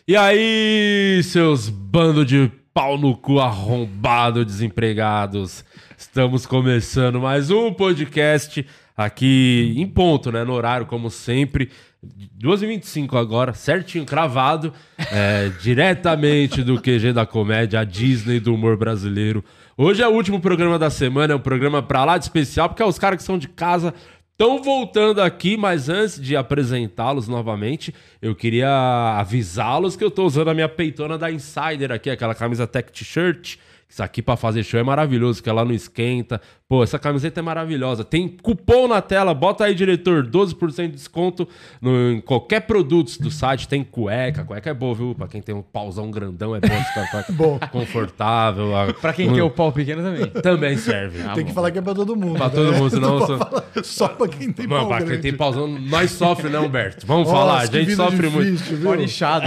E aí, seus bandos de pau no cu arrombado, desempregados. Estamos começando mais um podcast aqui em ponto, né? No horário, como sempre. 2h25 agora, certinho, cravado. Diretamente do QG da Comédia, a Disney do humor brasileiro. Hoje é o último programa da semana, é um programa pra lá de especial, porque os caras que são de casa estão voltando aqui, mas antes de apresentá-los novamente, eu queria avisá-los que eu tô usando a minha peitona da Insider aqui, aquela camisa tech t-shirt. Isso aqui pra fazer show é maravilhoso, que ela não esquenta. Pô, essa camiseta é maravilhosa. Tem cupom na tela, bota aí, diretor, 12% de desconto em qualquer produto do site. Tem cueca, cueca é boa, viu? Pra quem tem um pauzão grandão, é bom ficar bom. Confortável. Pra quem tem o pau pequeno também. Também serve. Tem que falar que é pra todo mundo. Pra todo mundo, senão... Só pra quem tem Mano, pau pra quem grande. tem pauzão, nós sofre, né, Humberto? Vamos falar, a gente sofre muito. Pó inchado.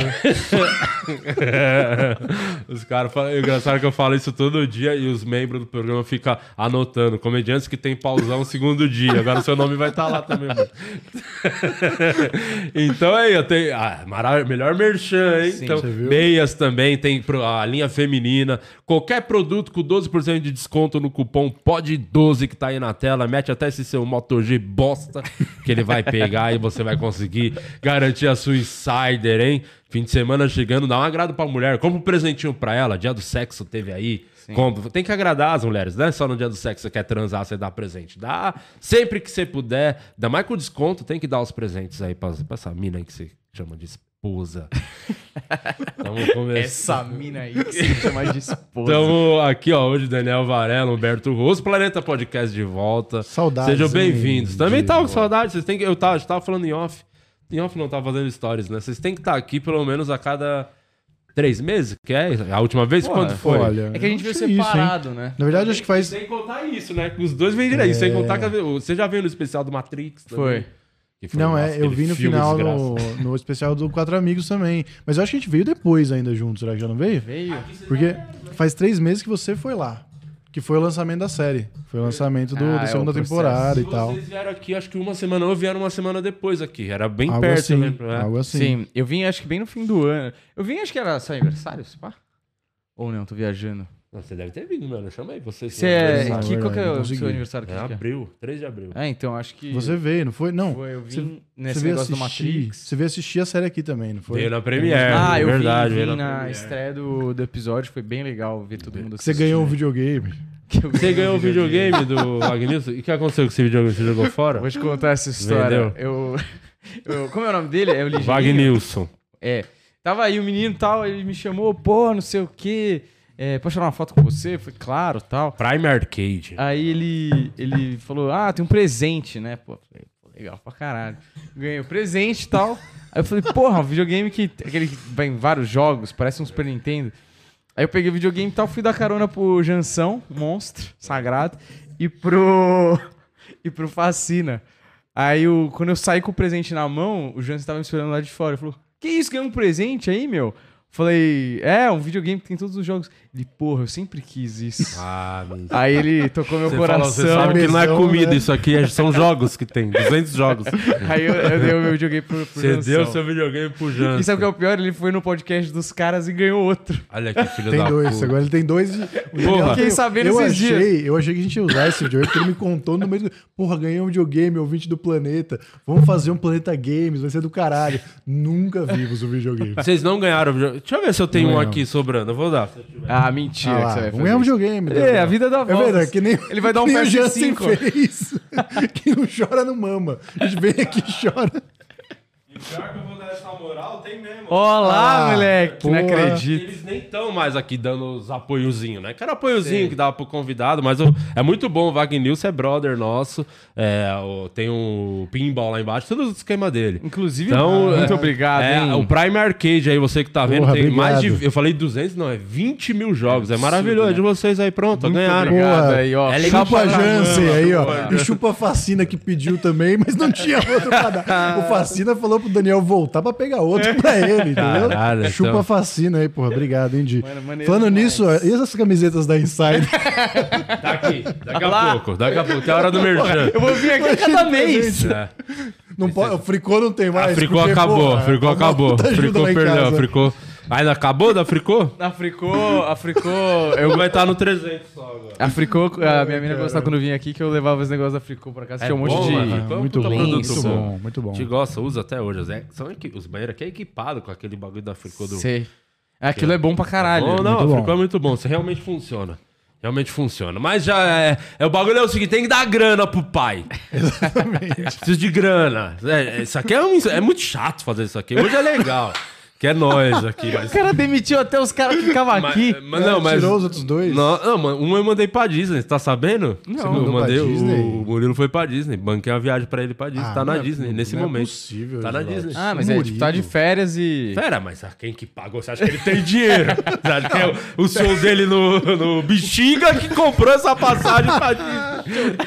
Os caras falam... É engraçado que eu falo isso todo dia e os membros do programa ficam anotando. Comediantes que tem pauzão segundo dia. Agora o seu nome vai estar lá também. Então aí, eu tenho... melhor merchan, hein? Sim, então, você viu? meias também, tem a linha feminina. Qualquer produto com 12% de desconto no cupom POD12 que tá aí na tela. Mete até esse seu Moto G bosta que ele vai pegar e você vai conseguir garantir a sua Insider, hein? Fim de semana chegando, dá um agrado pra mulher. Compra um presentinho pra ela. Dia do sexo teve aí. Tem que agradar as mulheres, não é só no dia do sexo você quer transar, você dá presente. Dá sempre que você puder. Ainda mais com desconto, tem que dar os presentes aí pra essa mina aí que você chama de esposa. Vamos começar. Essa mina aí que se chama de esposa. Estamos aqui, ó, hoje Daniel Varela, Humberto Rosso, Planeta Podcast de volta. Saudades. Sejam bem-vindos. Também tava com de... saudades, vocês têm que... Eu tava falando em off. Em off não tava fazendo stories, né? Vocês têm que estar aqui pelo menos a cada 3 meses, que é a última vez? Porra, Quando foi? Olha, É que a gente veio acho isso, separado, hein? né? Na verdade, acho que faz... Sem contar isso, né? Os dois vêm direto. Sem contar que você já veio no especial do Matrix também. Foi. Que foi, Não, nossa, eu aquele vi no filme final desgraça. no especial do Quatro Amigos também. Mas eu acho que a gente veio depois ainda junto, será que já não veio? Veio. Porque faz 3 meses que você foi lá. Que foi o lançamento da série. Foi o lançamento da segunda o processo. temporada e Se tal. vocês vieram aqui, acho que uma semana ou vieram uma semana depois aqui. Era bem Algo perto, assim, né? algo assim. Sim, eu vim acho que bem no fim do ano. Eu vim acho que era seu aniversário, se pá? Ou não, tô viajando. Não, você deve ter vindo, mano. Eu chamei vocês. Você é... Não, Qual que é não o consegui. seu aniversário? É Que dia? abril, 3 de abril. Então acho que... Você veio, não foi? Não. Foi, eu Você- vim nesse Você veio negócio do assistir. Matrix. Você veio assistir a série aqui também, não foi? Veio na Premiere. Eu verdade, vim veio na Premiere. estreia do episódio, foi bem legal ver todo mundo Você assistindo. ganhou um videogame. Você ganhou o videogame do Agnilson? E o que aconteceu com esse videogame? Você jogou fora? Vou te contar essa história. Vendeu? Como é o nome dele? É o Ligeirinho? Vagnilson. Tava aí o menino e tal, ele me chamou, pô, não sei o quê. Posso tirar uma foto com você? Eu falei, claro, tal. Prime Arcade. Aí ele falou, tem um presente, né? Pô, falei, pô, legal pra caralho. Ganhei o presente e tal. Aí eu falei, porra, um videogame aquele que vai em vários jogos, parece um Super Nintendo. Aí eu peguei o videogame e tal, fui dar carona pro Jansão, monstro, sagrado, e pro Facina. Aí quando eu saí com o presente na mão, o Jansson tava me esperando lá de fora. Ele falou, que isso, ganhou um presente aí, meu? Falei, um videogame que tem todos os jogos. Ele, porra, eu sempre quis isso. Mentira. Aí ele tocou meu Você coração. você sabe que não é Mesão, comida, né? isso aqui são jogos que tem, 200 jogos. Aí eu dei o meu videogame pro Você Jansson. deu seu videogame pro Jansen. E sabe o que é o pior? Ele foi no podcast dos caras e ganhou outro. Olha que filho Tem da 2, puta. agora ele tem 2 e... Porra. Fiquei sabendo eu esses dias. Eu achei que a gente ia usar esse videogame, porque ele me contou no meio do... Porra, ganhei um videogame, ouvinte do Planeta. Vamos fazer um Planeta Games, vai ser do caralho. Nunca vimos o videogame. Vocês não ganharam o videogame. Deixa eu ver se eu tenho Não um ganhamos. aqui sobrando. Eu vou dar. Mentira Ah que lá, você vai vamos ganhar um fazer. videogame. A vida dá É volta. verdade, que nem, Ele vai dar um que nem o PS5. Jansen fez. Que não chora, não mama. A gente vem aqui e chora. E pior que eu vou dar essa moral, tem mesmo. Olá, moleque. Não porra. acredito. Eles nem estão mais aqui dando os apoiozinhos, né? Quero apoiozinho que dá pro convidado, mas é muito bom. O Vagnilson é brother nosso. Tem um pinball lá embaixo, todo o esquema dele. Inclusive, Então, muito obrigado, hein? O Prime Arcade aí, você que tá vendo, Porra, tem mais de... obrigado. Eu falei 200, não, é 20 mil jogos. É maravilhoso. né? É de vocês aí, pronto, Muito ganharam. obrigado Boa. aí, ó. É legal Chupa pra Jansen caramba, aí, ó. porra. E o Chupa Facina que pediu também, mas não tinha outro pra dar. O Facina falou pro Daniel voltar pra pegar outro pra ele, entendeu? Caralho, Chupa então. Facina aí, porra. Obrigado, hein, Di. Mano, maneiro Falando demais. nisso, ó, e essas camisetas da Insider? Tá aqui, daqui a pouco. Daqui a pouco, tem a hora do merchan. Eu vou vir aqui a cada mês. É. Não pode, o Fricô não tem mais. A Fricô porque, acabou, pô, a Fricô uma acabou. puta A ajuda Fricô lá em perdeu, casa. a Fricô. Ainda acabou da Fricô? A Fricô, Eu vou estar no 300 só agora. a Fricô, a minha mina gostava quando eu vinha aqui que eu levava os negócios da Fricô pra casa. É Tinha um monte bom, de... mano. Ah, Fricô é um muito puta bom, produto muito bom. bom, muito bom. A gente gosta, usa até hoje. Os banheiros aqui é equipado com aquele bagulho da Fricô do... Sei. Aquilo é bom pra caralho. Bom, não, muito a bom. Fricô é muito bom. Isso realmente funciona. Realmente funciona. Mas já é... O bagulho é o seguinte, tem que dar grana pro pai. Exatamente. Preciso de grana. Isso aqui é muito chato fazer isso aqui. Hoje é legal. Que é nós aqui. Mas... O cara demitiu até os caras que ficavam aqui. mas Tirou os outros dois? Não, mano, um eu mandei pra Disney, você tá sabendo? Não. Eu mandou mandei, pra Disney? o Murilo foi pra Disney. Banquei uma viagem pra ele pra Disney. Tá não na é- Disney, nesse não momento. É possível, Tá na Geraldo. Disney. Ah, mas é, tipo, tá de férias e... Pera, mas quem que pagou? Você acha que ele tem dinheiro? Você acha que é o show dele no Bexiga que comprou essa passagem pra Disney?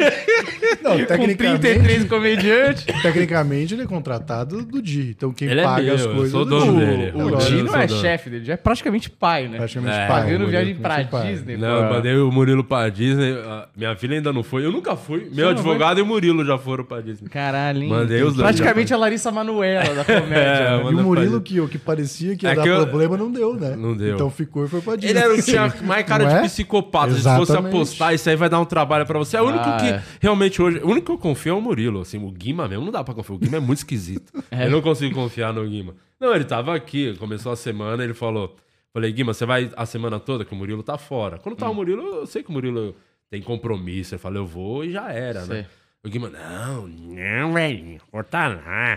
Não, Com tecnicamente, 33 comediantes. tecnicamente ele é contratado do Di. Então quem Ele é paga meu, as eu coisas sou é do dono Di. dele. O Eu Di sou não é dono. chefe dele, já é praticamente pai, né? Praticamente É, paga. Pagando o viagem Murilo pra praticamente paga. Disney. Não, eu pô. mandei o Murilo pra Disney. Minha filha ainda não foi. Eu nunca fui. Meu não advogado e o Murilo já foram pra Disney. Caralho, hein? Mandei os dois. Praticamente a Larissa Manoela da comédia. É, né? E manda o Murilo, fazer. que parecia que ia É dar que eu- problema, não deu, né? Não deu. Então ficou e foi pra Disney. Ele era o que tinha mais cara Não de é? psicopata. Se fosse Exatamente. apostar, isso aí vai dar um trabalho pra você. É o único Ah, que é. realmente hoje. O único que eu confio é o Murilo. Assim, o Guima mesmo não dá pra confiar. O Guima é muito esquisito. Eu não consigo confiar no Guima. Não, ele tava aqui, começou a semana, ele falou. Falei, Guima, você vai a semana toda que o Murilo tá fora. Quando tá o Murilo, eu sei que o Murilo tem compromisso. Eu falei, eu vou e já era, Sei. né? O Guima, não, velho, vou tá lá.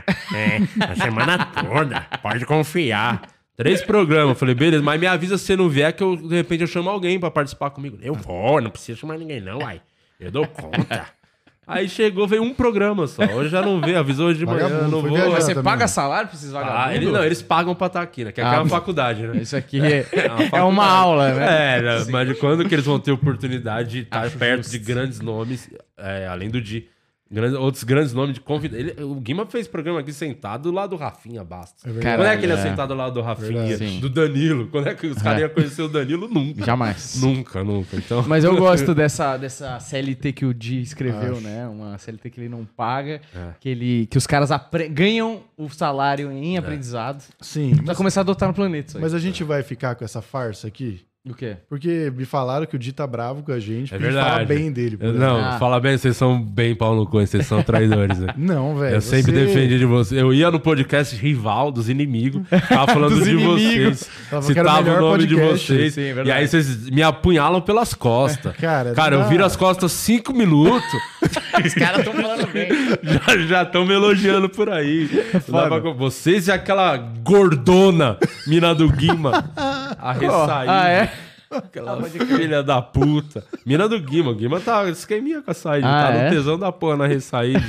A semana toda, pode confiar. 3 programas. Eu falei, beleza, mas me avisa se você não vier que eu, de repente eu chamo alguém pra participar comigo. Eu vou, não precisa chamar ninguém não, uai. Eu dou conta. Aí chegou, veio um programa só. Hoje já não veio, avisou hoje de manhã, Vagabundo, não foi vou. viajar. Mas você também. paga salário pra esses vagabundos? Eles pagam pra estar aqui, né? Que aqui é uma faculdade, né? Isso aqui é uma aula, né? Mas de quando que eles vão ter oportunidade de estar Acho perto justo. de grandes nomes, além do Di. Outros grandes nomes de convidado. O Guima fez programa aqui sentado lá do Rafinha Bastos. verdade. Quando é que ele ia Caralho, sentado lá do Rafinha? Verdade. Sim. Do Danilo? Quando é que os caras iam conhecer o Danilo? Nunca. Jamais. Nunca. Então... Mas eu gosto dessa CLT que o Di escreveu, né? Uma CLT que ele não paga, que os caras ganham o salário em aprendizado. Sim, Vai começar a adotar no planeta isso aí. mas a gente vai ficar com essa farsa aqui? O quê? Porque me falaram que o Di tá bravo com a gente, É porque a gente fala verdade. bem dele. por Não, exemplo. Ah. fala bem, vocês são bem pau no cu, vocês são traidores, né? Não, velho. Eu sempre defendi de vocês. Eu ia no podcast rival dos inimigos, tava falando Dos de inimigos. vocês, Falava que era o citava o melhor nome de podcast. vocês. Sim, é E verdade. aí vocês me apunhalam pelas costas. Cara, eu não viro dá. as costas 5 minutos, Os caras estão falando bem. já estão me elogiando por aí. Não dá pra- Vocês e aquela gordona, mina do Guima, a ressaída. Ah, é? Aquela filha da puta. Mina do Guima. O Guima tá esqueminha com a saída. Ah, tá é? no tesão da porra na ressaída.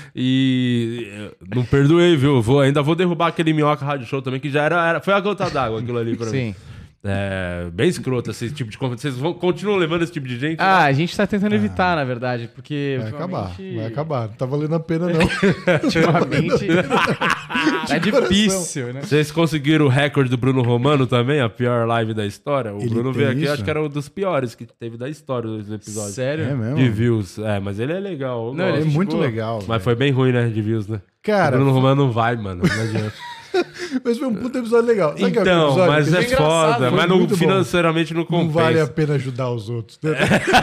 E não perdoei, viu? Ainda vou derrubar aquele Minhoca Rádio Show também, que já era foi a gota d'água aquilo ali pra mim. Sim. Bem escroto esse tipo de conversa. Vocês continuam levando esse tipo de gente? Ah, a gente tá tentando evitar, na verdade, porque Vai acabar, ultimamente- vai acabar. Não tá valendo a pena, não. Ultimamente tá difícil, né? Vocês conseguiram o recorde do Bruno Romano também? A pior live da história? O Ele Bruno tem veio aqui, isso? acho que era um dos piores que teve da história dos episódios. Sério? É mesmo? De views. Mas ele é legal. eu Não, ele É gosto. muito Tipo, legal. Mas velho. foi bem ruim, né? De views, né? Cara, O Bruno Romano não vai, mano. Não adianta. mas foi um puto episódio legal. Sabe que é o Então, episódio mas que é foi engraçado, foda. foi Mas muito bom. financeiramente não não compensa. vale a pena ajudar os outros. Né?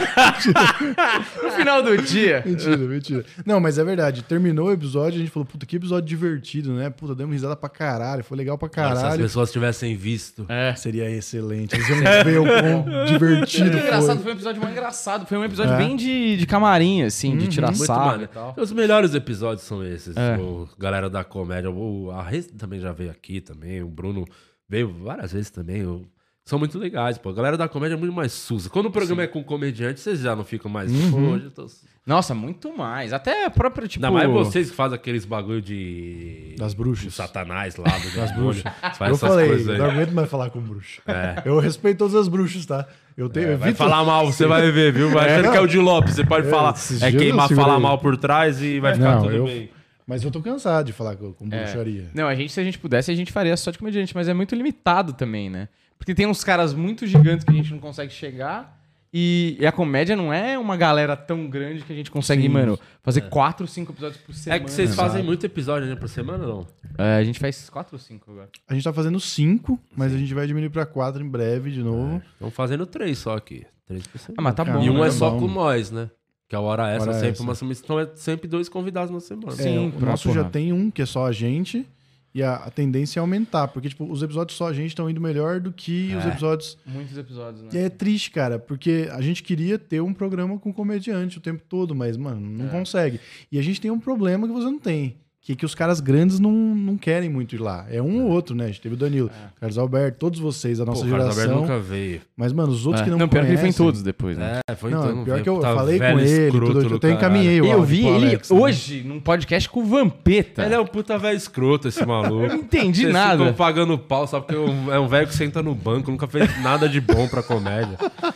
No final do dia. Mentira, mentira. Não, mas é verdade. Terminou o episódio, a gente falou, puta, que episódio divertido, né? Puta, demos risada pra caralho, foi legal pra Se as caralho. pessoas tivessem visto. É. Seria excelente. Eles iam ver o quão divertido Engraçado, foi. foi um episódio mais engraçado. Foi um episódio bem de camarim, assim, de tirar Muito sarro maneiro. e tal. Os melhores episódios são esses. É. O galera da comédia. A Rez também já veio aqui também. O Bruno veio várias vezes também. São muito legais, pô. A galera da comédia é muito mais sussa. Quando o programa é com comediante, vocês já não ficam mais. Pô, hoje eu tô... Nossa, muito mais. Até a própria, tipo... Ainda mais vocês que fazem aqueles bagulho de. Das Do bruxas. satanás lá, das bruxas. Faz Eu essas falei, coisas aí. não aguento mais falar com bruxa. Eu respeito todas as bruxas, tá? Eu tenho. Vai evito- falar mal, você vai ver, viu? Vai achando não. que é o de Lopes. Você pode falar. esses É dias queimar, eu segurei. falar mal por trás e vai ficar Não, tudo bem. Mas eu tô cansado de falar com É. bruxaria. Não, se a gente pudesse, a gente faria só de comediante, mas é muito limitado também, né? Porque tem uns caras muito gigantes que a gente não consegue chegar E a comédia não é uma galera tão grande que a gente consegue, mano, fazer 4 ou 5 episódios por semana. É que vocês fazem muito episódio, né, por semana, não? A gente faz 4 ou 5 agora. A gente tá fazendo 5, mas a gente vai diminuir pra 4 em breve de novo. Estamos fazendo 3 só aqui. 3 por semana. Ah, mas tá bom. E um né? é só bom. com nós, né? Que é a hora extra, Hora sempre extra. uma semana. Então é sempre 2 convidados na semana. Sim, O nosso já porra. tem um, que é só a gente, e a tendência é aumentar, porque tipo, os episódios só a gente estão indo melhor do que os episódios... Muitos episódios, né? E é triste, cara, porque a gente queria ter um programa com comediante o tempo todo, mas, mano, não consegue. E a gente tem um problema que você não tem, que os caras grandes não querem muito ir lá. É um ou outro, né? A gente teve o Danilo, Carlos Alberto, todos vocês, a nossa Pô, o Carlos Alberto geração. nunca veio. Mas, mano, os outros que não pior conhecem... que ele foi em todos depois, né? Foi Não, então, pior que eu tá falei com velho ele, escroto tudo, eu do até caralho. encaminhei o Eu áudio vi pro ele Alex, né? hoje num podcast com o Vampeta. Ele é um puta velho escroto, esse maluco. Eu não entendi Vocês nada. ficam pagando pau só porque é um velho que senta no banco, nunca fez nada de bom pra comédia.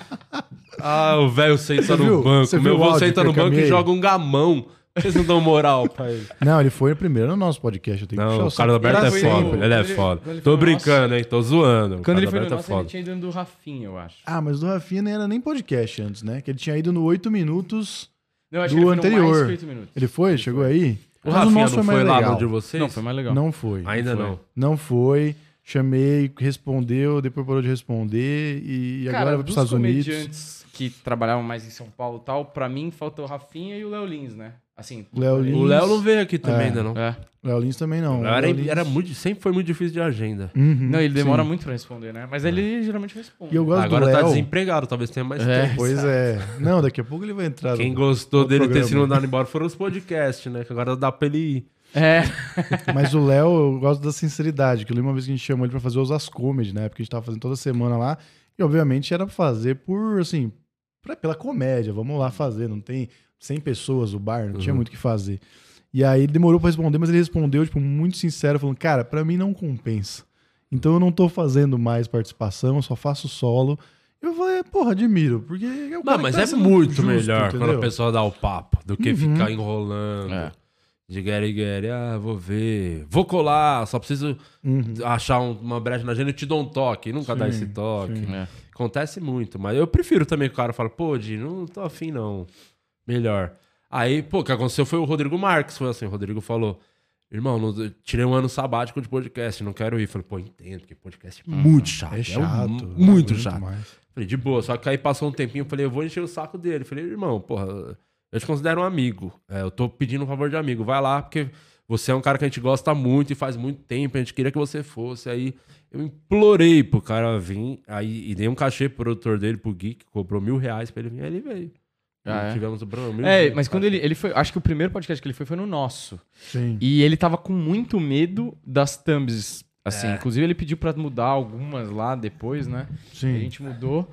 Ah, o velho senta Você no viu? banco. Você Meu viu o avô áudio senta que eu no banco e encaminhei? joga um gamão. Vocês não dão moral pra ele. Não, ele foi primeiro no nosso podcast. Eu tenho que puxar Não, o saco Carlos Alberto pra é foi sempre. foda. no- Ele é quando ele- foda. quando ele Tô foi no brincando, hein? Tô zoando. O Quando ele Carlos foi no Alberto é nosso, ele foda. tinha ido do Rafinha, eu acho. Ah, mas do Rafinha nem era nem podcast antes, né? Que ele tinha ido no 8 minutos. Não, acho do que ele foi anterior. no mais que 8 minutos. Ele foi? Chegou aí? O Mas Rafinha nosso não foi mais lá legal. no de vocês? Não, foi mais legal. Não foi. Ainda foi. não. Não foi. Chamei, respondeu, depois parou de responder e Cara, agora vai para os dos Estados Unidos. comediantes que trabalhavam mais em São Paulo e tal, pra mim faltou o Rafinha e o Léo Lins, né? Assim, Léo Lins. O Léo não veio aqui também É. ainda, não. É. Léo Lins também não. Era, Léo Lins- era muito, sempre foi muito difícil de agenda. Uhum, Não, ele demora sim. muito pra responder, né? Mas ele geralmente responde. E eu gosto Agora do tá Léo. desempregado, talvez tenha mais É. tempo. Pois é. Não, daqui a pouco ele vai entrar. Quem no- gostou no dele ter programa. sido mandado embora foram os podcasts, né? Que agora dá pra ele ir. É. Mas o Léo, eu gosto da sinceridade. Que eu lembro uma vez que a gente chamou ele pra fazer os As Comedy, né? Porque a gente tava fazendo toda semana lá. E obviamente era pra fazer por, assim, pela comédia. Vamos lá fazer. Não tem 100 pessoas o bar, não tinha muito o que fazer. E aí ele demorou pra responder, mas ele respondeu, tipo, muito sincero, falando, cara, pra mim não compensa. Então eu não tô fazendo mais participação, eu só faço solo. Eu falei, porra, admiro, porque é o cara Não, mas que tá é sendo muito justo, melhor quando entendeu? a pessoa dá o papo do que ficar enrolando. É. De guerre, vou ver. Vou colar, só preciso achar uma brecha na agenda e te dou um toque. Nunca dá esse toque. É. Acontece muito, mas eu prefiro também que o cara fala, pô, Di, não tô afim não. Melhor. Aí, pô, o que aconteceu foi o Rodrigo Marques, foi assim, o Rodrigo falou, irmão, tirei um ano sabático de podcast, não quero ir. Falei, pô, entendo, porque podcast é muito chato. É chato. Muito chato. mais. Falei, de boa, só que aí passou um tempinho, eu falei, eu vou encher o saco dele. Falei, irmão, porra, eu te considero um amigo. Eu tô pedindo um favor de amigo, vai lá, porque você é um cara que a gente gosta muito e faz muito tempo, a gente queria que você fosse. Aí eu implorei pro cara vir, aí e dei um cachê pro produtor dele, pro Gui, que cobrou R$1.000 pra ele vir, aí ele veio. Ah, é? Tivemos o Bruno. Mas quando ele foi. Acho que o primeiro podcast que ele foi no nosso. Sim. E ele tava com muito medo das thumbs. Assim, É. inclusive ele pediu pra mudar algumas lá depois, né? Sim. A gente mudou.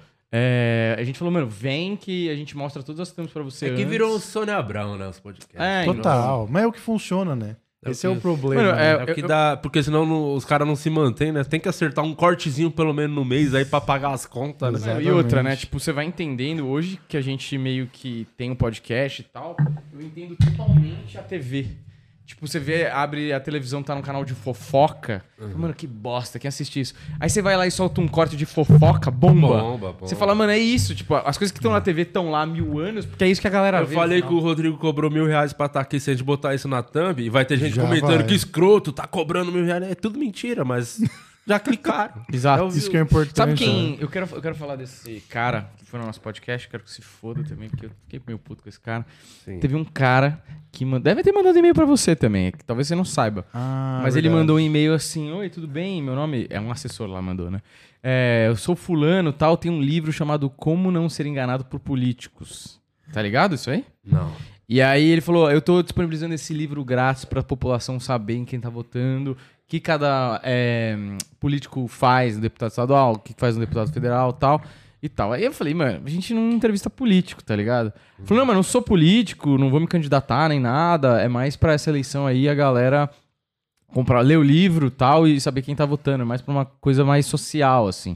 A gente falou, mano, vem que a gente mostra todas as thumbs pra você. É que antes. virou o Sônia Abrão, né? Os podcasts. É, Total. Mas é o que funciona, né? É o Esse é que- o problema. Mano, né? É o que dá, porque senão os caras não se mantêm, né? Tem que acertar um cortezinho pelo menos no mês aí pra pagar as contas, né? Exato. E outra, né? Exatamente. Tipo, você vai entendendo hoje que a gente meio que tem um podcast e tal. Eu entendo totalmente a TV. Tipo, você vê, abre a televisão, tá num canal de fofoca. Mano, que bosta, quem assiste isso? Aí você vai lá e solta um corte de fofoca, bomba. Bomba. Você fala, mano, é isso. Tipo, as coisas que estão na TV estão lá há 1000 anos, porque é isso que a galera Eu vê. falei no que o final. Rodrigo cobrou R$1.000 pra estar aqui. Se a gente botar isso na thumb, e vai ter gente Já comentando vai. que escroto, tá cobrando R$1.000. É tudo mentira, mas já clicaram. Exato. É o- Isso que é importante. Sabe quem. né? Eu quero falar desse cara que foi no nosso podcast, quero que se foda também, porque eu fiquei meio puto com esse cara. Sim. Teve um cara que deve ter mandado e-mail pra você também, que talvez você não saiba. Ah, Mas ele verdade. mandou um e-mail assim: oi, tudo bem? Meu nome. É um assessor lá, mandou, né? Eu sou fulano tal, tem um livro chamado Como Não Ser Enganado por Políticos. Tá ligado isso aí? Não. E aí ele falou: eu tô disponibilizando esse livro grátis pra população saber em quem tá votando, o que cada político faz no deputado estadual, o que faz no deputado federal tal. E tal. Aí eu falei, mano, a gente não entrevista político, tá ligado? Ele falou, não, mas não sou político, não vou me candidatar nem nada, é mais pra essa eleição aí a galera ler o livro e tal e saber quem tá votando, é mais pra uma coisa mais social, assim.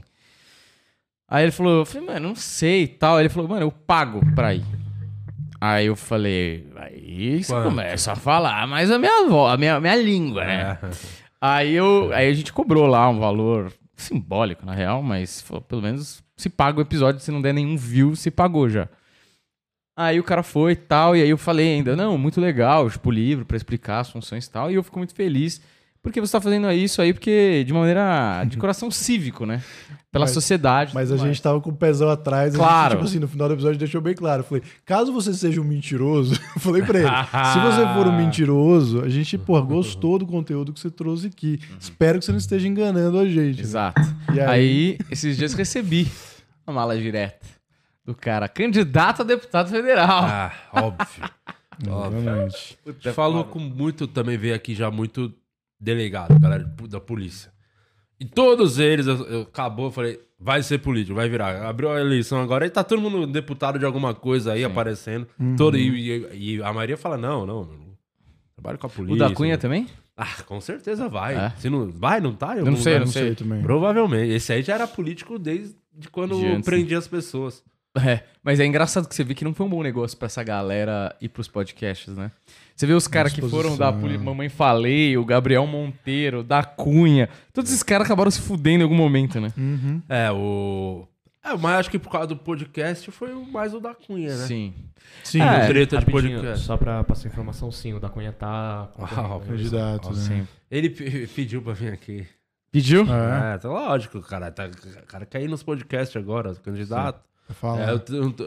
Aí ele falou, eu falei, mano, não sei e tal. Aí ele falou, mano, eu pago pra ir. Aí eu falei, aí você Quanto? começa a falar mais a minha língua, né? Aí a gente cobrou lá um valor simbólico, na real, mas pelo menos se paga o episódio, se não der nenhum view, se pagou já. Aí o cara foi e tal, e aí eu falei ainda, não, muito legal, tipo, o livro pra explicar as funções e tal, e eu fico muito feliz porque você tá fazendo isso aí porque de maneira de coração cívico, né? Pela sociedade. Mas a gente tava com o pezão atrás. Claro. A gente, tipo assim, no final do episódio deixou bem claro. Eu falei, caso você seja um mentiroso, eu falei pra ele, se você for um mentiroso, a gente, pô, gostou do conteúdo que você trouxe aqui. Espero que você não esteja enganando a gente. Exato. E Aí, esses dias recebi uma mala direta do cara, candidato a deputado federal. Ah, óbvio. Obviamente. Falou com muito, também veio aqui já muito delegado, galera da polícia. E todos eles, acabou, eu falei, vai ser político, vai virar. Abriu a eleição agora e tá todo mundo deputado de alguma coisa aí aparecendo. Todo, e a maioria fala, não, trabalho com a polícia. O da Cunha também? Ah, com certeza vai. É? Se não, vai, não tá? Eu não sei, Eu não sei também. Provavelmente. Esse aí já era político desde quando De antes, prendia as pessoas. É, mas é engraçado que você vê que não foi um bom negócio pra essa galera ir pros podcasts, né? Você vê os caras que foram da Mamãe Falei, o Gabriel Monteiro, da Cunha. Todos esses caras acabaram se fudendo em algum momento, né? Mas acho que por causa do podcast foi mais o da Cunha, né? Sim. Sim, É, Treta de Rapidinho, podcast. só pra passar informação, sim, o da Cunha tá... candidato, né? Sim. Ele pediu pra vir aqui. Pediu? É, Tá lógico, cara. O cara quer ir nos podcasts agora, candidato. fala.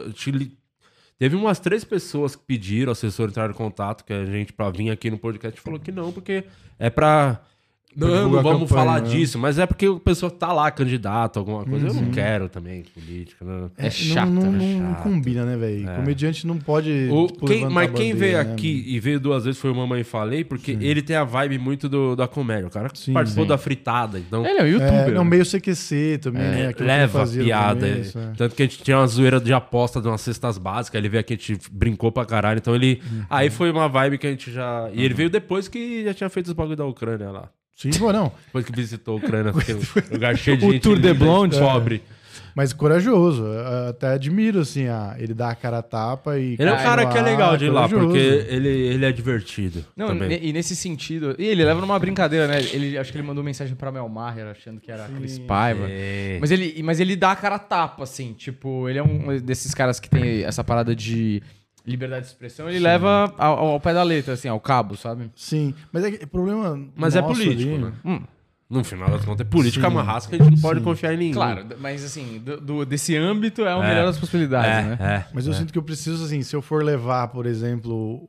Teve umas 3 pessoas que pediram, o assessor entrar em contato, que a gente, pra vir aqui no podcast, falou que não, porque é pra... Não divulgar vamos a campanha, falar né? disso, mas é porque o pessoal tá lá, candidato, alguma coisa. Eu não quero também, política. Não. É chato, não, né? não combina, né, velho? Comediante não pode. tipo, Mas levantar a quem bandeira, veio né? aqui e veio 2 vezes foi o Mamãe Falei, porque ele tem a vibe muito da comédia. O cara Sim, participou sim. da fritada, então Ele é um youtuber. É, não, né? meio CQC também, né? Aquilo que ele leva fazia no piada. começo, é. Tanto que a gente tinha uma zoeira de aposta de umas cestas básicas, ele veio aqui, a gente brincou pra caralho. Então ele. Aí foi uma vibe que a gente já. E ele veio depois que já tinha feito os bagulho da Ucrânia lá. Sim, pô, não. Depois que visitou a Ucrânia, porque o lugar cheio de O gente Tour de linda e Blonde. pobre. Mas corajoso. Eu até admiro, assim, ele dá a cara a tapa e. Ele é um cai cara no que é ar, legal de ir lá, corajoso. porque ele é divertido. Não, também. e nesse sentido... E ele leva numa brincadeira, né? Acho que ele mandou mensagem pra Mel Maher, achando que era a Cris Paiva. É. Mas ele dá a cara a tapa, assim. Tipo, ele é um desses caras que tem essa parada de liberdade de expressão. Ele leva ao pé da letra, assim, ao cabo, sabe? Sim, mas é que o problema. Mas é nosso político, ali- né? No final das contas, é política marrasca, a gente não pode confiar em ninguém. Claro, mas assim, desse âmbito é o melhor das possibilidades, né? Mas eu sinto que eu preciso, assim, se eu for levar, por exemplo,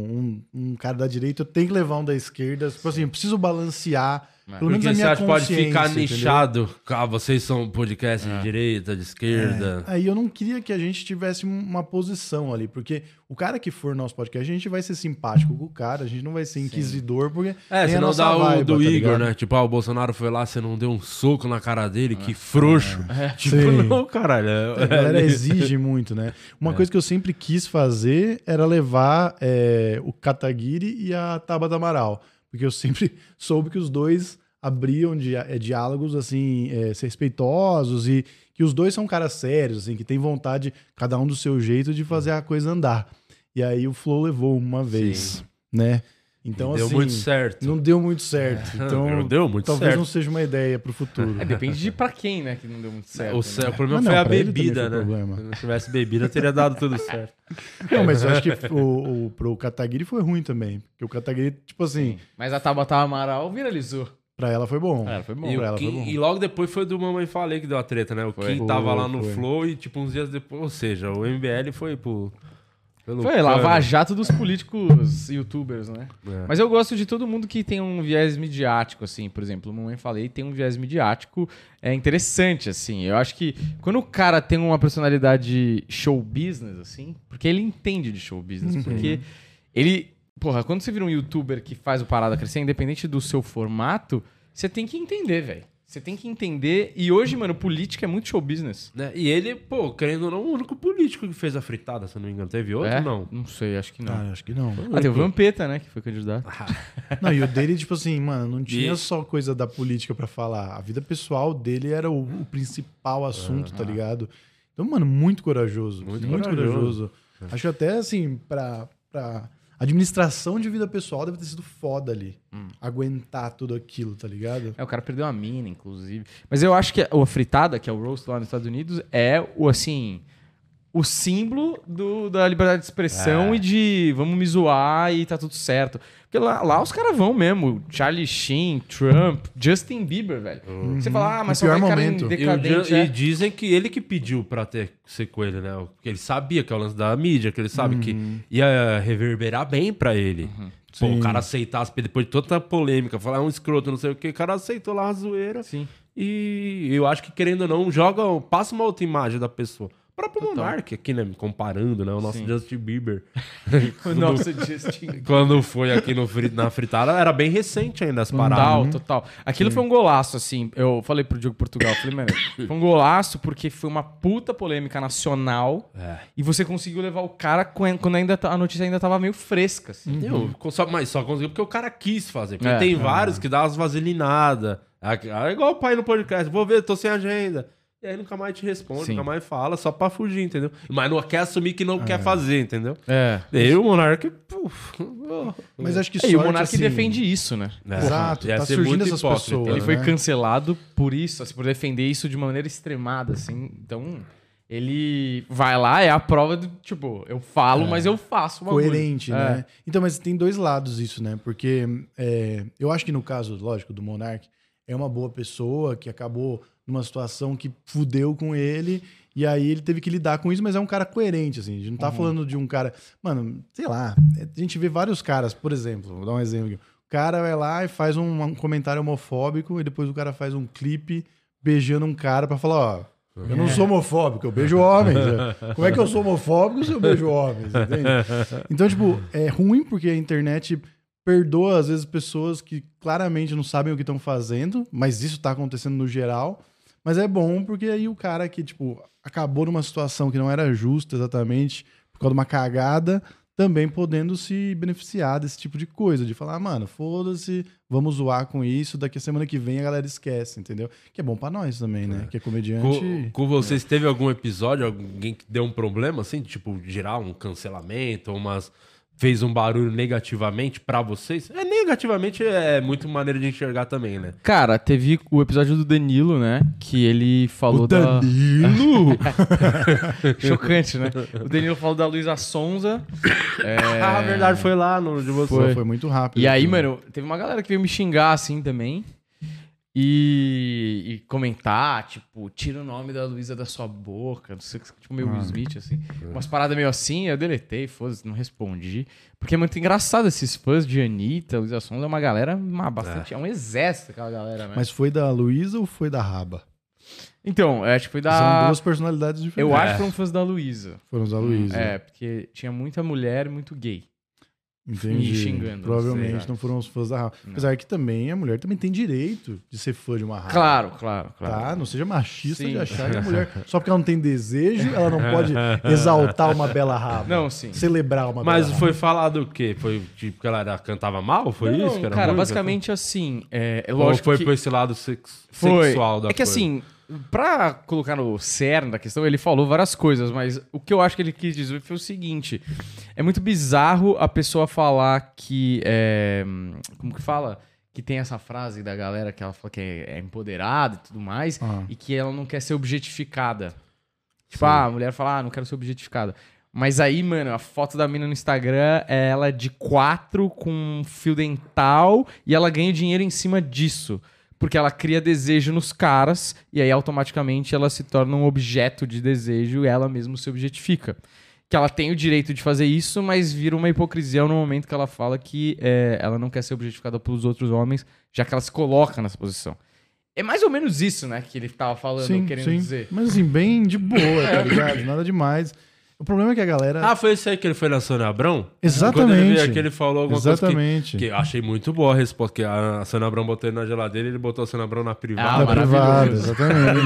um cara da direita, eu tenho que levar um da esquerda. Tipo assim, eu preciso balancear, pelo menos Porque a você minha acha que pode consciência, ficar entendeu? nichado. Ah, vocês são podcast de direita, de esquerda. Aí eu não queria que a gente tivesse uma posição ali, porque o cara que for nosso podcast, a gente vai ser simpático com o cara, a gente não vai ser inquisidor, porque É, nem você a não nossa dá o vibe, do tá Igor, ligado? né? Tipo, o Bolsonaro foi lá, você não deu um soco na cara dele, que frouxo. Tipo, Sim. não, caralho. A galera exige muito, né? Uma coisa que eu sempre quis fazer era levar o Kataguiri e a Tabata Amaral, porque eu sempre soube que os dois abriam diálogos, assim, respeitosos e que os dois são caras sérios, assim, que tem vontade, cada um do seu jeito, de fazer a coisa andar. E aí o Flow levou uma vez, né? Então, Deu assim, muito certo. não deu muito certo. Então, Não deu muito talvez certo. não seja uma ideia pro futuro. Depende de pra quem, né, que não deu muito certo. O né? problema Mas não, foi a pra ele também bebida, foi né? problema. Se não tivesse bebida, teria dado tudo certo. Não, mas eu acho que pro Kataguiri foi ruim também. Porque o Kataguiri, tipo assim, Mas a Tabata Amaral viralizou. pra ela foi bom. Foi bom. E, pra o ela Kim- foi bom. e logo depois foi do Mamãe Falei que deu a treta, né? O Kim Foi. tava lá no Foi. Flow e, tipo, uns dias depois... Ou seja, o MBL foi pelo Foi cano. Lava Jato dos políticos youtubers, né? É. Mas eu gosto de todo mundo que tem um viés midiático, assim. Por exemplo, o Mamãe Falei tem um viés midiático interessante, assim. Eu acho que quando o cara tem uma personalidade show business, assim, porque ele entende de show business, porque ele... Porra, quando você vira um youtuber que faz o parada crescer, independente do seu formato, você tem que entender, velho. Você tem que entender. E hoje, mano, política é muito show business. Né? E ele, pô, querendo ou não, o único político que fez a fritada, se eu não me engano. Teve outro? Não. Não sei, acho que não. Ah, acho que não. Tem o Vampeta, né, que foi candidato. Não, e o dele, tipo assim, mano, não tinha E- só coisa da política pra falar. A vida pessoal dele era o principal assunto, tá ligado? Então, mano, muito corajoso. Muito corajoso. corajoso. Acho que até, assim, pra A administração de vida pessoal deve ter sido foda ali. Aguentar tudo aquilo, tá ligado? O cara perdeu a mina, inclusive. Mas eu acho que a fritada, que é o roast lá nos Estados Unidos, é o símbolo da liberdade de expressão e de vamos me zoar e tá tudo certo. Porque lá os caras vão mesmo. Charlie Sheen, Trump, Justin Bieber, velho. Você fala, mas No só pior vai cara momento. decadente. E dizem que ele que pediu pra ser com ele, né? Porque ele sabia que é o lance da mídia, que ele sabe que ia reverberar bem pra ele. Pô, Sim. o cara aceitasse, depois de toda a polêmica, falar um escroto, não sei o que, o cara aceitou lá a zoeira. Sim. E eu acho que, querendo ou não, passa uma outra imagem da pessoa. O próprio Monark aqui, né? Comparando, né? O nosso Justin Bieber. Nossa, Justin. Quando foi aqui na fritada, era bem recente ainda as paradas. Total. Aquilo foi um golaço, assim. Eu falei pro Diogo Portugal, falei, mano, foi um golaço porque foi uma puta polêmica nacional e você conseguiu levar o cara quando a notícia ainda tava meio fresca, assim. Mas só conseguiu porque o cara quis fazer. Porque tem vários que dá umas vaselinadas. É igual o pai no podcast. Vou ver, tô sem agenda. E aí nunca mais te responde, nunca mais fala, só pra fugir, entendeu? Mas não quer assumir que não quer fazer, entendeu? E aí o Monark... Mas acho que E o sorte, Monark assim, defende isso, né? Exato, Ia tá ser surgindo muito essas hipócrita. pessoas. Ele foi né? cancelado por isso, assim, por defender isso de maneira extremada, assim. Então, ele vai lá, é a prova do, tipo, eu falo, mas eu faço uma Coerente, né? Então, mas tem dois lados isso, né? Porque eu acho que no caso, lógico, do Monark, é uma boa pessoa que acabou numa situação que fudeu com ele e aí ele teve que lidar com isso, mas é um cara coerente, assim. A gente não tá falando de um cara... Mano, sei lá, a gente vê vários caras, por exemplo, vou dar um exemplo aqui. O cara vai lá e faz um comentário homofóbico e depois o cara faz um clipe beijando um cara pra falar, ó... Eu não sou homofóbico, eu beijo homens. Como é que eu sou homofóbico se eu beijo homens? Entende? Então, tipo, é ruim porque a internet perdoa, às vezes, pessoas que claramente não sabem o que estão fazendo, mas isso tá acontecendo no geral. Mas é bom porque aí o cara que, tipo, acabou numa situação que não era justa exatamente, por causa de uma cagada, também podendo se beneficiar desse tipo de coisa, de falar, mano, foda-se, vamos zoar com isso, daqui a semana que vem a galera esquece, entendeu? Que é bom pra nós também, né? Que é comediante... Com vocês, teve algum episódio, alguém que deu um problema, assim, tipo, gerar um cancelamento, fez um barulho negativamente pra vocês? Negativamente é muito maneira de enxergar também, né? Cara, teve o episódio do Danilo, né? Que ele falou Danilo! Chocante, né? O Danilo falou da Luísa Sonza. Ah, verdade, foi lá no de vocês. Foi muito rápido. E aí, mano, teve uma galera que veio me xingar assim também. E comentar, tipo, tira o nome da Luísa da sua boca, não sei, tipo, meio Will Smith, assim. Umas paradas meio assim, eu deletei, foda-se, não respondi. Porque é muito engraçado esses fãs de Anitta, Luísa Sonza, é uma galera bastante... É um exército aquela galera, né? Mas foi da Luísa ou foi da Raba? Então, acho que foi da... São duas personalidades diferentes. Eu acho que foram fãs da Luísa. Foram da Luísa. Porque tinha muita mulher e muito gay. Entendi. Me xingando, Provavelmente não sei. não foram os fãs da Raba. Apesar que também a mulher também tem direito de ser fã de uma Raba. Claro. Tá? Não seja machista Sim. de achar que a mulher, só porque ela não tem desejo, ela não pode exaltar uma bela Raba. Não, sim. Celebrar uma Mas bela foi falado o quê? Foi tipo que ela cantava mal? Foi Não, isso? Que era cara, ruim? basicamente assim, é Ou lógico foi que... por esse lado Foi. sexual da É que coisa? assim, pra colocar no cerne da questão, ele falou várias coisas, mas o que eu acho que ele quis dizer foi o seguinte: é muito bizarro a pessoa falar que. Como que fala? Que tem essa frase da galera que ela fala que é empoderada e tudo mais, e que ela não quer ser objetificada. Tipo, a mulher fala, não quero ser objetificada. Mas aí, mano, a foto da mina no Instagram é ela de 4 com fio dental e ela ganha dinheiro em cima disso. Porque ela cria desejo nos caras e aí automaticamente ela se torna um objeto de desejo e ela mesma se objetifica. Que ela tem o direito de fazer isso, mas vira uma hipocrisia no momento que ela fala que ela não quer ser objetificada pelos outros homens, já que ela se coloca nessa posição. É mais ou menos isso, né, que ele tava falando, querendo dizer. Mas assim, bem de boa, tá ligado? Nada demais. O problema é que a galera... Ah, foi esse aí que ele foi na Sônia Abrão? Exatamente. Quando ele veio aqui, ele falou alguma Exatamente. coisa que eu achei muito boa a resposta, que a Sônia Abrão botou ele na geladeira e ele botou a Sônia Abrão na privada. Na privada, exatamente.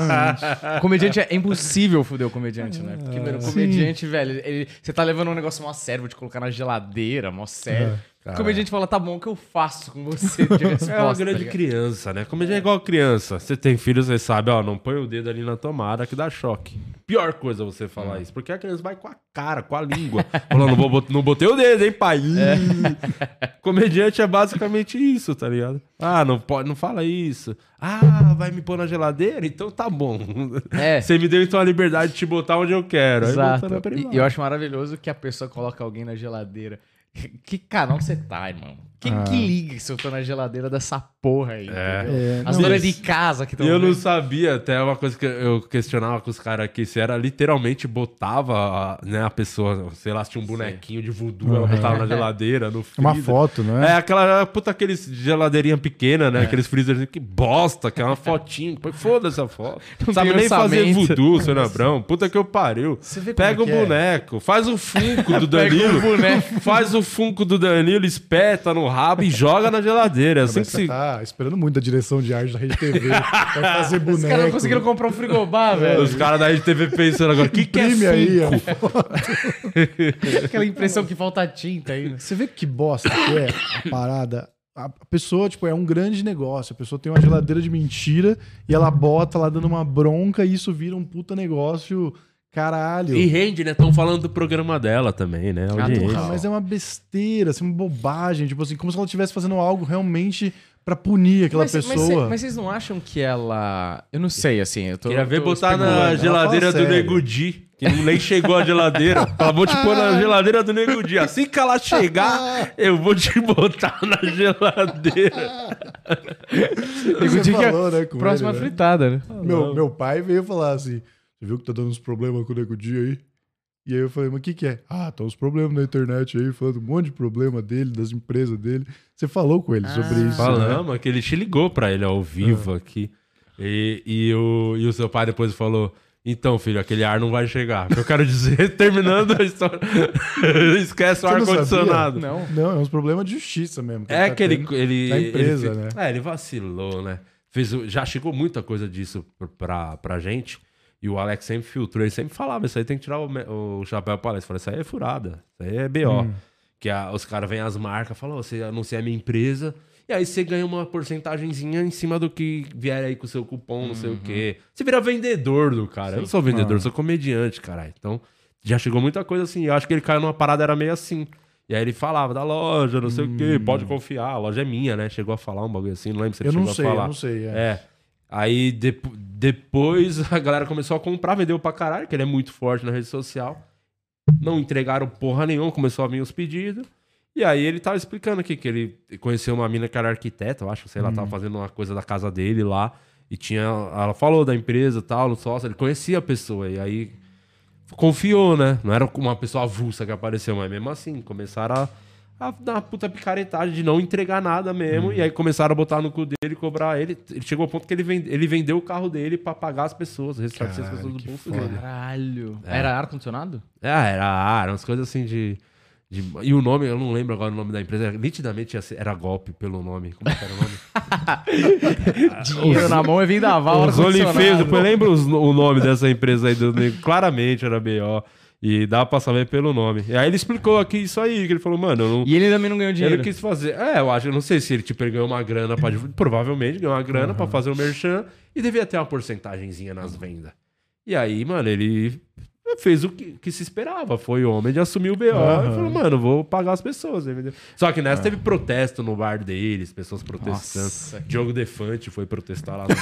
O comediante é impossível foder o comediante, né? Porque mano, o comediante, velho, você tá levando um negócio mó sério, vou te colocar na geladeira, mó sério. O comediante fala, tá bom, o que eu faço com você de resposta? É uma grande criança, né? Como é igual criança. Você tem filhos, você sabe, ó, não põe o dedo ali na tomada que dá choque. pior coisa você falar isso. Porque a criança vai com a cara, com a língua. Falando, não botei o dedo, hein, pai? Comediante é basicamente isso, tá ligado? Ah, não fala isso. Ah, vai me pôr na geladeira? Então tá bom. Você me deu então a liberdade de te botar onde eu quero. Exato. Aí E eu acho maravilhoso que a pessoa coloca alguém na geladeira. Que canal você tá, irmão? Quem que liga se eu tô na geladeira dessa porra aí? As donas de casa que estão. Eu não sabia, até uma coisa que eu questionava com os caras aqui, se era literalmente botava, né, a pessoa, sei lá, se tinha um bonequinho de voodoo, ela botava na geladeira, no freezer. Uma foto, não é? Aqueles geladeirinha pequena, né? Aqueles freezer que bosta, que é uma fotinha. Foda-se a foto. Não sabe nem fazer voodoo, seu Nabrão. Puta que eu pariu. Pega o boneco, faz o funko do Danilo. Faz o funko do Danilo, espeta no rabo e joga na geladeira. Assim que Você tá esperando muito da direção de arte da Rede TV. Vai fazer boneco. Os caras não conseguiram comprar um frigobar, velho. Os caras da Rede TV pensando agora, o que é Imprime aí, funko? Aquela impressão que falta tinta aí. Você vê que bosta que é a parada? A pessoa, tipo, é um grande negócio. A pessoa tem uma geladeira de mentira e ela bota lá dando uma bronca e isso vira um puta negócio, caralho. E rende, né? Estão falando do programa dela também, né? Porra, mas é uma besteira, assim, uma bobagem. Tipo assim, como se ela estivesse fazendo algo realmente pra punir aquela pessoa. Mas vocês não acham que ela... Eu não sei, assim, eu tô... Queria ver tô botar na especulando. geladeira fala do sério. Nego Di, que nem chegou a geladeira. Ela vou te pôr na geladeira do Nego Di. Assim que ela chegar, eu vou te botar na geladeira. Nego Di que é falou, né, com próxima ele, né? fritada, né? Meu pai veio falar assim: você viu que tá dando uns problemas com o Nego Di aí? E aí eu falei, mas o que é? Ah, tá uns problemas na internet aí, falando um monte de problema dele, das empresas dele. Você falou com ele sobre isso, né? Falamos, que ele te ligou pra ele ao vivo aqui. E o seu pai depois falou, então, filho, aquele ar não vai chegar. Eu quero dizer, terminando a história, esquece o Você não ar-condicionado. Não. Não, é uns problemas de justiça mesmo. É tá que ele da empresa, ele, né? ele vacilou, né? Já chegou muita coisa disso pra gente. E o Alex sempre filtrou, ele sempre falava, isso aí tem que tirar o chapéu pra Alex. Falei, isso aí é furada, isso aí é BO. Que os caras vêm as marcas, falam, você anuncia a minha empresa, e aí você ganha uma porcentagemzinha em cima do que vier aí com o seu cupom, não sei o quê. Você vira vendedor do cara. Eu não sou vendedor, eu sou comediante, caralho. Então, já chegou muita coisa assim. Eu acho que ele caiu numa parada, era meio assim. E aí ele falava da loja, não sei o quê, pode confiar, a loja é minha, né? Chegou a falar um bagulho assim, não lembro se ele chegou a falar. Eu não sei. Aí depois a galera começou a comprar, vendeu pra caralho, que ele é muito forte na rede social. Não entregaram porra nenhuma, começou a vir os pedidos. E aí ele tava explicando aqui que ele conheceu uma mina que era arquiteta, eu acho, sei lá, tava fazendo uma coisa da casa dele lá. E ela falou da empresa e tal, no sócio, ele conhecia a pessoa. E aí confiou, né? Não era uma pessoa avulsa que apareceu, mas mesmo assim, começaram a dar uma puta picaretagem de não entregar nada mesmo. E aí começaram a botar no cu dele e cobrar ele. Ele chegou ao ponto que ele vendeu o carro dele pra pagar as pessoas, ressarcir as pessoas do bolso dele. Caralho. Era ar-condicionado? Era umas coisas assim de... E o nome, eu não lembro agora o nome da empresa, nitidamente era golpe pelo nome. Como é que era o nome? Dinheiro na mão é vendaval. Os OnlyFans, depois lembra o nome dessa empresa aí, claramente era BO. E dá pra saber pelo nome. E aí ele explicou aqui isso aí, que ele falou, mano... Eu não, e ele também não ganhou dinheiro. Ele quis fazer... eu não sei se ele tipo, ele ganhou uma grana pra... Provavelmente ganhou uma grana pra fazer o merchan e devia ter uma porcentagenzinha nas vendas. E aí, mano, ele fez o que se esperava. Foi homem de assumir o BO e falou, mano, vou pagar as pessoas. Entendeu? Só que nessa teve protesto no bar deles, pessoas protestando. Nossa. Diogo Defante foi protestar lá no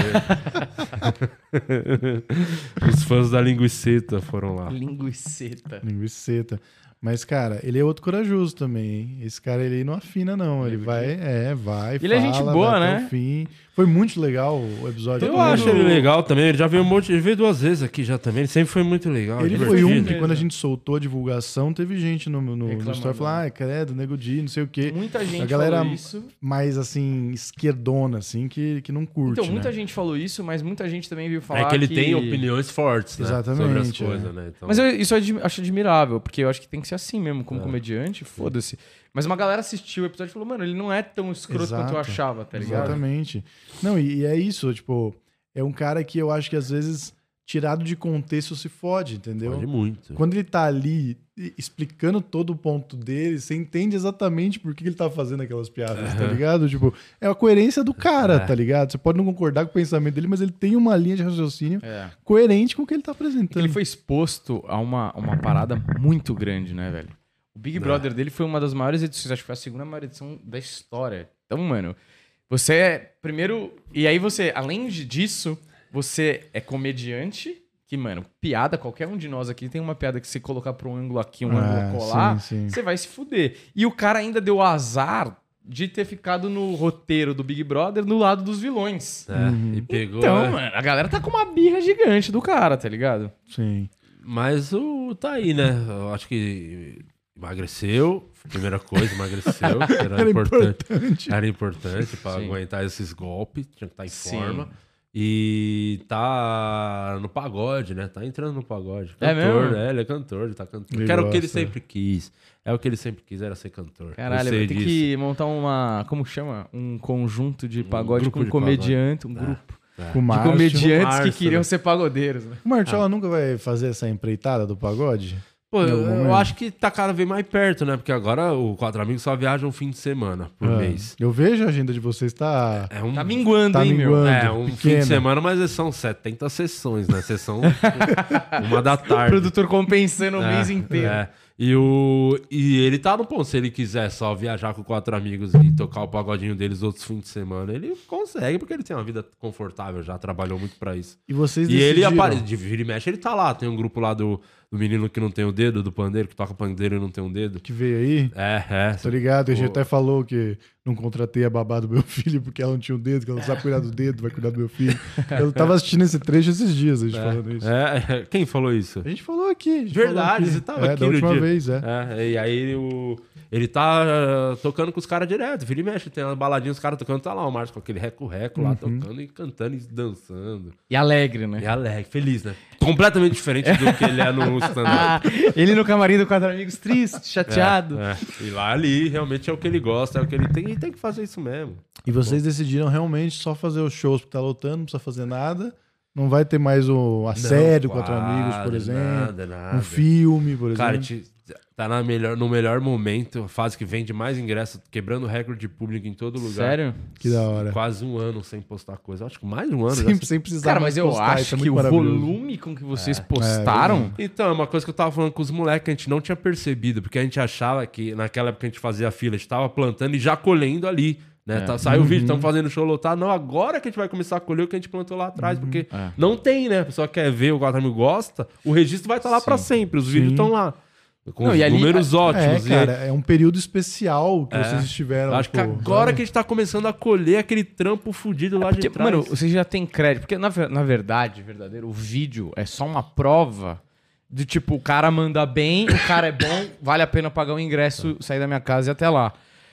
bar dele. Os fãs da Linguiceta foram lá. Linguiceta. Linguiceta. Mas, cara, ele é outro corajoso também, hein? Esse cara, ele não afina, não. Ele vai, Ele é gente boa, vai né? até o fim. Foi muito legal o episódio. Eu acho ele legal também. Ele já veio ele veio 2 vezes aqui já também. Ele sempre foi muito legal. Ele foi divertido. que quando a gente soltou a divulgação, teve gente no story falando, credo, Nego Di, não sei o quê. Muita gente a galera falou isso. mais, assim, esquerdona, assim, que não curte, Então, muita né? gente falou isso, mas muita gente também viu falar É que ele tem opiniões fortes, né? Exatamente, Sobre as coisas, né? Então... Mas isso eu acho admirável, porque eu acho que tem que ser assim mesmo, como comediante, foda-se. Mas uma galera assistiu o episódio e falou, mano, ele não é tão escroto Exato. quanto eu achava, tá ligado? Exatamente. Não, e é isso, tipo, é um cara que eu acho que às vezes tirado de contexto se fode, entendeu? Pode muito. Quando ele tá ali explicando todo o ponto dele, você entende exatamente por que ele tá fazendo aquelas piadas, tá ligado? Tipo, é a coerência do cara, tá ligado? Você pode não concordar com o pensamento dele, mas ele tem uma linha de raciocínio coerente com o que ele tá apresentando. Ele foi exposto a uma parada muito grande, né, velho? O Big Brother dele foi uma das maiores edições, acho que foi a segunda maior edição da história. Então, mano, você é primeiro... E aí você, além disso, você é comediante, que, mano, piada, qualquer um de nós aqui tem uma piada que você colocar pra um ângulo aqui, um ângulo colar, você vai se fuder. E o cara ainda deu azar de ter ficado no roteiro do Big Brother no lado dos vilões. E pegou... Então, mano, a galera tá com uma birra gigante do cara, tá ligado? Sim. Mas tá aí, né? Eu acho que emagreceu, primeira coisa, emagreceu. Era importante. Era importante pra aguentar esses golpes, tinha que estar em forma. E tá no pagode, né? Tá entrando no pagode. Cantor, mesmo? né? Ele é cantor, ele tá cantando. Ele Que era o que ele gosta. sempre quis. É o que ele sempre quis, era ser cantor. Caralho, vai ter que montar uma... Como chama? Um conjunto de pagode grupo com de comediante, um grupo Com o de Márcio. comediantes Márcio, que queriam né? ser pagodeiros, né? O Martiola nunca vai fazer essa empreitada do pagode? Pô, Em algum eu momento? acho que tá cada vez mais perto, né? Porque agora o Quatro Amigos só viaja um fim de semana por mês. Eu vejo a agenda de vocês, tá... É um, Tá minguando, Tá hein, minguando. é um fim pequena. de semana, mas são 70 sessões, né? Sessão 1 da O tarde. produtor compensando o mês inteiro. É. E ele tá no ponto, se ele quiser só viajar com 4 amigos e tocar o pagodinho deles outros fins de semana, ele consegue, porque ele tem uma vida confortável já, trabalhou muito pra isso. E vocês E ele decidiram... aparece, de vira e mexe, ele tá lá. Tem um grupo lá do menino que não tem o dedo, do pandeiro, que toca pandeiro e não tem um dedo. Que veio aí? Tá Tô ligado, a gente até falou que não contratei a babá do meu filho porque ela não tinha um dedo, que ela não sabe cuidar do dedo, vai cuidar do meu filho. Eu tava assistindo esse trecho esses dias, a gente falando isso. Quem falou isso? A gente falou aqui. A gente Verdade, falou aqui. você tava aqui da no última dia. vez, E aí ele tá tocando com os caras direto, vira e mexe, tem uma baladinha, os caras tocando, tá lá o Márcio com aquele reco-reco lá, tocando e cantando e dançando. E alegre, né? E alegre, feliz, né? Completamente diferente do que ele é no stand-up. Ele no camarim do Quatro Amigos, triste, chateado. E lá ali, realmente é o que ele gosta, é o que ele tem, e tem que fazer isso mesmo. E vocês decidiram realmente só fazer os shows porque tá lotando, não precisa fazer nada. Não vai ter mais a série Quatro Amigos, por exemplo. Nada. Um filme, por exemplo. Cara, tá no melhor momento, a fase que vende mais ingressos, quebrando recorde de público em todo lugar. Sério? Que da hora. Quase um ano sem postar coisa. Acho que mais de um ano. Sem precisar Cara, mais mas eu postar, isso acho é que muito o maravilhoso. volume com que vocês postaram... Então, é uma coisa que eu tava falando com os moleques que a gente não tinha percebido, porque a gente achava que naquela época que a gente fazia a fila, a gente tava plantando e já colhendo ali. Né? Saiu o vídeo, estamos fazendo show lotado. Não, agora que a gente vai começar a colher o que a gente plantou lá atrás, porque não tem, né? A pessoa quer ver, o Quatro Amigos gosta, o registro vai estar lá pra sempre, os vídeos estão lá. Com Não, os e ali- números ótimos. E cara, é um período especial que vocês estiveram. acho que tipo, agora sabe? que a gente tá começando a colher aquele trampo fudido lá de Porque, trás. mano, você já tem crédito. Porque, na verdade, verdadeiro, o vídeo é só uma prova do tipo, o cara manda bem, o cara é bom, vale a pena pagar o ingresso, sair da minha casa e ir até lá.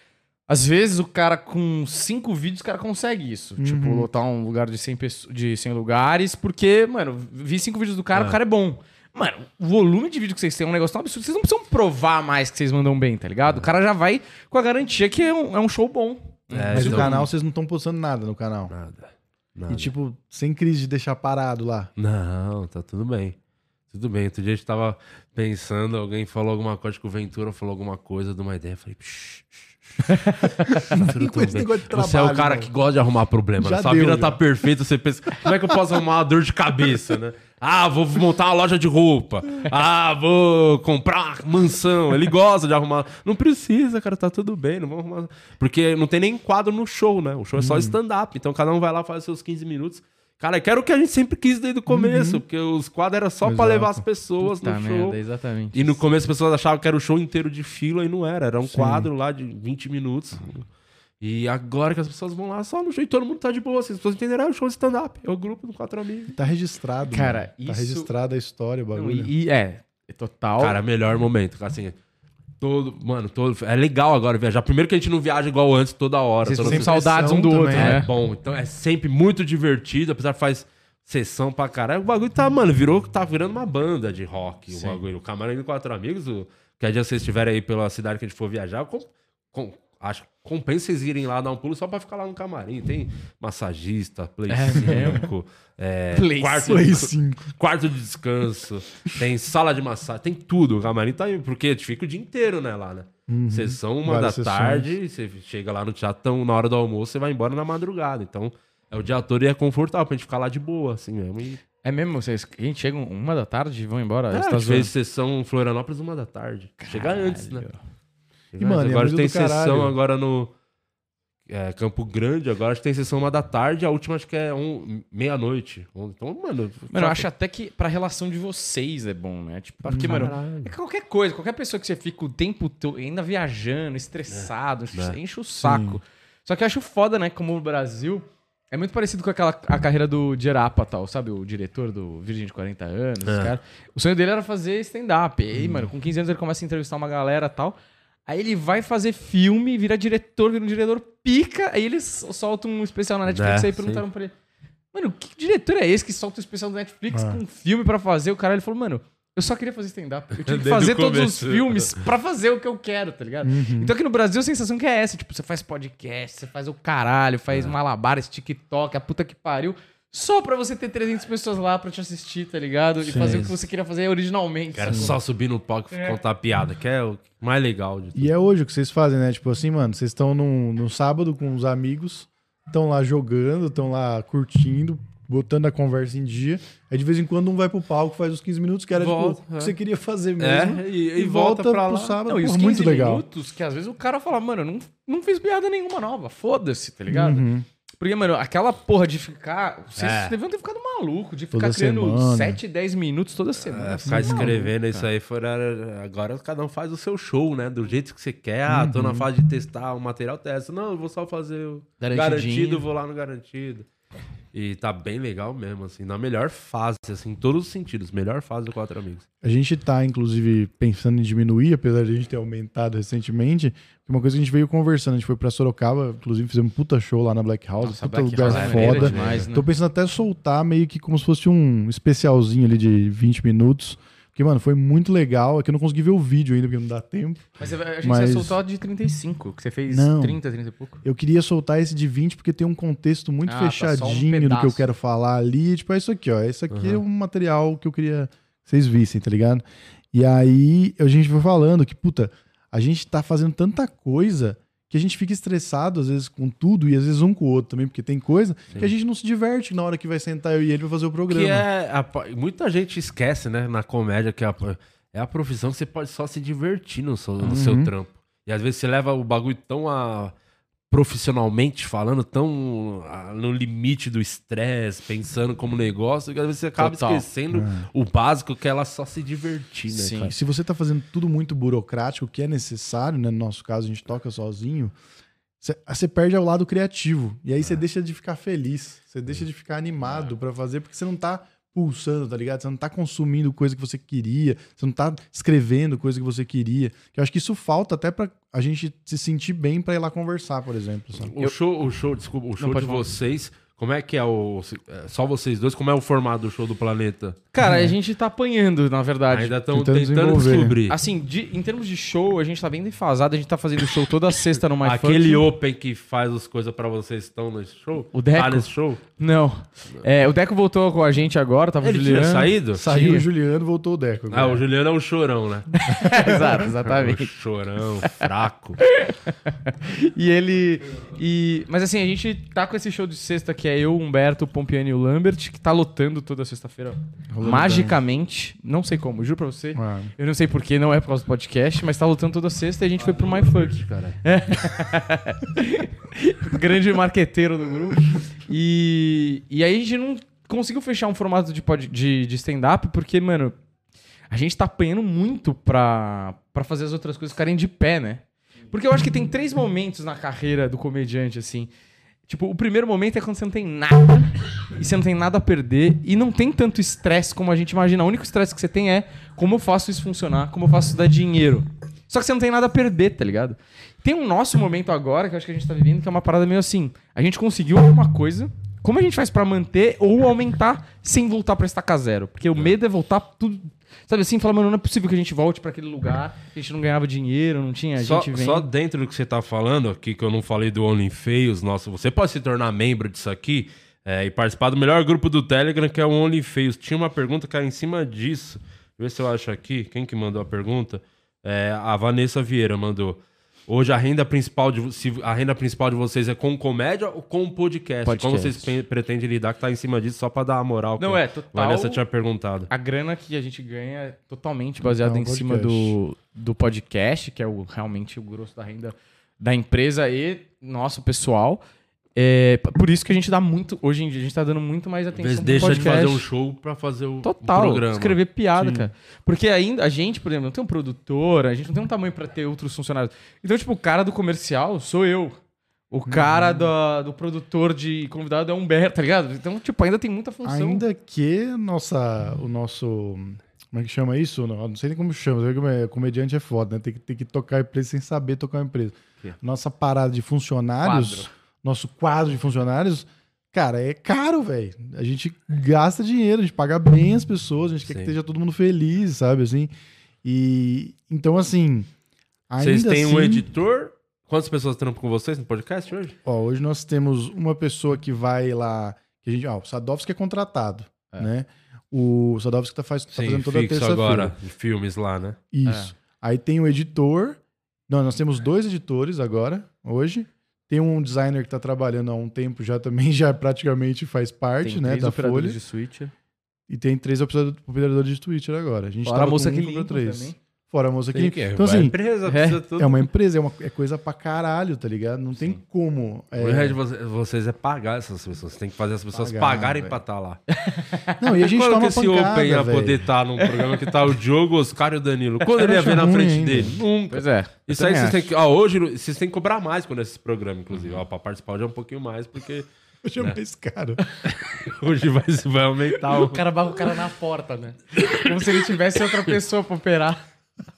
Às vezes, o cara com 5 vídeos, o cara consegue isso. Tipo, lotar um lugar de 100 lugares, porque, mano, vi 5 vídeos do cara, o cara é bom. Mano, o volume de vídeo que vocês têm é um negócio tão absurdo. Vocês não precisam provar mais que vocês mandam bem, tá ligado? O cara já vai com a garantia que é um show bom. Mas então- no canal vocês não estão postando nada no canal. Nada. E tipo, sem crise de deixar parado lá. Não, tá tudo bem. Tudo bem. Outro dia a gente tava pensando, alguém falou alguma coisa, que o Ventura falou alguma coisa de uma ideia. Eu falei, psh. Ventura, Com esse bem. negócio de Você é o trabalho, cara mano. que gosta de arrumar problema. Já Né? Sua deu, vida já. tá perfeita, você pensa, como é que eu posso arrumar uma dor de cabeça, né? Ah, vou montar uma loja de roupa. Ah, vou comprar uma mansão. Ele gosta de arrumar. Não precisa, cara, tá tudo bem. Não vamos arrumar. Porque não tem nem quadro no show, né? O show é só stand-up. Então cada um vai lá, faz seus 15 minutos. Cara, que era o que a gente sempre quis desde o começo. Porque os quadros eram só pra Exato. levar as pessoas Tá no show. merda, exatamente. E no começo as pessoas achavam que era o show inteiro de fila e não era. Era um quadro lá de 20 minutos. E agora que as pessoas vão lá só no show e todo mundo tá de boa. Assim, as pessoas entenderam, é o show de stand-up. É o grupo do Quatro Amigos. Tá registrado. Cara, mano. isso- Tá registrada a história, o Não, bagulho. é total. Cara, melhor momento. Assim, é legal agora viajar. Primeiro que a gente não viaja igual antes toda hora. vocês toda têm semana. saudades um do também, outro, né? né? É bom. Então é sempre muito divertido, apesar que faz sessão pra caralho. O bagulho tá, mano, tá virando uma banda de rock. O bagulho. O Camarim do Quatro Amigos, que dia vocês estiverem aí pela cidade que a gente for viajar, acho que compensa vocês irem lá dar um pulo só pra ficar lá no camarim. Tem massagista, Play É 5, Play Play 5. quarto de descanso, tem sala de massagem, tem tudo. O camarim tá aí, porque fica o dia inteiro, né, lá, né? Sessão 1 da Várias tarde, você chega lá no teatro na hora do almoço, você vai embora na madrugada. Então, é o dia todo e é confortável pra gente ficar lá de boa, assim mesmo. E... É mesmo? Vocês, a gente chega 1 da tarde e vão embora? a gente fez sessão em Florianópolis 1 da tarde. Chega antes, né? E, mano, agora é muito tem do caralho. sessão agora no Campo Grande, agora acho que tem sessão 1 da tarde, a última acho que é meia-noite. Então, mano... Mano, eu acho até que pra relação de vocês é bom, né? Tipo, porque, mano, é qualquer coisa, qualquer pessoa que você fica o tempo todo ainda viajando, estressado, enche o saco. Só que eu acho foda, né? Como o Brasil é muito parecido com a carreira do Gerapa, tal, sabe? O diretor do Virgem de 40 anos, esse cara. O sonho dele era fazer stand-up. E aí, mano, com 15 anos ele começa a entrevistar uma galera e tal. Aí ele vai fazer filme, vira um diretor pica, aí eles soltam um especial na Netflix, aí perguntaram pra ele, mano, que diretor é esse que solta um especial da Netflix com um filme pra fazer? O cara, ele falou, mano, eu só queria fazer stand-up. Eu tinha que fazer todos os filmes pra fazer o que eu quero, tá ligado? Então aqui no Brasil a sensação que é essa, tipo, você faz podcast, você faz o caralho, faz malabares, TikTok, a puta que pariu, só pra você ter 300 pessoas lá pra te assistir, tá ligado? E fazer o que você queria fazer originalmente. Cara, só subir no palco e contar piada, que é o mais legal de tudo. E é hoje o que vocês fazem, né? Tipo assim, mano, vocês estão no sábado com os amigos, estão lá jogando, estão lá curtindo, botando a conversa em dia. Aí de vez em quando um vai pro palco, faz os 15 minutos, que era tipo, o que você queria fazer mesmo. E volta pra lá. pro sábado. Não, e os Porra, 15 muito legal. minutos que às vezes o cara fala, mano, não fiz piada nenhuma nova, foda-se, tá ligado? Porque, mano, aquela porra de ficar... Vocês deviam ter ficado maluco, de ficar Toda criando semana. 7, 10 minutos toda semana. Ficar escrevendo isso aí agora cada um faz o seu show, né? Do jeito que você quer. Tô na fase de testar o material, testa. Não, eu vou só fazer o garantido, vou lá no garantido. E tá bem legal mesmo, assim, na melhor fase, assim, em todos os sentidos, melhor fase do Quatro Amigos. A gente tá, inclusive, pensando em diminuir, apesar de a gente ter aumentado recentemente. Uma coisa que a gente veio conversando, a gente foi pra Sorocaba, inclusive fizemos um puta show lá na Black House, Nossa, puta Black lugar House é foda. demais, né? Tô pensando até soltar meio que como se fosse um especialzinho ali de 20 minutos. Porque, mano, foi muito legal. É que eu não consegui ver o vídeo ainda, porque não dá tempo. Mas a gente vai soltar de 35, que você fez Não. 30 e pouco. Eu queria soltar esse de 20 porque tem um contexto muito Tá, só um fechadinho do que eu pedaço. quero falar ali. Tipo, é isso aqui, ó. Esse aqui é um material que eu queria que vocês vissem, tá ligado? E aí a gente foi falando que, puta, a gente tá fazendo tanta coisa que a gente fica estressado, às vezes, com tudo, e às vezes um com o outro também, porque tem coisa que a gente não se diverte na hora que vai sentar eu e ele pra fazer o programa. Que muita gente esquece, né, na comédia, que é a profissão que você pode só se divertir no seu trampo. E às vezes você leva o bagulho tão profissionalmente falando, tão no limite do estresse, pensando como negócio, que às vezes você acaba esquecendo o básico, que é ela só se divertir, né? Sim. Cara? E se você tá fazendo tudo muito burocrático, o que é necessário, né? No nosso caso, a gente toca sozinho, você perde ao lado criativo. E aí você deixa de ficar feliz, você deixa de ficar animado pra fazer, porque você não tá pulsando, tá ligado? Você não tá consumindo coisa que você queria, você não tá escrevendo coisa que você queria. Eu acho que isso falta até pra a gente se sentir bem pra ir lá conversar, por exemplo. Sabe? O show de vocês, como é que é só vocês dois, como é o formato do show do Planeta? Cara, a gente tá apanhando, na verdade. Ainda estão Tentando tentando desenvolver. descobrir. Assim, em termos de show, a gente tá bem defasado. A gente tá fazendo show toda sexta no MyFunk. Aquele open que faz as coisas pra vocês estão nesse show? O Deco? Tá nesse show? Não. O Deco voltou com a gente agora, tava Ele o Juliano. tinha saído? Saiu o Juliano, voltou o Deco. Ah, o Juliano é um chorão, né? Exato, Um exatamente. chorão, fraco. Mas assim, a gente tá com esse show de sexta que é eu, o Humberto, o Pompiani e o Lambert, que tá lotando toda sexta-feira. Magicamente. Não sei como, juro pra você. Ah. Eu não sei porquê, não é por causa do podcast, mas tá lotando toda sexta e a gente foi pro MyFunk, cara. O grande marqueteiro do grupo. E aí a gente não conseguiu fechar um formato de stand-up porque, mano, a gente tá apanhando muito pra fazer as outras coisas ficarem de pé, né? Porque eu acho que tem 3 momentos na carreira do comediante, assim. Tipo, o primeiro momento é quando você não tem nada e você não tem nada a perder e não tem tanto estresse como a gente imagina. O único estresse que você tem é como eu faço isso funcionar, como eu faço isso dar dinheiro. Só que você não tem nada a perder, tá ligado? Tem um nosso momento agora, que eu acho que a gente tá vivendo, que é uma parada meio assim. A gente conseguiu alguma coisa, como a gente faz pra manter ou aumentar sem voltar pra estacar zero? Porque o medo é voltar tudo... Sabe assim, falar, mano, não é possível que a gente volte pra aquele lugar, a gente não ganhava dinheiro, não tinha, a gente vem... Só dentro do que você tá falando aqui, que eu não falei do OnlyFeios, nossa, você pode se tornar membro disso aqui e participar do melhor grupo do Telegram, que é o OnlyFeios. Tinha uma pergunta que era em cima disso. Vê se eu acho aqui. Quem que mandou a pergunta? A Vanessa Vieira mandou. Hoje a renda principal de vocês é com comédia ou com podcast? Como vocês pretendem lidar, que tá em cima disso só pra dar uma moral? Não, total. A Vanessa tinha perguntado. A grana que a gente ganha é totalmente baseada em cima do podcast, que é realmente o grosso da renda da empresa e nosso pessoal. Por isso que a gente dá muito... Hoje em dia a gente tá dando muito mais atenção pro deixa podcast. de fazer um show pra fazer o Total, programa. Escrever piada, cara. Porque ainda a gente, por exemplo, não tem um produtor, a gente não tem um tamanho pra ter outros funcionários. Então, tipo, o cara do comercial sou eu. O cara do produtor de convidado é o Humberto, tá ligado? Então, tipo, ainda tem muita função. Ainda que o nosso... Como é que chama isso? Não sei nem como chama. Comediante é foda, né? Tem que tocar a empresa sem saber tocar uma empresa. Nossa parada de funcionários... Nosso quadro de funcionários, cara, é caro, velho. A gente gasta dinheiro, a gente paga bem as pessoas, a gente quer que esteja todo mundo feliz, sabe, assim. E então, assim, ainda vocês têm assim, um editor? Quantas pessoas trampam com vocês no podcast hoje? Hoje nós temos uma pessoa que vai lá, que a gente, o Sadovski é contratado, né? O Sadovski tá fazendo toda a terça-feira. Agora, de filmes lá, né? Isso. Aí tem o editor. Não, nós temos 2 editores agora, hoje. Tem um designer que tá trabalhando há um tempo já também, já praticamente faz parte, né, da Folha. De Switcher. E tem 3 operadores de Twitter agora. A gente Fora a moça que limpa limpa 3. também. Fora a moça que limpa. Então, Então, assim, empresa, precisa tudo. é uma empresa, é coisa pra caralho, tá ligado? Não tem como. O erro de vocês é pagar essas pessoas. Você tem que fazer as pessoas pagarem pra estar lá. Não, e a gente quando toma que esse Open ia véio. poder estar num programa que tá o Diogo, o Oscar e o Danilo? Quando ele ia ver na frente ainda. dele? Nunca. Pois é. Isso aí vocês têm que... hoje vocês têm que cobrar mais quando esse programa, inclusive. Pra participar hoje é um pouquinho mais, porque... Hoje é mais caro. Hoje vai aumentar O cara barra o cara na porta, né? Como se ele tivesse outra pessoa pra operar.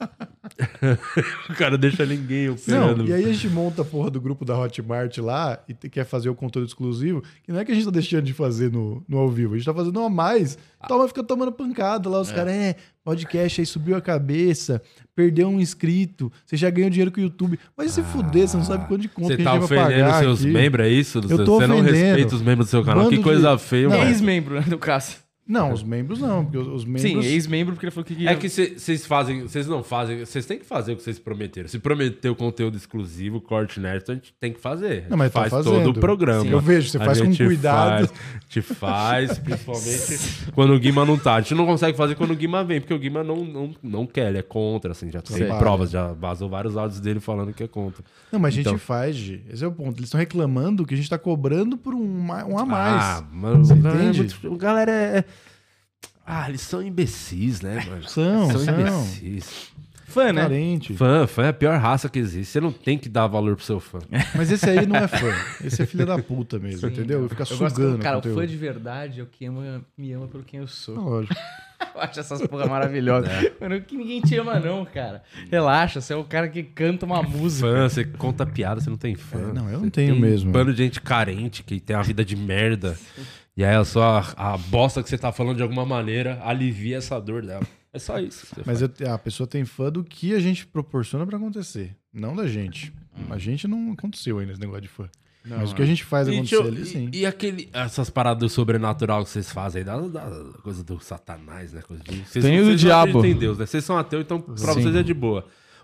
O cara deixa ninguém operando. Não, e aí a gente monta a porra do grupo da Hotmart lá e quer fazer o conteúdo exclusivo, que não é que a gente tá deixando de fazer no ao vivo, a gente tá fazendo a mais. Fica tomando pancada lá, os caras, podcast aí subiu a cabeça, perdeu um inscrito, você já ganhou dinheiro com o YouTube. Mas se fuder, você não sabe quanto de conta que a gente vai pagar. Você tá ofendendo seus membros, é isso? Eu tô você não ofendendo. respeita os membros do seu canal. Que coisa feia, mano. Ex-membro, né, do Cássio. Não, os membros não, porque os membros... Sim, ex-membro, porque ele falou que queria... É que vocês não fazem, vocês têm que fazer o que vocês prometeram. Se prometeu conteúdo exclusivo, corte nerd, então a gente tem que fazer. Não, mas faz tá fazendo. todo o programa. Sim, eu vejo, você faz com cuidado. A gente faz, principalmente quando o Guima não tá. A gente não consegue fazer quando o Guima vem, porque o Guima não quer, ele é contra, assim, já tem provas, já vazou vários áudios dele falando que é contra. Não, mas a gente faz, Gi. Esse é o ponto. Eles estão reclamando que a gente tá cobrando por um a mais. Mano, você entende? A galera é... eles são imbecis, né, mano? São. imbecis. Fã, né? Carente. Fã é a pior raça que existe. Você não tem que dar valor pro seu fã. Mas esse aí não é fã. Esse é filho da puta mesmo, entendeu? Ele fica sugando. Cara, o conteúdo. fã de verdade é o que me ama pelo quem eu sou. Lógico. Eu acho essas porra maravilhosas. Mano, que ninguém te ama não, cara. Relaxa, você é o cara que canta uma música. Fã, você conta piada, você não tem fã. Não, eu Você não tenho tem mesmo. Um bando de gente carente que tem uma vida de merda. E aí a bosta que você tá falando de alguma maneira alivia essa dor dela. É só isso. Que você Mas faz. a pessoa tem fã do que a gente proporciona pra acontecer. Não da gente. A gente não aconteceu ainda esse negócio de fã. Mas o que a gente faz acontecer ali, sim. E essas paradas do sobrenatural que vocês fazem, da coisa do satanás, né? Coisa de, vocês Tem o do não diabo. acreditam em Deus, né? Vocês são ateus, então pra vocês é de boa.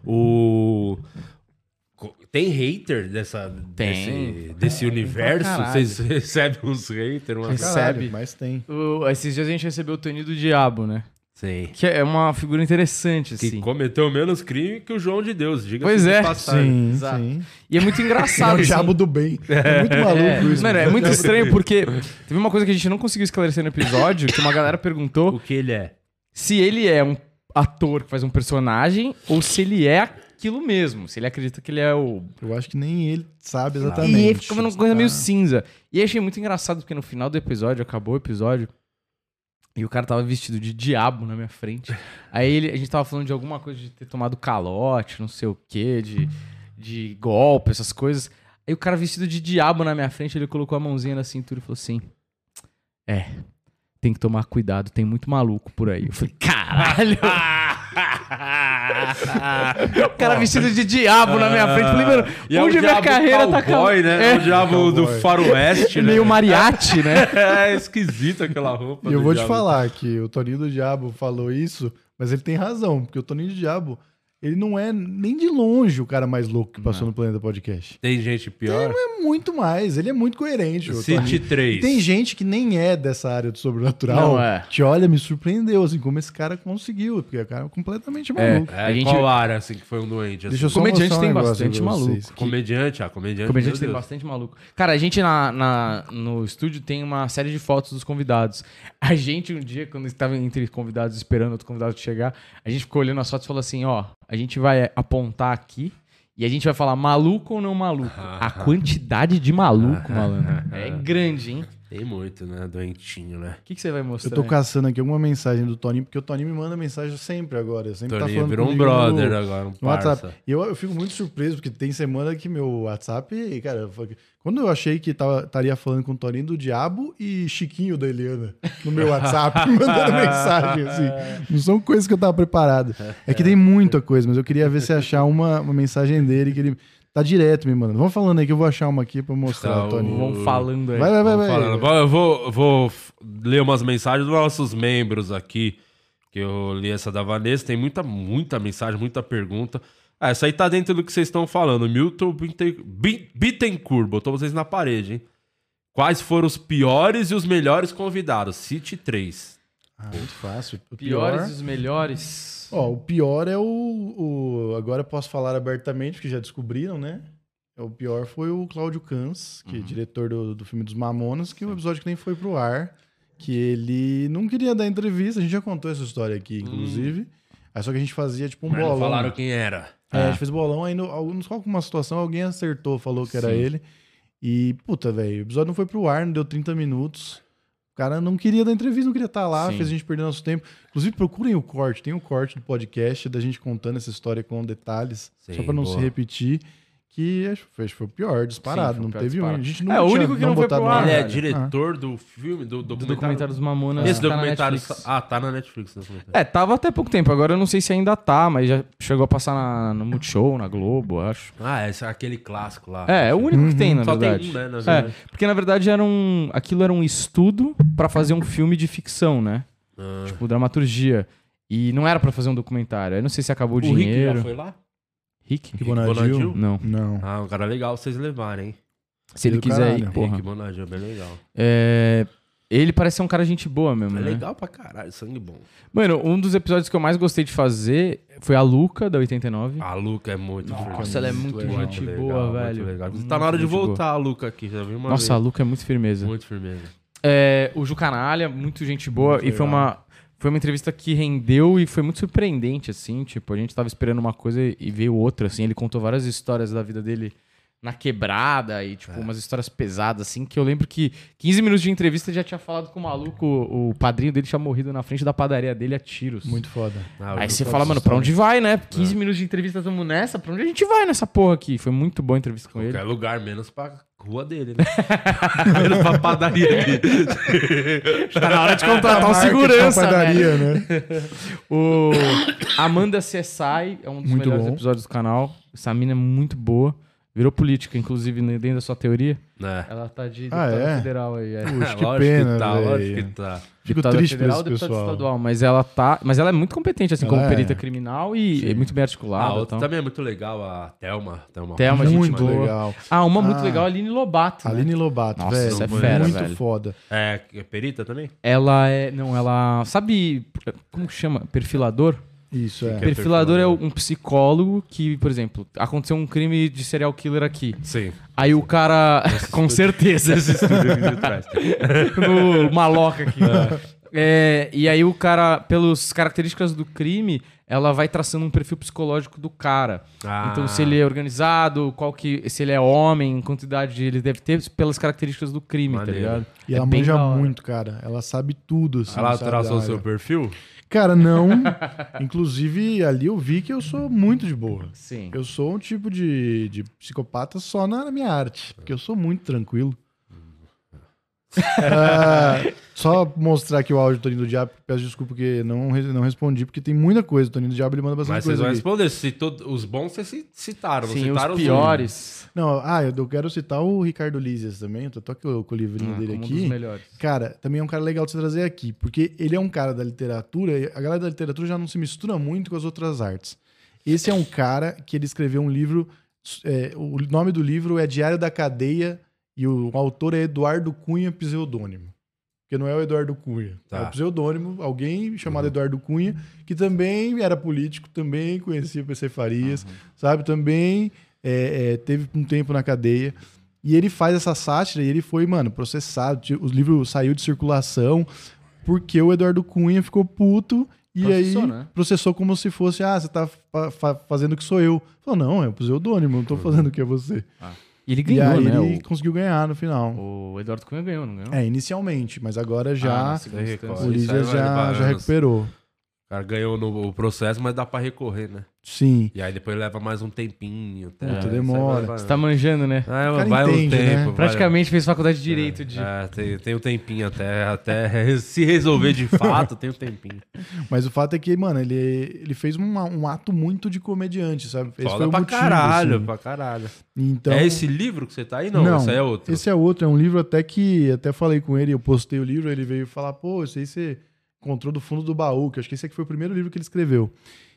Tem hater desse universo? caralho. Vocês recebem uns haters? Recebe. Mas tem. Esses dias a gente recebeu o Tony do Diabo, né? Sim. Que é uma figura interessante, Que assim. cometeu menos crime que o João de Deus, diga Pois é. Sim, Exato. sim. E é muito É engraçado, o assim. diabo do bem. É muito maluco isso. Mano, é muito estranho porque teve uma coisa que a gente não conseguiu esclarecer no episódio, que uma galera perguntou O que ele é? se ele é um ator que faz um personagem ou se ele é aquilo mesmo. Se ele acredita que ele é o... Eu acho que nem ele sabe exatamente. E aí ficou uma coisa meio Tá. cinza. E aí achei muito engraçado porque no final do episódio, acabou o episódio, e o cara tava vestido de diabo na minha frente. Aí a gente tava falando de alguma coisa de ter tomado calote, não sei o quê, de golpe, essas coisas. Aí o cara vestido de diabo na minha frente, ele colocou a mãozinha na cintura e falou assim: tem que tomar cuidado, tem muito maluco por aí. Eu falei, caralho! O cara vestido de diabo na minha frente. Eu falei, mano, onde minha carreira tá cowboy, né? O diabo do faroeste, né? Meio mariachi, né? É esquisito aquela roupa. E eu do vou te diabo. falar que o Toninho do Diabo falou isso, mas ele tem razão, porque o Toninho do Diabo, ele não é nem de longe o cara mais louco que passou no Planeta Podcast. Tem gente pior? É muito mais, ele é muito coerente. o City Toninho. 3. E tem gente que nem é dessa área do sobrenatural, Não é. que olha, me surpreendeu, assim, como esse cara conseguiu, porque o cara é completamente maluco. É, A gente- qual área, assim, que foi um doente? Assim? Deixa eu só Comediante mostrar um tem negócio bastante pra vocês. maluco. Comediante, Comediante meu tem Deus. bastante maluco. Cara, a gente no estúdio tem uma série de fotos dos convidados. A gente, um dia, quando estava entre convidados, esperando outro convidado chegar, a gente ficou olhando as fotos e falou assim, ó, a gente vai apontar aqui e a gente vai falar maluco ou não maluco. A quantidade de maluco, malandro, é grande, hein? Tem muito, né? Doentinho, né? O que você vai mostrar? Eu tô caçando aqui alguma mensagem do Toninho, porque o Toninho me manda mensagem sempre agora. Eu sempre Toninho tá falando virou um comigo brother no- agora, um no WhatsApp. parça. E eu fico muito surpreso, porque tem semana que meu WhatsApp, cara, quando eu achei que estaria falando com o Toninho do Diabo e Chiquinho da Eliana no meu WhatsApp, me mandando mensagem, assim. Não são coisas que eu tava preparado. É que tem muita coisa, mas eu queria ver se achar uma mensagem dele que ele tá direto me mandando. Vamos falando aí que eu vou achar uma aqui pra mostrar, Tá, Toninho. Vamos falando aí. Vai. Falando. Eu vou ler umas mensagens dos nossos membros aqui, que eu li essa da Vanessa. Tem muita mensagem, muita pergunta. Essa aí tá dentro do que vocês estão falando. Milton Bittencourt, botou vocês na parede, hein? Quais foram os piores e os melhores convidados? Cite 3. Muito fácil. O Piores e os melhores. Ó, o pior é agora eu posso falar abertamente, porque já descobriram, né? O pior foi o Cláudio Cans, que é diretor do filme dos Mamonas, que é um episódio que nem foi pro ar, que ele não queria dar entrevista, a gente já contou essa história aqui, inclusive. Aí só que a gente fazia tipo um Mas bolão. não falaram quem era. A gente fez bolão, aí nos alguma situação alguém acertou, falou que era Sim. ele. E, puta, velho, o episódio não foi pro ar, não deu 30 minutos. O cara não queria dar entrevista, não queria estar lá, Sim. fez a gente perder nosso tempo. Inclusive, procurem o corte, tem um corte do podcast da gente contando essa história com detalhes, Sim, só pra não boa. se repetir, que acho que foi o pior, disparado. Sim, foi o não pior teve disparado. um. A gente nunca É, o tinha único que não foi botado pro no ar, Ele é velho. diretor do filme, do Do documentário. documentário dos Mamonas. Esse tá na documentário. Netflix. Tá na Netflix. esse documentário. Tava até pouco tempo. Agora eu não sei se ainda tá, mas já chegou a passar no Multishow, na Globo, eu acho. Esse é aquele clássico lá. É o único que tem, na Só verdade. tem um, né? Na É, verdade. porque na verdade aquilo era um estudo pra fazer um filme de ficção, né? Ah. Tipo, dramaturgia. E não era pra fazer um documentário. Eu não sei se acabou o O Rick dinheiro. já foi lá? Rick? Que Bonadil? Bonadil? Não. Não. Ah, um cara legal vocês levarem, hein? Se ele Do quiser ir, caralho. porra. Rick Bonadil, bem legal. Ele parece ser um cara gente boa mesmo, É né? legal pra caralho, sangue bom. Mano, um dos episódios que eu mais gostei de fazer foi a Luca, da 89. A Luca é muito Nossa, ela é muito legal, gente legal, boa, muito velho. legal. Muito Tá na hora de gente boa. voltar a Luca aqui, já viu uma Nossa, a vez. Luca é muito firmeza. Muito firmeza. O Ju Canalha, muito gente boa. Muito E foi uma entrevista que rendeu e foi muito surpreendente, assim. Tipo, a gente tava esperando uma coisa e veio outra, assim. Ele contou várias histórias da vida dele na quebrada e, tipo, umas histórias pesadas, assim. Que eu lembro que 15 minutos de entrevista ele já tinha falado com o maluco. O padrinho dele tinha morrido na frente da padaria dele a tiros. Muito foda. Ah, Aí o você Luca- fala, mano, pra onde vai, né? 15 minutos de entrevista, tamo nessa. Pra onde a gente vai nessa porra aqui? Foi muito boa a entrevista com ele. Qualquer lugar, menos pra rua dele, né? menos pra padaria dele. Tá na hora de contratar um Marketing, segurança, né? padaria, né? O Amanda CSI é um dos Muito melhores bom. episódios do canal. Essa mina é muito boa. Virou política, inclusive, dentro da sua teoria. É. Ela tá de Ah, deputada é? federal aí. Puxa, que Lógico pena, que tá, velho. lógico que tá. Fico Deputada triste por federal, esse deputada pessoal. estadual. Mas ela é muito competente, assim, Ela como é. perita criminal e Sim. é muito bem A articulada. outra Então. também é muito legal, a Thelma. Thelma, gente Muito boa. legal. Uma muito Ah. legal, a Aline Lobato. né? Aline Lobato, Nossa, velho. isso é fera, muito velho. foda. É perita também? Ela é. Não, ela. Sabe. Como que chama? Perfilador? Isso, é. Que Perfilador é perfilador? um psicólogo que, por exemplo, aconteceu um crime de serial killer aqui. Sim. Aí o cara. Com certeza. Esse estúdio aqui de trás. No maloca aqui. E aí o cara, pelas características do crime, ela vai traçando um perfil psicológico do cara. Então, se ele é organizado, se ele é homem, quantidade ele deve ter pelas características do crime, Maneiro. tá ligado? E ela bem manja da hora. muito, cara. Ela sabe tudo, assim. Ela sabe, traçou o da seu área. perfil? Cara, não. Inclusive, ali eu vi que eu sou muito de boa. Sim. Eu sou um tipo de psicopata só na minha arte, porque eu sou muito tranquilo. Só mostrar aqui o áudio do Toninho do Diabo, peço desculpa porque não respondi, porque tem muita coisa. O Toninho do Diabo ele manda bastante Mas vocês coisa vão aqui. responder. Os bons vocês citaram. Sim, citaram os piores. Não, eu quero citar o Ricardo Lízias também, eu tô aqui com o livrinho dele como um aqui. dos melhores. Cara, também é um cara legal de você trazer aqui, porque ele é um cara da literatura, e a galera da literatura já não se mistura muito com as outras artes. Esse é um cara que ele escreveu um livro, o nome do livro é Diário da Cadeia, e o autor é Eduardo Cunha, pseudônimo. Porque não é o Eduardo Cunha. Tá. É o pseudônimo, alguém chamado Eduardo Cunha, que também era político, também conhecia o PC Farias, sabe? Também teve um tempo na cadeia. E ele faz essa sátira e ele foi, processado. O livro saiu de circulação porque o Eduardo Cunha ficou puto e Processou, aí né? processou como se fosse, você tá fazendo o que sou eu. Falou, não, é o pseudônimo, não tô fazendo o que é você. E ele E ganhou, aí né? ele conseguiu ganhar no final. O Eduardo Cunha ganhou, não ganhou? Inicialmente, mas agora já na segunda instância. o Isso aí Lízias vai levar já anos. recuperou. O cara ganhou no processo, mas dá pra recorrer, né? Sim. E aí depois leva mais um tempinho. Puta, demora. Você tá manjando, né? cara vai um entende, né? tempo. vai- Praticamente fez faculdade de Direito de... tem um tempinho até se resolver de fato, tem um tempinho. Mas o fato é que, ele fez um ato muito de comediante, sabe? Esse Foda foi o pra motivo, caralho, assim. pra caralho. Então, É esse livro que você tá aí? Não, esse aí é outro. Esse é outro, é um livro até falei com ele, eu postei o livro, ele veio falar, pô, esse aí você encontrou do fundo do baú, que eu acho que esse aqui foi o primeiro livro que ele escreveu.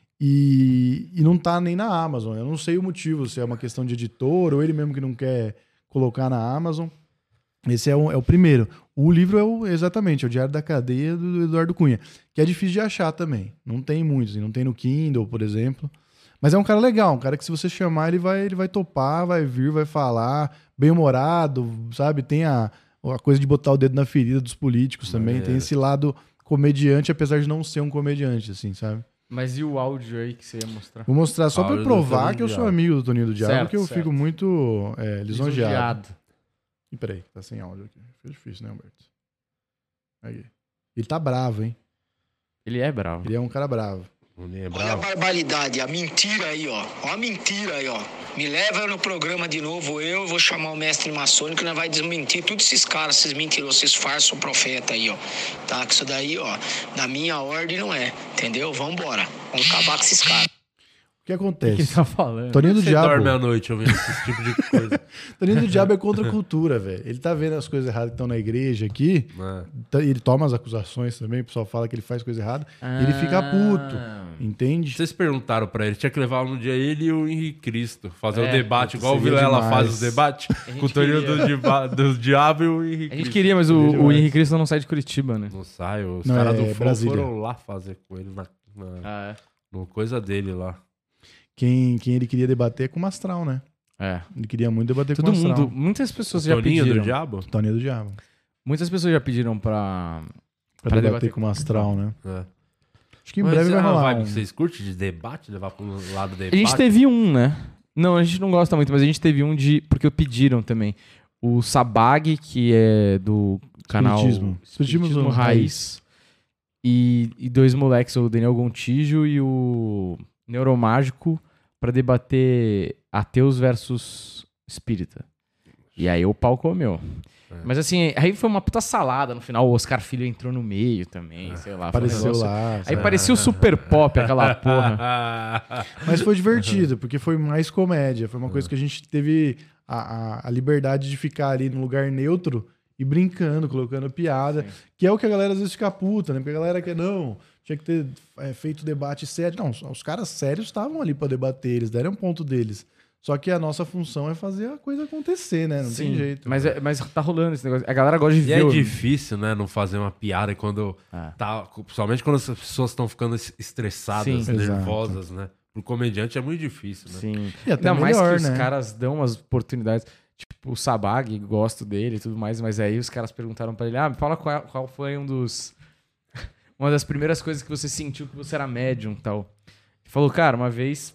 E não tá nem na Amazon, eu não sei o motivo, se é uma questão de editor ou ele mesmo que não quer colocar na Amazon. Esse é o primeiro. O livro é exatamente, é o Diário da Cadeia do Eduardo Cunha, que é difícil de achar também. Não tem muitos, não tem no Kindle, por exemplo. Mas é um cara legal, um cara que se você chamar, ele vai topar, vai vir, vai falar, bem-humorado, sabe? Tem a coisa de botar o dedo na ferida dos políticos também. Maneiro. Tem esse lado comediante, apesar de não ser um comediante, assim, sabe? Mas e o áudio aí que você ia mostrar? Vou mostrar só pra Áudio do provar Toninho que eu do sou Diabo. amigo do Toninho do Diabo, Certo, porque eu certo. fico muito lisonjeado. Lisonjeado. E peraí, tá sem áudio aqui. Fica difícil, né, Humberto? Aí. Ele tá bravo, hein? Ele é bravo. Ele é um cara bravo. Não Olha a lembrava. barbaridade, a mentira aí, ó. Ó a mentira aí, ó. Me leva no programa de novo, eu vou chamar o mestre maçônico, nós vai desmentir todos esses caras, esses mentirosos, esses farsos profeta aí, ó. Tá? Que isso daí, ó, na minha ordem não é, entendeu? Vambora. Vamos acabar com esses caras. O que O que ele acontece? tá falando? Toninho do Você Diabo. dorme à noite ouvindo esse tipo de coisa. Toninho do Diabo é contra a cultura, velho. Ele tá vendo as coisas erradas que estão na igreja aqui. né? Ele toma as acusações também, o pessoal fala que ele faz coisa errada. E ele fica puto. Entende? Vocês perguntaram pra ele, tinha que levar um dia ele e o Henrique Cristo, fazer o debate, puta, igual o seria Vilela demais. faz os debates, com o Toninho do Diabo e o Henrique A gente Cristo. queria, mas o demais. Henrique Cristo não sai de Curitiba, né? Não sai, os Não, caras é do Flow Brasília. foram lá fazer com ele Ah, no coisa dele lá. Quem ele queria debater é com o Mastral, né? é. Ele queria muito debater Todo com o Mastral. mundo, muitas pessoas O já Toninho pediram. do Diabo? Toninho do Diabo. Muitas pessoas já pediram pra Pra debater debater com o Mastral, né? É. Acho que em Mas breve vai é uma rolar. vibe que vocês curtem de debate, levar pro lado do A debate? gente teve um, né? Não, a gente não gosta muito, mas a gente teve um de... Porque pediram também. O Sabag, que é do canal Espiritismo. Espiritismo Raiz. E dois moleques, o Daniel Gontijo e o Neuromágico, pra debater ateus versus espírita. E aí o pau comeu. Mas assim, aí foi uma puta salada. No final o Oscar Filho entrou no meio também, sei lá. foi um Apareceu negócio- lá. Aí sabe? parecia o Super Pop, aquela porra. Mas foi divertido, porque foi mais comédia. Foi uma coisa que a gente teve a liberdade de ficar ali num lugar neutro e brincando, colocando piada. Que é o que a galera às vezes fica puta, né? Porque a galera quer, não, tinha que ter feito debate sério. Não, os caras sérios estavam ali pra debater, eles deram um ponto deles. Só que a nossa função é fazer a coisa acontecer, né? Não tem jeito. Mas tá rolando esse negócio. A galera gosta de E ver. é difícil, né, não fazer uma piada quando tá... Principalmente quando as pessoas estão ficando estressadas, Sim. nervosas, né? Pro comediante é muito difícil, né? Sim. E até Não, mais melhor, que né? os caras dão umas oportunidades. Tipo, o Sabag, gosto dele e tudo mais. Mas aí os caras perguntaram pra ele, me fala qual foi um dos uma das primeiras coisas que você sentiu que você era médium e tal. Ele falou, cara, uma vez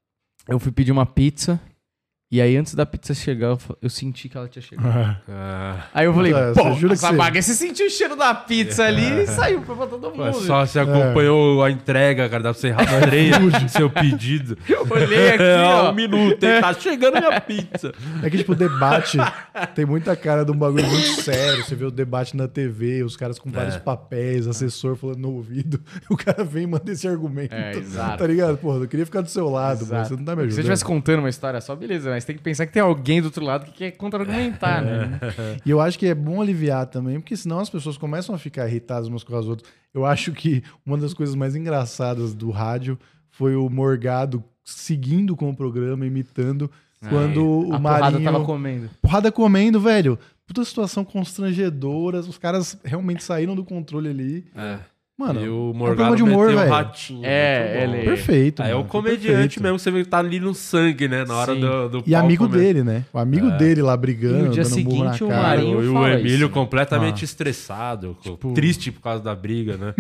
eu fui pedir uma pizza e aí antes da pizza chegar eu senti que ela tinha chegado. Aí eu falei, pô, jura essa que baga, você sentiu o cheiro da pizza ali e saiu pra todo mundo. Só você acompanhou a entrega, cara, dá pra você rastreia seu pedido. Eu olhei aqui, ó. 1 minuto, hein? Tá chegando minha pizza. É que, tipo, o debate tem muita cara de um bagulho muito sério. Você vê o debate na TV, os caras com vários papéis, assessor falando no ouvido. O cara vem e manda esse argumento. Exato. Tá ligado? Porra, eu queria ficar do seu lado, mas você não tá me ajudando. Se você estivesse contando uma história só, beleza, mas tem que pensar que tem alguém do outro lado que quer contra-argumentar, né? E eu acho que é bom aliviar também, porque senão as pessoas começam a ficar irritadas umas com as outras. Eu acho que uma das coisas mais engraçadas do rádio foi o Morgado seguindo com o programa, imitando, quando o Marinho... A tava comendo. Porrada comendo, velho. Puta situação constrangedora, os caras realmente saíram do controle ali. Mano, e o é um Morgado programa de humor, meteu o velho. ratinho. Ele... Perfeito, É o mano, comediante perfeito. mesmo, você vê que tá ali no sangue, né? Na hora Sim. do E amigo palco dele, né? O amigo dele lá E brigando, no dia dando burro na seguinte, o cara. Marinho E o fala Emílio isso, né? completamente estressado, triste por causa da briga, né?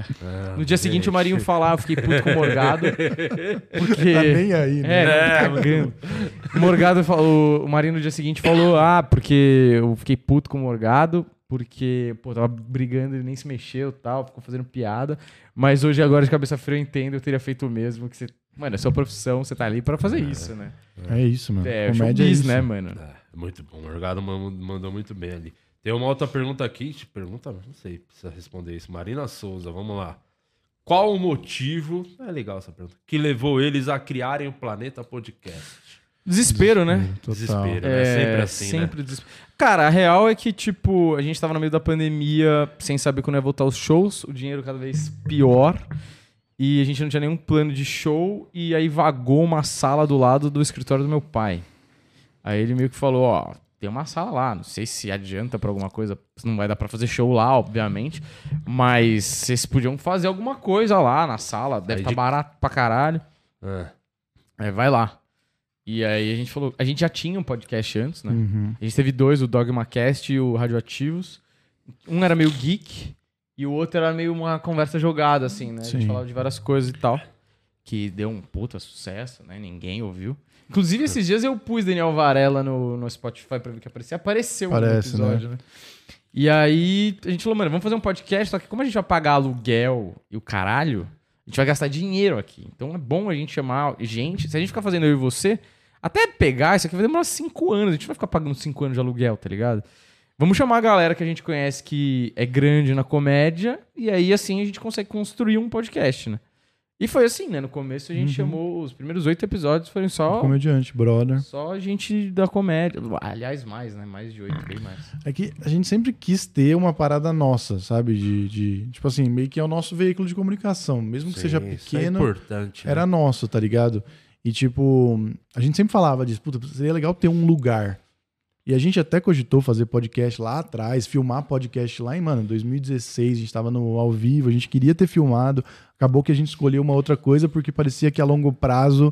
No dia seguinte, o Marinho fala, eu fiquei puto com o Morgado. Porque... Tá nem aí, né? Cagando. O Morgado falou, o Marinho no dia seguinte falou, porque eu fiquei puto com o Morgado, porque, pô, tava brigando, ele nem se mexeu e tal, ficou fazendo piada. Mas hoje, agora, de cabeça fria, eu entendo, eu teria feito o mesmo. Que você, mano, é sua profissão, você tá ali pra fazer isso, né? É isso, mano. É, Comédia showbiz, é isso. né, mano? Muito bom, o Morgado mandou muito bem ali. Tem uma outra pergunta aqui, não sei, precisa responder isso. Marina Souza, vamos lá. Qual o motivo, é legal essa pergunta, que levou eles a criarem o Planeta Podcast? Desespero, né? Total. Desespero, né? Sempre assim, sempre desespero. Cara, a real é que, tipo, a gente tava no meio da pandemia, sem saber quando ia voltar os shows, o dinheiro cada vez pior, e a gente não tinha nenhum plano de show, e aí vagou uma sala do lado do escritório do meu pai. Aí ele meio que falou, tem uma sala lá, não sei se adianta pra alguma coisa, não vai dar pra fazer show lá, obviamente, mas vocês podiam fazer alguma coisa lá na sala, deve estar barato pra caralho. Vai lá. E aí a gente falou, a gente já tinha um podcast antes, né? A gente teve 2, o DogmaCast e o Radioativos. Um era meio geek e o outro era meio uma conversa jogada, assim, né? A gente Sim. falava de várias coisas e tal. Que deu um puta sucesso, né? Ninguém ouviu. Inclusive, esses dias eu pus Daniel Varela no Spotify pra ver que aparecia. Apareceu no episódio, né? E aí a gente falou, mano, vamos fazer um podcast, só que como a gente vai pagar aluguel e o caralho, a gente vai gastar dinheiro aqui. Então é bom a gente chamar gente. Se a gente ficar fazendo eu e você, até pegar isso aqui vai demorar 5 anos. A gente vai ficar pagando 5 anos de aluguel, tá ligado? Vamos chamar a galera que a gente conhece que é grande na comédia e aí assim a gente consegue construir um podcast, né? E foi assim, né? No começo a gente chamou, os primeiros 8 episódios foram só... Comediante, brother. Só gente da comédia. Aliás, mais, né? Mais de 8, bem mais. É que a gente sempre quis ter uma parada nossa, sabe? Tipo assim, meio que é o nosso veículo de comunicação. Mesmo que seja Isso pequeno, é importante, né? era nosso, tá ligado? E tipo, a gente sempre falava disso, puta, seria legal ter um lugar. E a gente até cogitou fazer podcast lá atrás, filmar podcast lá em, 2016, a gente tava no ao vivo, a gente queria ter filmado, acabou que a gente escolheu uma outra coisa porque parecia que a longo prazo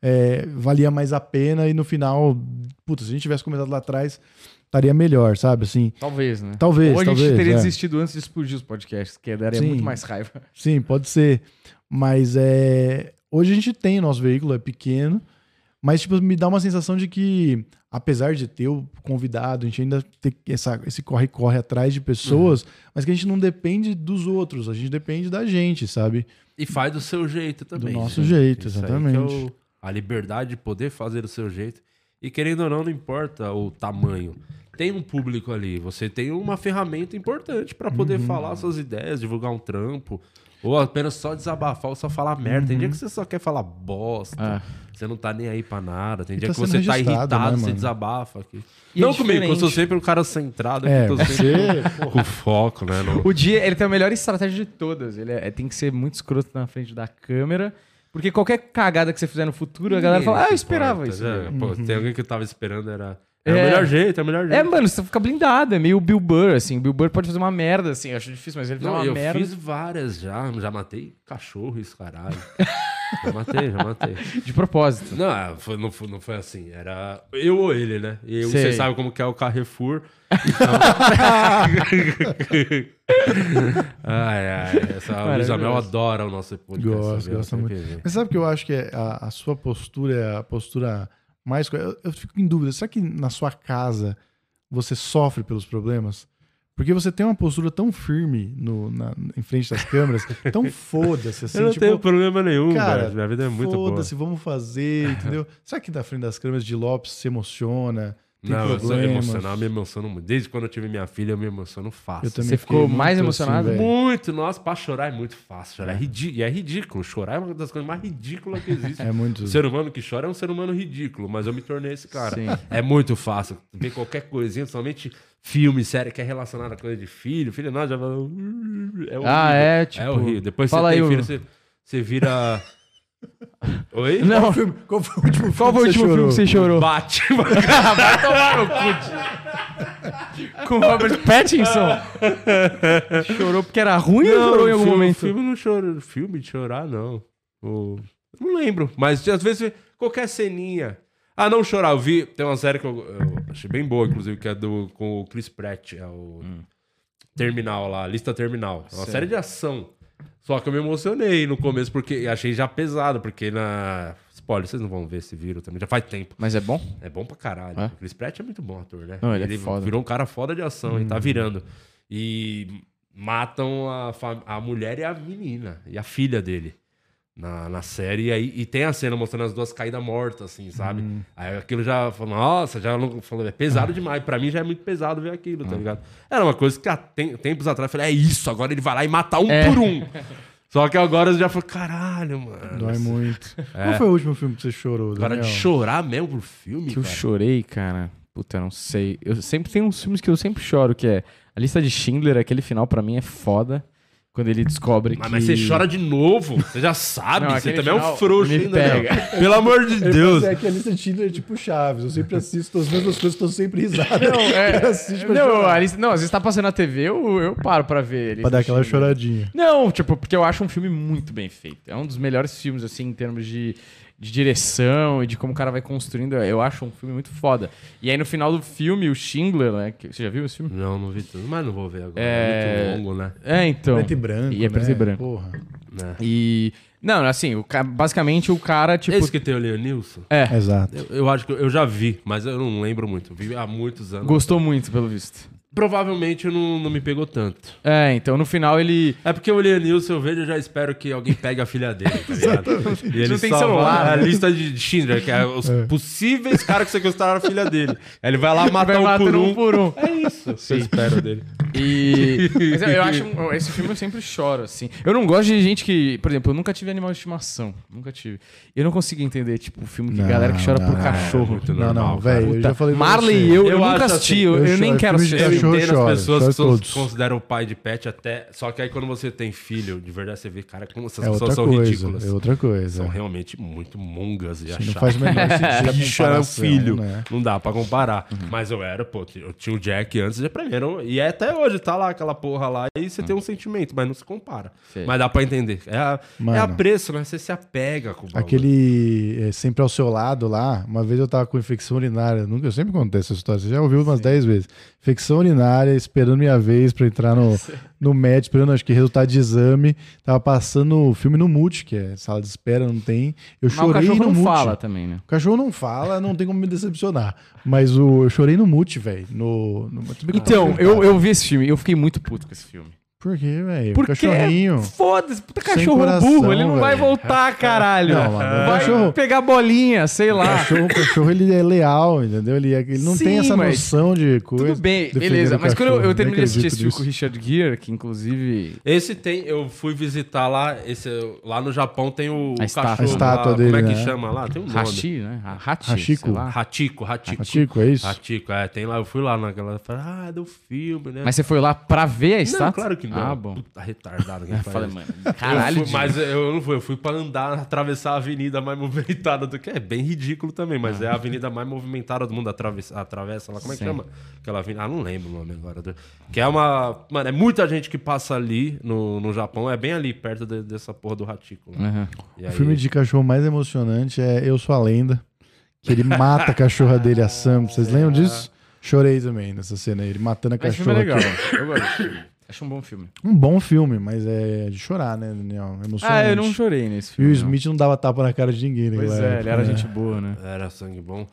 valia mais a pena e no final, puta, se a gente tivesse começado lá atrás, estaria melhor, sabe? Assim, Talvez, né? talvez, Ou a gente talvez, teria é. desistido antes de explodir os podcasts, que daria Sim. muito mais raiva. Sim, pode ser. Mas hoje a gente tem o nosso veículo, é pequeno, mas tipo, me dá uma sensação de que, apesar de ter o convidado, a gente ainda ter esse corre-corre atrás de pessoas, mas que a gente não depende dos outros, a gente depende da gente, sabe? E faz do seu jeito também. Do nosso né? jeito, Isso aí exatamente. que é a liberdade de poder fazer do seu jeito. E querendo ou não importa o tamanho. Tem um público ali, você tem uma ferramenta importante pra poder falar suas ideias, divulgar um trampo, ou apenas só desabafar, ou só falar merda. Tem dia que você só quer falar bosta, você não tá nem aí pra nada. Tem dia tá que você sendo tá registrado, irritado, né, você mano? desabafa aqui. E não é comigo, eu sou diferente. sempre um cara centrado aqui, tô sempre com foco, né? O Dia, ele tem a melhor estratégia de todas. Ele tem que ser muito escroto na frente da câmera, porque qualquer cagada que você fizer no futuro, a galera fala, eu esperava isso. Pô, tem alguém que eu tava esperando, era o melhor jeito, é o melhor jeito. Mano, você fica blindado, é meio Bill Burr, assim. O Bill Burr pode fazer uma merda, assim, eu acho difícil, mas ele faz Não, uma eu merda. fiz várias já matei cachorro, isso, caralho. Já matei. De propósito. Não, não foi assim. Era eu ou ele, né? E Sei. você sabe como que é o Carrefour. Então... A Luísa Mel adora o nosso podcast. Gosta muito. Mas sabe que eu acho que a sua postura é a postura mais... Eu fico em dúvida. Será que na sua casa você sofre pelos problemas? Porque você tem uma postura tão firme em frente das câmeras, tão foda-se, assim, Eu não tipo, tenho problema nenhum, cara, velho. Minha vida é muito boa. foda-se, vamos fazer, entendeu? Será que na frente das câmeras de Lopes se emociona? Tem Não, eu sou problemas? emocional, me emociono muito. Desde quando eu tive minha filha, eu me emociono fácil. Eu também Você ficou fiquei mais muito emocionado? assim, velho. Muito, nossa, pra chorar é muito fácil. Chorar e é ridículo. Chorar é uma das coisas mais ridículas que existe. É muito... O ser humano que chora é um ser humano ridículo, mas eu me tornei esse cara. Sim. É muito fácil. Ver qualquer coisinha, somente filme, série que é relacionada a coisa de filho. Filho, não, já vai. É horrível. Tipo... É horrível. Depois Fala você tem aí, filho, você vira. Oi? Não, Qual foi o último qual foi o último filme que você chorou? Batman. Vai tomar no cu. Com Robert Pattinson? Chorou porque era ruim ou chorou em algum momento? Filme não choro. Filme de chorar, não. Não lembro. Mas às vezes qualquer ceninha. Ah, não chorar. Eu vi. Tem uma série que eu achei bem boa, inclusive, que é com o Chris Pratt. É o Terminal lá, Lista Terminal. É uma série de ação. Só que eu me emocionei no começo, porque achei já pesado, porque Spoiler, vocês não vão ver esse vídeo também, já faz tempo. Mas é bom? É bom pra caralho. É? O Chris Pratt é muito bom ator, né? Não, ele é foda. Virou um cara foda de ação, e tá virando. E matam a mulher e a menina, e a filha dele. Na série, e tem a cena mostrando as duas caídas mortas, assim, sabe? Aí aquilo já falou, nossa, já não falou, é pesado demais. Pra mim já é muito pesado ver aquilo, tá ligado? Era uma coisa que há tempos atrás eu falei, é isso, agora ele vai lá e mata um por um. Só que agora eu já falei, caralho, mano. Dói muito. Qual foi o último filme que você chorou, Agora Daniel? de chorar mesmo pro filme, Que eu cara. chorei, cara. Puta, eu não sei. Eu sempre tenho uns filmes que eu sempre choro, que é A Lista de Schindler, aquele final pra mim é foda. Quando ele descobre que... Mas você chora de novo, você já sabe, Não, você aquele também é um final frouxo me ainda, pega. né? Pelo amor de Deus. É que a lista de Schindler é tipo Chaves. Eu sempre assisto as mesmas coisas, tô sempre risada. Não, Eu assisto pra não, chorar. não, às vezes tá passando na TV, eu paro pra ver ele. Pra dar aquela choradinha. Não, tipo, porque eu acho um filme muito bem feito. É um dos melhores filmes, assim, em termos de direção e de como o cara vai construindo. Eu acho um filme muito foda. E aí, no final do filme, o Schindler, né? Você já viu esse filme? Não vi tudo, mas não vou ver agora. É muito longo, né? É, então. Preto e branco, E é preto né? e branco. Porra. E... Não, assim, basicamente o cara, tipo... Esse que tem o Leonilson? Exato. Eu acho que eu já vi, mas eu não lembro muito. Vi há muitos anos. Gostou muito, pelo visto. Provavelmente não me pegou tanto. É, então no final ele... É porque o Leonilson, eu vejo, eu já espero que alguém pegue a filha dele, tá ligado? E ele Não tem só celular, vai- né? A lista de Schindler, que é os possíveis caras que sequestraram a filha dele. Aí ele vai lá matar vai um por matando um. um por um. É isso que eu espero dele. E... Mas eu acho... Esse filme eu sempre choro, assim. Eu não gosto de gente que... Por exemplo, eu nunca tive animal de estimação. Nunca tive. Eu não consigo entender, tipo, o filme que galera que chora por cachorro. muito Não, normal, não, velho. Eu já falei pra Marley você. e eu Eu nunca acho assisti. assim, eu eu nem choro, quero filme de assistir. Eu cachorro, entendo chora, as pessoas chora que todos. consideram o pai de pet até... Só que aí quando você tem filho, de verdade você vê, cara, como essas É pessoas outra são coisa. ridículas. É outra coisa. São realmente muito mongas e Não achadas. faz o menor sentido a Bicho é o comparação, filho. né? Não dá pra comparar. Mas eu tinha o Jack antes e pra mim era, e é até hoje, tá lá aquela porra lá e você tem um sentimento, mas não se compara. Sei. Mas dá pra entender. É a Mano. preço, né? Você se apega com o bagulho. Aquele sempre ao seu lado lá, uma vez eu tava com infecção urinária, eu sempre contei essa história, você já ouviu umas 10 vezes. Infecção urinária, esperando minha vez pra entrar no médico, esperando acho que resultado de exame, tava passando o filme no Multi, que é sala de espera, não tem. Eu Mas o chorei cachorro no não Multi. fala também, né? O cachorro não fala, não tem como me decepcionar. Mas eu chorei no Multi, velho. Então, eu vi esse filme e eu fiquei muito puto com esse filme. Por quê, velho? Porque Cachorrinho. foda-se, puta Sem cachorro coração, burro, ele não vai velho. voltar, caralho. Não, mano, vai cachorro- pegar bolinha, sei lá. O cachorro, ele é leal, entendeu? Ele não Sim, tem essa mas noção de coisa. Tudo bem, defender beleza. o Mas quando cachorro, eu nem terminei de assistir esse acredito filme com o Richard Gere, que inclusive... Esse tem, eu fui visitar lá, lá no Japão tem o estátua. cachorro A estátua lá, dele, como é que né? chama lá? Tem um nome. Hashi, né? Hachi, Hachiko. sei lá. Hachiko. Ratico, é isso? Hachiko, tem lá, eu fui lá naquela, falei, do filme, né? Mas você foi lá pra ver a Não, estátua? claro que que não. Bom. Puta retardado. Eu falei, mano, caralho. Mas eu não fui. Eu fui pra andar, atravessar a avenida mais movimentada do que... É bem ridículo também, mas é a avenida mais movimentada do mundo. Atravessa lá. Como é que chama? Aquela avenida... Ah, não lembro o nome agora. Que é uma... Mano, é muita gente que passa ali no Japão. É bem ali, perto dessa porra do Ratículo. Uhum. O filme de cachorro mais emocionante é Eu Sou a Lenda, que ele mata a cachorra dele, a Sam. Vocês lembram disso? Chorei também nessa cena aí, ele matando a Esse filme cachorra. é legal. Eu gosto desse filme. Acho um bom filme. Um bom filme, mas é de chorar, né, Daniel? Emocionante. Eu não chorei nesse E filme. o Smith não dava tapa na cara de ninguém, né? Pois galera? ele era gente boa, né? Era sangue bom.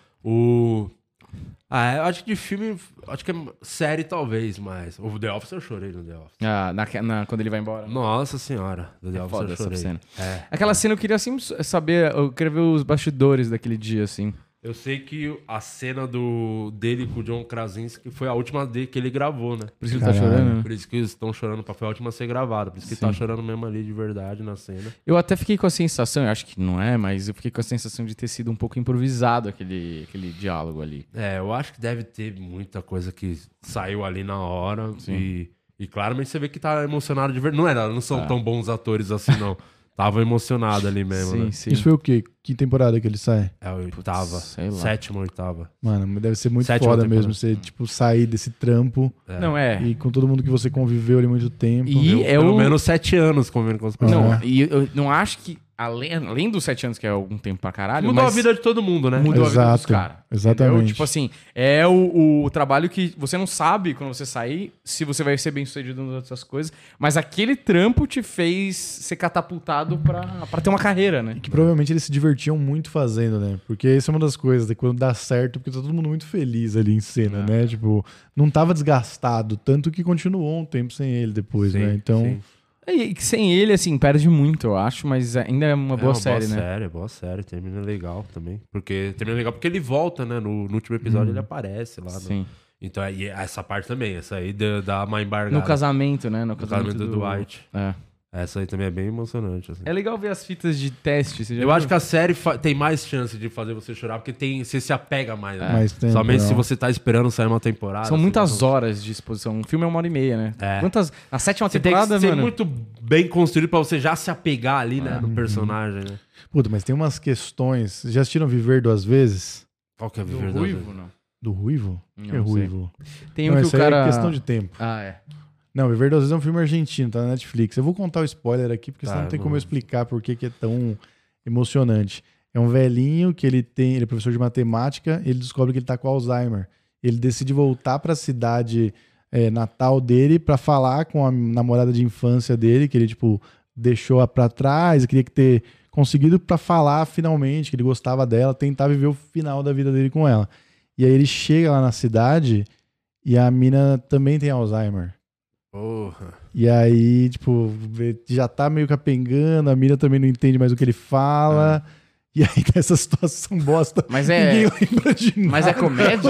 Eu acho que de filme... Acho que é série talvez, mas... O The Office eu chorei no The Office. Quando ele vai embora. Nossa senhora. Do The Office Foda eu essa chorei. cena. É. Aquela cena eu queria assim saber, eu queria ver os bastidores daquele dia, assim. Eu sei que a cena dele com o John Krasinski foi a última que ele gravou, né? Por isso que ele tá chorando, né? Por isso que eles estão chorando, foi a última a ser gravada. Por isso que ele tá chorando mesmo ali de verdade na cena. Eu até fiquei com a sensação, eu acho que não é, mas eu fiquei com a sensação de ter sido um pouco improvisado aquele diálogo ali. Eu acho que deve ter muita coisa que saiu ali na hora. E claramente você vê que tá emocionado de verdade. Não são tão bons atores assim, não. Tava emocionado ali mesmo, né? Sim. Isso foi o quê? Que temporada que ele sai? É a oitava. sei lá. Sétima, oitava. Mano, deve ser muito Sétima foda temporada. mesmo você, tipo, sair desse trampo Não, e com todo mundo que você conviveu ali muito tempo. E Pelo menos 7 anos convivendo com as pessoas. Não, e eu não acho que, além dos 7 anos, que é algum tempo pra caralho... Mudou mas a vida de todo mundo, né? Mudou a vida dos Exato, caras. exatamente. Entendeu? Tipo assim, é o trabalho que você não sabe quando você sair se você vai ser bem sucedido nas outras coisas, mas aquele trampo te fez ser catapultado pra ter uma carreira, né? Que provavelmente eles se divertiam muito fazendo, né? Porque isso é uma das coisas, né? Quando dá certo, porque tá todo mundo muito feliz ali em cena, né? Tipo, não tava desgastado, tanto que continuou um tempo sem ele depois, né? Então, sim. E que sem ele, assim, perde muito, eu acho, mas ainda é uma boa série, né? Boa série, termina legal também. Termina legal porque ele volta, né? No último episódio ele aparece lá. Sim. Então, e essa parte também, essa aí dá uma embargada. No casamento, né? No casamento do Dwight. É. Essa aí também é bem emocionante. Assim. É legal ver as fitas de teste. Você já Eu viu? acho que a série tem mais chance de fazer você chorar, porque você se apega mais. Né? mais tempo, Somente não. se você tá esperando sair uma temporada. São assim, muitas não- horas de exposição. Um filme é 1h30, né? É. Na sétima Você tem que temporada, ser mano... muito bem construído pra você já se apegar ali, né? No personagem, né? puta, mas tem umas questões. Vocês já assistiram Viver Duas Vezes? Qual que é a Do Viver Duas Ruivo, Vezes? não. Do Ruivo? Não que é sei. Ruivo? Tem Não, um que isso o aí cara... é questão de tempo. Ah, é. Não, Viver Duas Vezes é um filme argentino, tá na Netflix. Eu vou contar o spoiler aqui, porque senão não tem como eu explicar por que é tão emocionante. É um velhinho que ele é professor de matemática, ele descobre que ele tá com Alzheimer. Ele decide voltar pra cidade natal dele pra falar com a namorada de infância dele, que ele, tipo, deixou pra trás, queria ter conseguido pra falar finalmente que ele gostava dela, tentar viver o final da vida dele com ela. E aí ele chega lá na cidade e a mina também tem Alzheimer. Porra. E aí, tipo, já tá meio capengando, a mina também não entende mais o que ele fala. E aí, nessa situação bosta, Mas ninguém lembra de nada. Mas é comédia?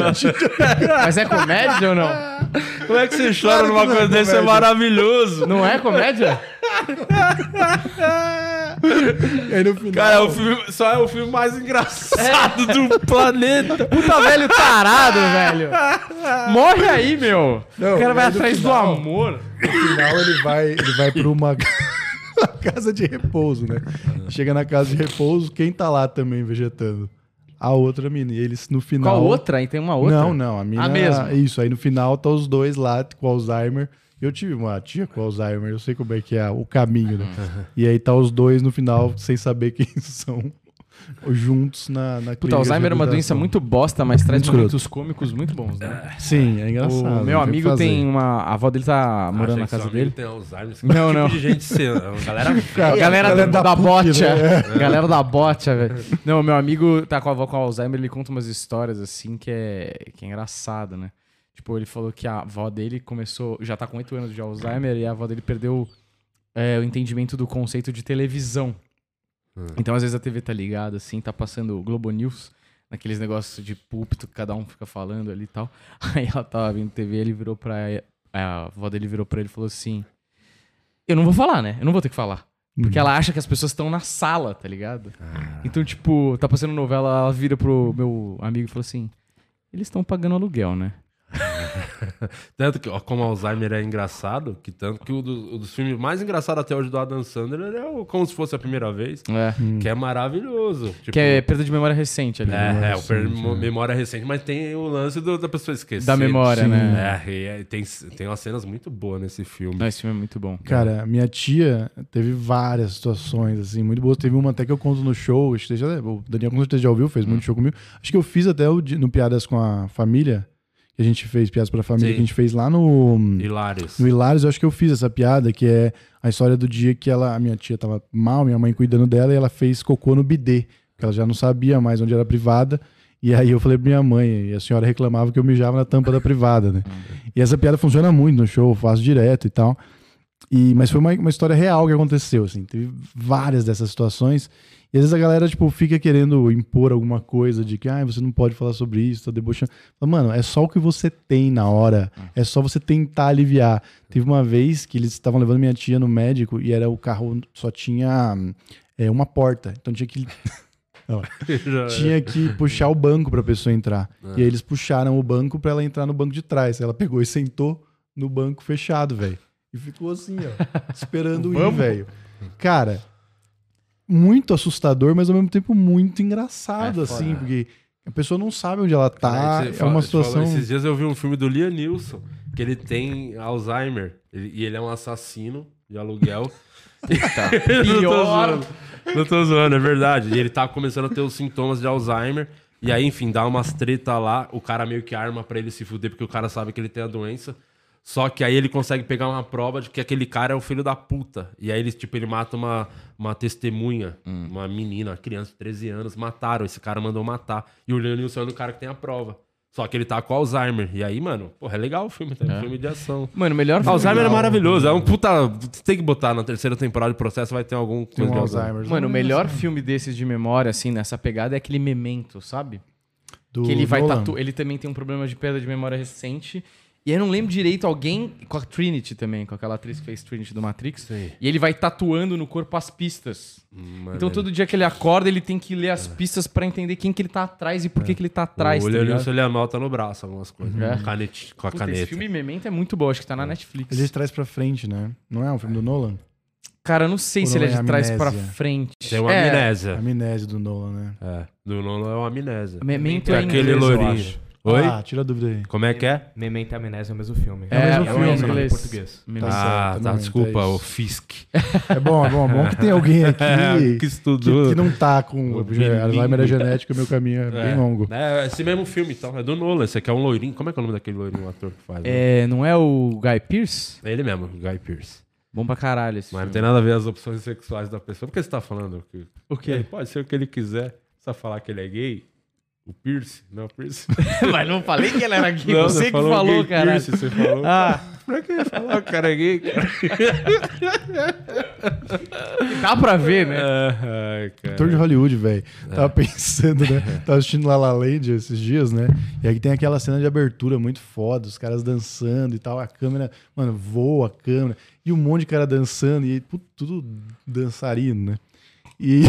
Mas é comédia ou não? Como é que você chora Claro que numa não é coisa dessa? É comédia. maravilhoso. Não é comédia? E aí, no final... Cara, só é o filme mais engraçado do planeta. Puta velho tarado, velho. Morre aí, meu. Não, o cara vai mas no atrás final- do amor. No final, ele vai pra uma casa de repouso, né? Chega na casa de repouso, quem tá lá também vegetando? A outra mina. E eles, no final... Qual outra? Aí tem uma outra? Não, a mina... A mesma? Isso, aí no final tá os dois lá com Alzheimer. Eu tive uma tia com Alzheimer, eu sei como é que é o caminho, né? E aí tá os dois no final, sem saber quem são, juntos na clínica. Puta, Alzheimer é uma doença muito bosta, mas traz Muito momentos cômicos muito bons, né? Sim, é engraçado. O meu amigo tem uma... A avó dele tá morando na casa dele. Tem Alzheimer. Não, Que não. tipo de gente ser, galera Galera da PUC, bocha. né? Galera da bocha, velho. Não, meu amigo tá com a avó com Alzheimer, ele conta umas histórias assim que é engraçado, né? Tipo, ele falou que a avó dele já tá com 8 anos de Alzheimer e a avó dele perdeu o entendimento do conceito de televisão. Então, às vezes a TV tá ligada, assim, tá passando o Globo News, naqueles negócios de púlpito que cada um fica falando ali e tal. Aí ela tava vendo TV, a avó dele virou pra ele e falou assim: eu não vou falar, né? Eu não vou ter que falar. Porque ela acha que as pessoas estão na sala, tá ligado? Então, tipo, tá passando novela, ela vira pro meu amigo e falou assim: eles estão pagando aluguel, né? Tanto que, ó, como Alzheimer é engraçado, que tanto que um dos filmes mais engraçados até hoje do Adam Sandler é o Como Se Fosse a Primeira Vez, que é maravilhoso. Tipo, Que é perda de memória recente ali. memória recente, mas tem o lance da pessoa esquecer. Da memória, né? Tem umas cenas muito boas nesse filme. Não, esse filme é muito bom. Cara, minha tia teve várias situações, assim, muito boas. Teve uma até que eu conto no show, acho que o Daniel com certeza já ouviu, fez muito show comigo. Acho que eu fiz até no Piadas com a Família, que a gente fez, Piadas pra Família, Sim. que a gente fez lá no Hilários. Hilários. Eu acho que eu fiz essa piada, que é a história do dia que a minha tia tava mal, minha mãe cuidando dela, e ela fez cocô no bidê, porque ela já não sabia mais onde era a privada. E aí eu falei pra minha mãe, e a senhora reclamava que eu mijava na tampa da privada, né? E essa piada funciona muito no show, eu faço direto e tal. Mas foi uma história real que aconteceu, assim. Teve várias dessas situações. E às vezes a galera, tipo, fica querendo impor alguma coisa de que, você não pode falar sobre isso, tá debochando. Mano, é só o que você tem na hora. É só você tentar aliviar. Teve uma vez que eles estavam levando minha tia no médico e o carro só tinha uma porta. Então tinha que... tinha que puxar o banco pra pessoa entrar. E aí eles puxaram o banco pra ela entrar no banco de trás. Ela pegou e sentou no banco fechado, velho. E ficou assim, ó, esperando ir, velho. Cara, muito assustador, mas ao mesmo tempo muito engraçado, assim, porque a pessoa não sabe onde ela tá. Cara, uma situação... Esses dias eu vi um filme do Liam Neeson, que ele tem Alzheimer, e ele é um assassino de aluguel. Pior. Não tô zoando, é verdade. E ele tá começando a ter os sintomas de Alzheimer. E aí, enfim, dá umas treta lá. O cara meio que arma pra ele se fuder, porque o cara sabe que ele tem a doença. Só que aí ele consegue pegar uma prova de que aquele cara é o filho da puta. E aí ele mata uma testemunha, uma menina, uma criança de 13 anos. Mataram, esse cara mandou matar. E o Liam Neeson é o cara que tem a prova. Só que ele tá com Alzheimer. E aí, mano, porra, é legal o filme, tá? É um filme de ação. Mano, o melhor filme. Alzheimer é maravilhoso. É um puta... Você tem que botar na terceira temporada de Processo, vai ter algum Tem coisa um de Alzheimer. Mano, o melhor filme desses de memória, assim, nessa pegada, é aquele Memento, sabe? Do Que ele vai Nolan. Ele também tem um problema de perda de memória recente. E eu não lembro direito, alguém... Com a Trinity também, com aquela atriz que fez Trinity do Matrix. Sim. E ele vai tatuando no corpo as pistas. Maneiro. Então todo dia que ele acorda, ele tem que ler as pistas pra entender quem que ele tá atrás e por que que ele tá atrás. O tá Liam ligado? Neeson, ele anota no braço algumas coisas. É. Com a Puta, caneta. esse filme Memento é muito bom, acho que tá na Netflix. Ele é de trás pra frente, né? Não é um filme do Nolan? Cara, eu não sei Ou se ele é não é de trás pra Amnésia? frente. Tem uma amnésia. Amnésia do Nolan, né? É. Do Nolan é uma amnésia. Memento É é aquele inglês, eu lourinho. acho. Oi? Tira a dúvida aí. Como é que é? Memento e Amnésia é o mesmo filme. É o mesmo filme, nome em inglês. português. Memento. Ah, certo, tá. não, Desculpa, então é o isso. Fisk. É bom que tem alguém aqui Que estudou. que não tá com Alzheimer é genética, meu caminho é bem longo. É esse mesmo filme, então. É do Nolan. Esse aqui é um loirinho. Como é que é o nome daquele loirinho, o ator que faz? É, não é o Guy Pearce? É ele mesmo, Guy Pearce. Bom pra caralho esse Mas não filme. tem nada a ver as opções sexuais da pessoa. Por que você tá falando? O quê? Ele pode ser o que ele quiser. Só falar que ele é gay? O Pierce? Não, o Pierce. Mas não falei que ele era gay, Não, você que falou falou, gay cara. Pierce, você falou. Ah, Pra que falar o cara é gay, cara? dá pra ver, né? Ai, cara. Ator de Hollywood, velho. Tava pensando, né? Tava assistindo La La Land esses dias, né? E aí tem aquela cena de abertura muito foda, os caras dançando e tal. A câmera, mano, voa a câmera. E um monte de cara dançando. E putz, tudo dançarino, né? E...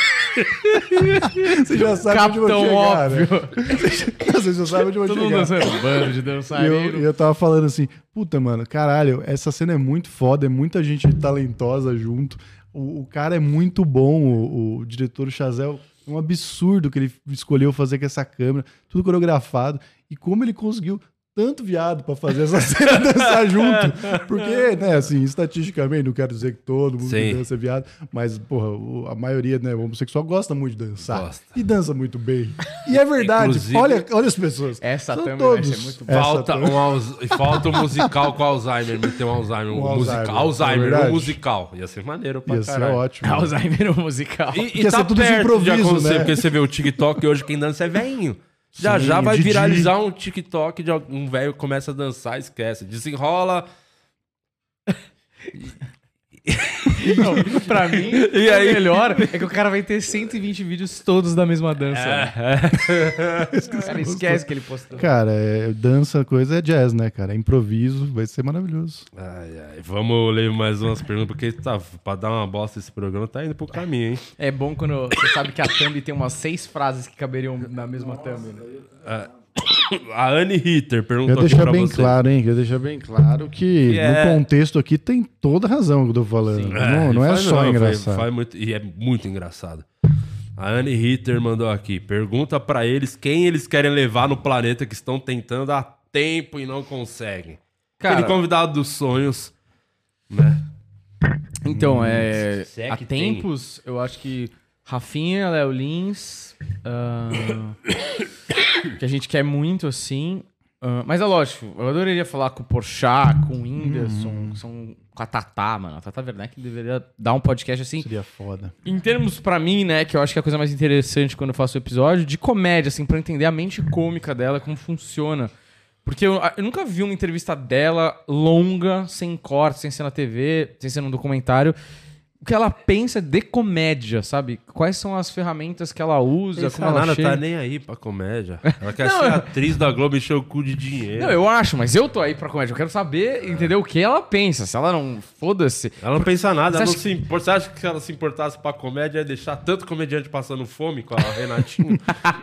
Você já sabe onde eu vou Capitão chegar, óbvio. né? Você já sabe onde eu vou Todo mundo chegar. dançando. Bando de E dançarino. eu tava falando assim, puta, mano, caralho, essa cena é muito foda, é muita gente talentosa junto. O cara é muito bom, o diretor, o Chazelle, é um absurdo que ele escolheu fazer com essa câmera, tudo coreografado. E como ele conseguiu tanto viado pra fazer essa cena dançar junto. Porque, né, assim, estatisticamente, não quero dizer que todo mundo que Sim. dança é viado, mas, porra, a maioria, né, o homossexual gosta muito de dançar. Gosta. E dança muito bem. E é verdade, Inclusive- olha as pessoas. Essa São thumb todos. vai ser muito boa. Essa Falta um musical com Alzheimer. Meter um Alzheimer. Um Um musical. Alzheimer, é Alzheimer, verdade. um musical. Ia ser maneiro pra Ia ser caralho. ótimo. Alzheimer o musical. E Ia tá ser tudo de perto de improviso, acontecer, né? Porque você vê o TikTok hoje, quem dança é velhinho. Já Sim, já vai Didi. viralizar um TikTok de um velho que começa a dançar, esquece. Desenrola. Não, pra mim, E aí? o melhor é que o cara vai ter 120 vídeos todos da mesma dança. O cara esquece que ele postou. Cara, dança, coisa é jazz, né, cara? É improviso, vai ser maravilhoso. Ai, ai. Vamos ler mais umas perguntas, porque tá, pra dar uma bosta esse programa tá indo pro caminho, hein? É bom quando você sabe que a thumb tem umas 6 frases que caberiam na mesma thumb, né? A Anne Ritter perguntou Queria aqui deixar pra bem você. claro, hein? Queria deixar bem claro que no contexto aqui tem toda a razão que eu tô falando. Não é só engraçado. Faz muito, e é muito engraçado. A Anne Ritter mandou aqui. Pergunta pra eles quem eles querem levar no planeta que estão tentando há tempo e não conseguem. Cara, Aquele convidado dos sonhos, né? então, se é há que tem. tempos, eu acho que Rafinha, Léo Lins, que a gente quer muito, assim. Mas é lógico, eu adoraria falar com o Porchat, com o Whindersson, com a Tatá, mano. A Tatá Werneck deveria dar um podcast assim. Seria foda. Em termos, pra mim, né, que eu acho que é a coisa mais interessante quando eu faço o episódio, de comédia, assim, pra eu entender a mente cômica dela, como funciona. Porque eu nunca vi uma entrevista dela longa, sem corte, sem ser na TV, sem ser num documentário. O que ela pensa de comédia, sabe? Quais são as ferramentas que ela usa, como ela Ela chega. tá nem aí pra comédia. Ela quer ser atriz da Globo e encher o cu de dinheiro. Não, eu acho, mas eu tô aí pra comédia. Eu quero saber, entender o que ela pensa. Se ela não... Foda-se. Ela não pensa nada, Você ela acha não se importa. Você acha que se ela se importasse pra comédia ia deixar tanto comediante passando fome com a Renatinho?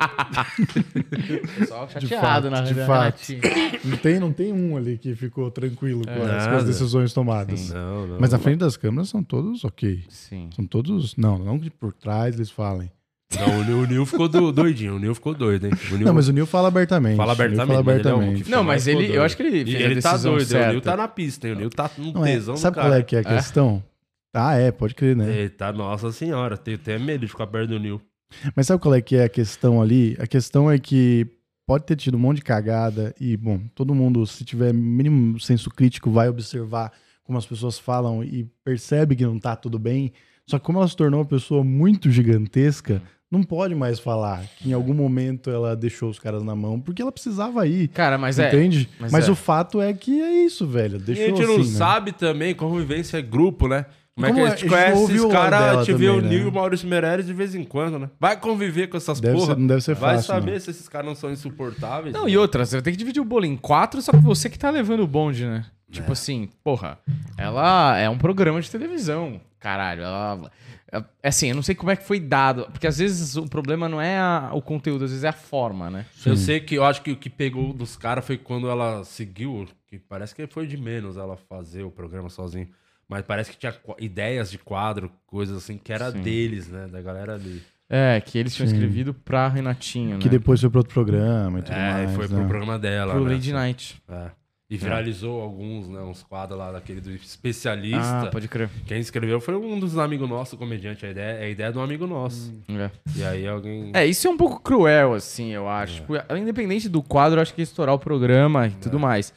Pessoal chateado de na fato. Renatinho. Não tem um ali que ficou tranquilo com as Nada. decisões tomadas. Não. Mas na frente das câmeras são todos ok. Sim. São todos... Não que por trás eles falem. Não, o Nil ficou doidinho. O Nil ficou doido, hein? O Nil Não, mas o Nil fala abertamente. fala O Nil abertamente. fala mas ele é um abertamente. que Não, fala, mas ficou ele- eu doido. acho que ele fez a ele tá decisão doido. certa. O Nil tá na pista, hein? O Nil tá num Não é. tesão Sabe do qual cara. é que é a questão? Pode crer, né? Eita, nossa senhora. Tenho até medo de ficar perto do Nil. Mas sabe qual é que é a questão ali? A questão é que pode ter tido um monte de cagada e, bom, todo mundo, se tiver mínimo senso crítico, vai observar como as pessoas falam e percebe que não tá tudo bem. Só que como ela se tornou uma pessoa muito gigantesca, não pode mais falar que em algum momento ela deixou os caras na mão, porque ela precisava ir. Cara, mas Entende? mas Mas é. o fato é que é isso, velho. E Deixou a gente não assim, né? sabe também convivência é grupo, né? Como é que Como a a gente gente conhece ouviu esses o lado caras? A dela gente vê o também, Nil né? e o Maurício Meirelles de vez em quando, né? Vai conviver com essas Deve porra. ser- não deve ser Vai fácil, saber não. se esses caras não são insuportáveis. Não, e outra, você vai ter que dividir o bolo em 4, só que você que tá levando o bonde, né? Tipo assim, porra, ela é um programa de televisão, caralho. É assim, eu não sei como é que foi dado, porque às vezes o problema não é o conteúdo, às vezes é a forma, né? Eu sei que eu acho que o que pegou dos caras foi quando ela seguiu, que parece que foi de menos ela fazer o programa sozinho. Mas parece que tinha ideias de quadro, coisas assim, que era Sim. deles, né? Da galera ali. É, que eles tinham Sim. escrevido pra Renatinho, Que né? depois foi pro outro programa e tudo É, mais. foi né? pro programa dela. Pro né? Lady Night. É. E viralizou alguns, né? Uns quadros lá daquele do especialista. Ah, pode crer. Quem escreveu foi um dos amigos nossos, comediante. É a ideia de um amigo nosso. É. E aí alguém. Isso é um pouco cruel, assim, eu acho. Tipo, independente do quadro, eu acho que ia estourar o programa e tudo mais.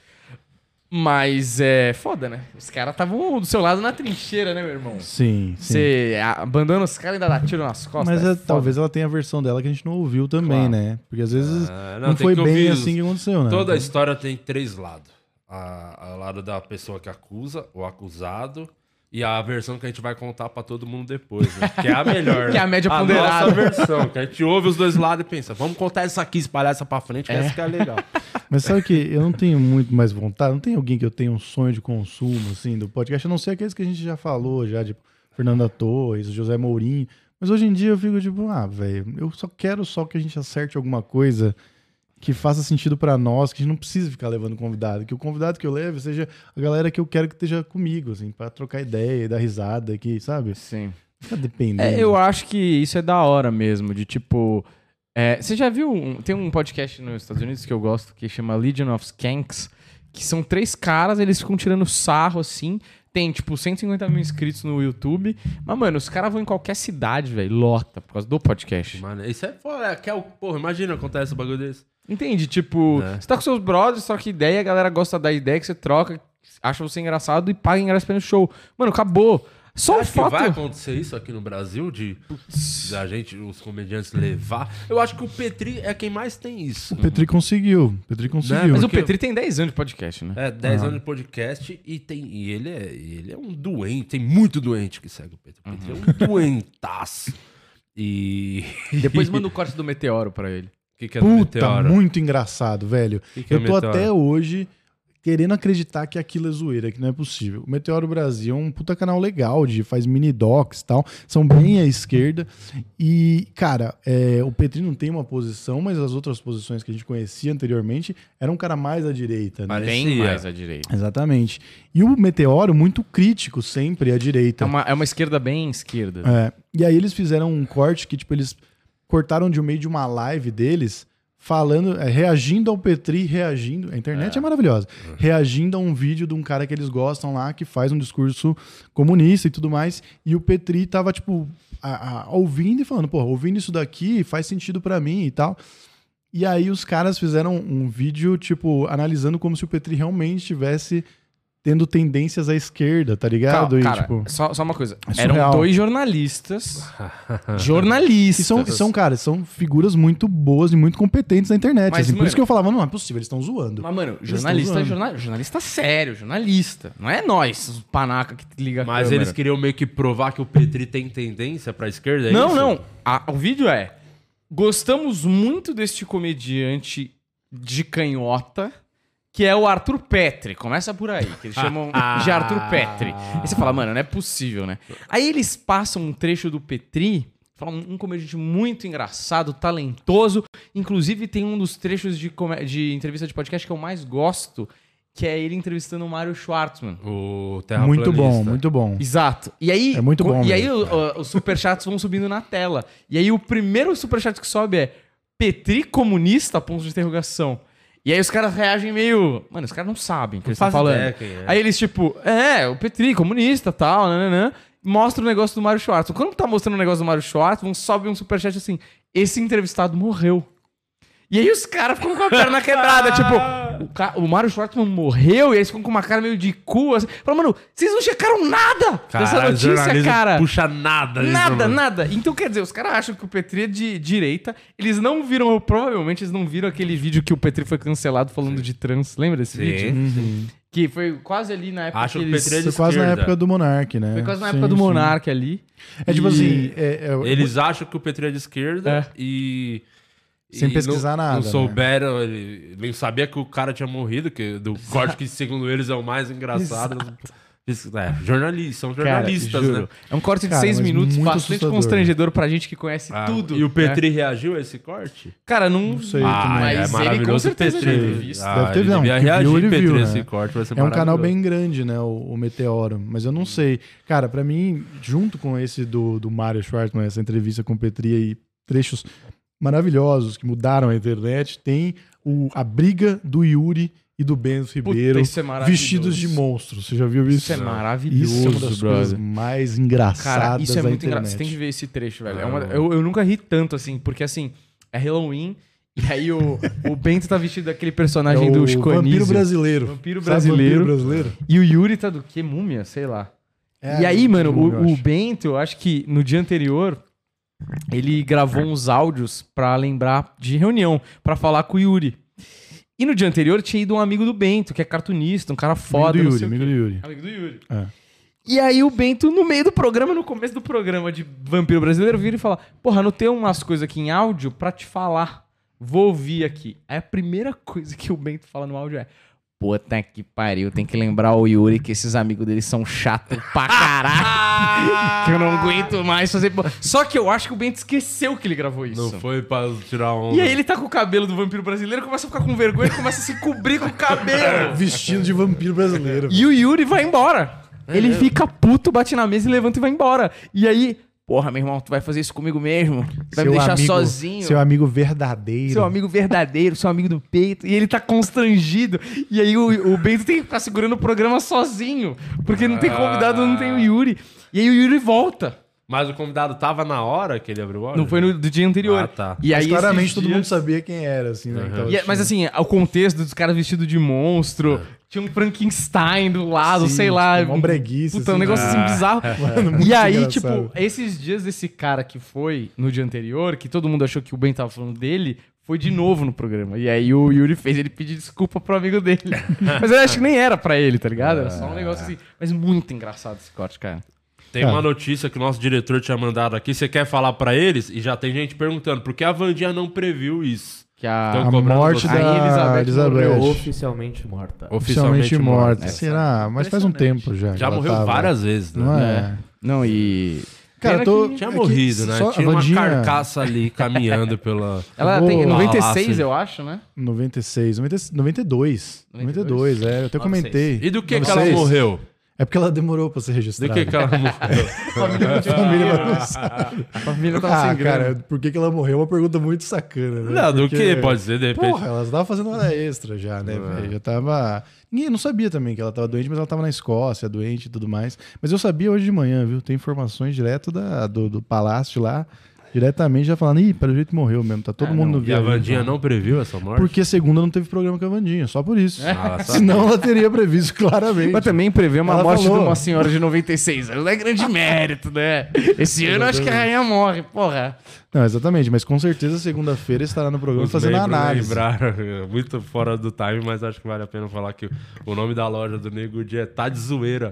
Mas é foda, né? Os caras estavam do seu lado na trincheira, né, meu irmão? Sim, sim. Você abandona os caras e ainda dá tiro nas costas. Mas é foda. talvez ela tenha a versão dela que a gente não ouviu também, Claro. né? Porque às vezes não, não tem foi que bem ouvir assim que aconteceu, né? Toda a história tem 3 lados. A lado da pessoa que acusa, o acusado, e a versão que a gente vai contar pra todo mundo depois, né? Que é a melhor. Que é a média a ponderada. nossa versão, que a gente ouve os dois lados e pensa, vamos contar isso aqui, espalhar essa pra frente, que essa que é legal. Mas sabe que eu não tenho muito mais vontade, não tem alguém que eu tenha um sonho de consumo, assim, do podcast, a não ser aqueles que a gente já falou, já, tipo, Fernanda Torres, José Mourinho. Mas hoje em dia eu fico tipo, velho, eu só quero que a gente acerte alguma coisa que faça sentido pra nós, que a gente não precisa ficar levando convidado, que o convidado que eu leve seja a galera que eu quero que esteja comigo, assim, pra trocar ideia, dar risada aqui, sabe? Sim. Fica dependendo. Eu acho que isso é da hora mesmo, de tipo... você já viu... Tem um podcast nos Estados Unidos que eu gosto, que chama Legion of Skanks, que são 3 caras, eles ficam tirando sarro, assim. Tem, tipo, 150 mil inscritos no YouTube. Mas, mano, os caras vão em qualquer cidade, velho, lota, por causa do podcast. Mano, isso é foda. Porra, imagina acontece um bagulho desse. Entende? Tipo, É. você tá com seus brothers, troca ideia, a galera gosta da ideia que você troca, acha você engraçado e paga ingresso pra ir no show. Mano, acabou. Só o Acho que vai fato... acontecer isso aqui no Brasil, da gente, os comediantes levar. Eu acho que o Petri é quem mais tem isso. O Petri conseguiu. Né? Mas o Porque- Petri tem 10 anos de podcast, né? É, 10 anos de podcast e ele é um doente, tem muito doente que segue o Petri. O Petri é um doentaço. E... Depois manda o corte do Meteoro pra ele. O que é do Puta, Meteoro? muito engraçado, velho. Que é Eu tô Meteoro? até hoje querendo acreditar que aquilo é zoeira, que não é possível. O Meteoro Brasil é um puta canal legal, faz mini docs e tal, são bem à esquerda. E, cara, o Petri não tem uma posição, mas as outras posições que a gente conhecia anteriormente era um cara mais à direita, né? Bem mais à direita. Exatamente. E o Meteoro, muito crítico sempre à direita. É uma esquerda bem esquerda. E aí eles fizeram um corte que, tipo, eles cortaram de meio de uma live deles, falando, reagindo ao Petri, reagindo. A internet é maravilhosa. Reagindo a um vídeo de um cara que eles gostam lá, que faz um discurso comunista e tudo mais. E o Petri tava, tipo, ouvindo e falando, pô, ouvindo isso daqui faz sentido pra mim e tal. E aí os caras fizeram um vídeo, tipo, analisando como se o Petri realmente estivesse tendo tendências à esquerda, tá ligado? Cara, tipo, só uma coisa. é Eram surreal. 2 jornalistas. E são figuras muito boas e muito competentes na internet. Mas, Assim, por mano, isso que eu falava, não é possível, eles estão zoando. Mas, mano, Eles estão zoando. jornalista sério, jornalista. Não é nós, os panaca que liga a Mas câmera. eles queriam meio que provar que o Petri tem tendência pra esquerda, é Não, isso? não. O vídeo é: gostamos muito deste comediante de canhota, que é o Arthur Petri. Começa por aí, que eles chamam de Arthur Petri. E você fala, mano, não é possível, né? Aí eles passam um trecho do Petri, falam um comediante muito engraçado, talentoso. Inclusive tem um dos trechos de entrevista de podcast que eu mais gosto, que é ele entrevistando o Mário Schwartzman. O terraplanista. Muito bom, muito bom. Exato. E aí, É muito bom E aí mesmo. os superchats vão subindo na tela. E aí o primeiro superchat que sobe é Petri comunista, ponto de interrogação. E aí os caras reagem meio... Mano, os caras não sabem o que eles estão falando. Aí eles tipo, o Petri, comunista, tal, nananã. Mostra o negócio do Mário Schwartzman. Quando tá mostrando o negócio do Mário Schwartzman, sobe um superchat assim, esse entrevistado morreu. E aí os caras ficam com a perna quebrada, tipo, o Mário Schwartzman morreu, e aí eles ficam com uma cara meio de cu, assim. Falam, mano, vocês não checaram nada dessa notícia, cara. Puxa nada. Nada. Então, quer dizer, os caras acham que o Petri é de direita, eles não viram, provavelmente eles não viram aquele vídeo que o Petri foi cancelado falando de trans. Lembra desse vídeo? Que foi quase ali na época Acho que que o Petri é de Foi quase na esquerda. época do Monark, né? Foi quase na época do Monark ali. É tipo assim... Eles acham que o Petri é de esquerda Sem e pesquisar nada, Não né? souberam, ele nem sabia que o cara tinha morrido, que do corte que, segundo eles, é o mais engraçado. São jornalistas, Cara, juro. né? É um corte de Cara, 6 mas minutos, muito bastante assustador. constrangedor pra gente que conhece tudo. E o né? Petri reagiu a esse corte? Cara, não sei. mas ele com certeza Petri. deve ter visto. Deve ter, ele não, devia que viu, reagir, ele Petri, viu, né? esse corte vai ser É um canal maravilhoso. bem grande, né? O Meteoro. Mas eu não sei. Cara, pra mim, junto com esse do Mário Schwartzman, essa entrevista com o Petri e trechos maravilhosos que mudaram a internet, tem a briga do Yuri e do Bento Ribeiro isso é maravilhoso. vestidos de monstros. Você já viu isso? Isso é maravilhoso, Isso é uma das coisas brother. mais engraçadas Cara, isso é da muito internet. engraçado. Você tem que ver esse trecho, velho. Eu nunca ri tanto, assim, porque, assim, é Halloween, e aí o Bento tá vestido daquele personagem do Chico Vampiro Anísio. brasileiro. Vampiro Sabe brasileiro. Vampiro brasileiro? E o Yuri tá do quê? Múmia? Sei lá. E aí, mano, o Bento, eu acho que no dia anterior, ele gravou uns áudios pra lembrar de reunião, pra falar com o Yuri. E no dia anterior tinha ido um amigo do Bento, que é cartunista, um cara foda. Amigo não do sei o Yuri, quê. amigo do Yuri. Amigo do Yuri. É. E aí o Bento, no meio do programa, no começo do programa de Vampiro Brasileiro, vira e fala, porra, anotei umas coisas aqui em áudio pra te falar. Vou ouvir aqui. Aí a primeira coisa que o Bento fala no áudio é, puta que pariu, tem que lembrar o Yuri que esses amigos dele são chatos pra caralho. Que eu não aguento mais fazer... Só que eu acho que o Bento esqueceu que ele gravou isso. Não foi pra tirar onda. E aí ele tá com o cabelo do Vampiro Brasileiro, começa a ficar com vergonha e começa a se cobrir com o cabelo. Vestido de vampiro brasileiro. E o Yuri vai embora. Ele fica puto, bate na mesa e levanta e vai embora. E aí, porra, meu irmão, tu vai fazer isso comigo mesmo? Vai me deixar sozinho? Seu amigo verdadeiro. Seu amigo verdadeiro, seu amigo do peito. E ele tá constrangido. E aí o Bento tem que ficar segurando o programa sozinho. Porque não tem convidado, não tem o Yuri. E aí o Yuri volta. Mas o convidado tava na hora que ele abriu o áudio? Não foi no do dia anterior. Ah, tá. E Mas aí, claramente esses todo dias- mundo sabia quem era, assim, né? Então, Mas assim, o contexto dos caras vestidos de monstro, tinha um Frankenstein do lado, Sim, sei lá. tipo, mó breguice, Puta, um assim. negócio assim bizarro. Mano, muito E aí, engraçado. tipo, esses dias desse cara que foi no dia anterior, que todo mundo achou que o Ben tava falando dele, foi de novo no programa. E aí o Yuri fez ele pedir desculpa pro amigo dele. Mas eu acho que nem era pra ele, tá ligado? Era só um negócio assim. Mas muito engraçado esse corte, cara. Tem uma notícia que o nosso diretor tinha mandado aqui. Você quer falar pra eles? E já tem gente perguntando, por que a Wandinha não previu isso? Que a Tão A cobrando morte você. da Rainha Elizabeth. Oficialmente morta. Oficialmente morta. É. Será? Mas faz um tempo já. Já que ela morreu tava. várias vezes, né? Não é? Não, e... Cara, Pena tô... que Tinha é que morrido, né? só a Tinha uma Wandinha- carcaça ali caminhando pela... Ela Vou- tem Palácio. 96, eu acho, né? 96, 92. 92, é. Eu até 96. comentei. E do que ela 96? morreu? É porque ela demorou pra ser Do registrada. que ela morreu? A família vai não sabe. A família tava sem grana. cara, por que ela morreu é uma pergunta muito sacana, né? Não, do Porque- que pode ser, de repente. Porra, ela tava fazendo hora extra já, né, velho? Já tava... Ninguém não sabia também que ela tava doente, mas ela tava na Escócia, doente e tudo mais. Mas eu sabia hoje de manhã, viu? Tem informações direto do palácio lá, diretamente já falando, ih, pelo jeito morreu mesmo, tá todo mundo no E a viajando. Wandinha não previu essa morte? Porque segunda não teve programa com a Wandinha, só por isso. Ah, sabe. Senão ela teria previsto claramente. Mas também prevê uma Ela morte falou. de uma senhora de 96. Não é grande mérito, né? Esse ano eu acho que a rainha morre, porra. Não, exatamente, mas com certeza segunda-feira estará no programa Os fazendo a membros análise. lembraram, muito fora do time, mas acho que vale a pena falar que o nome da loja do Nego Di é Tá de Zoeira.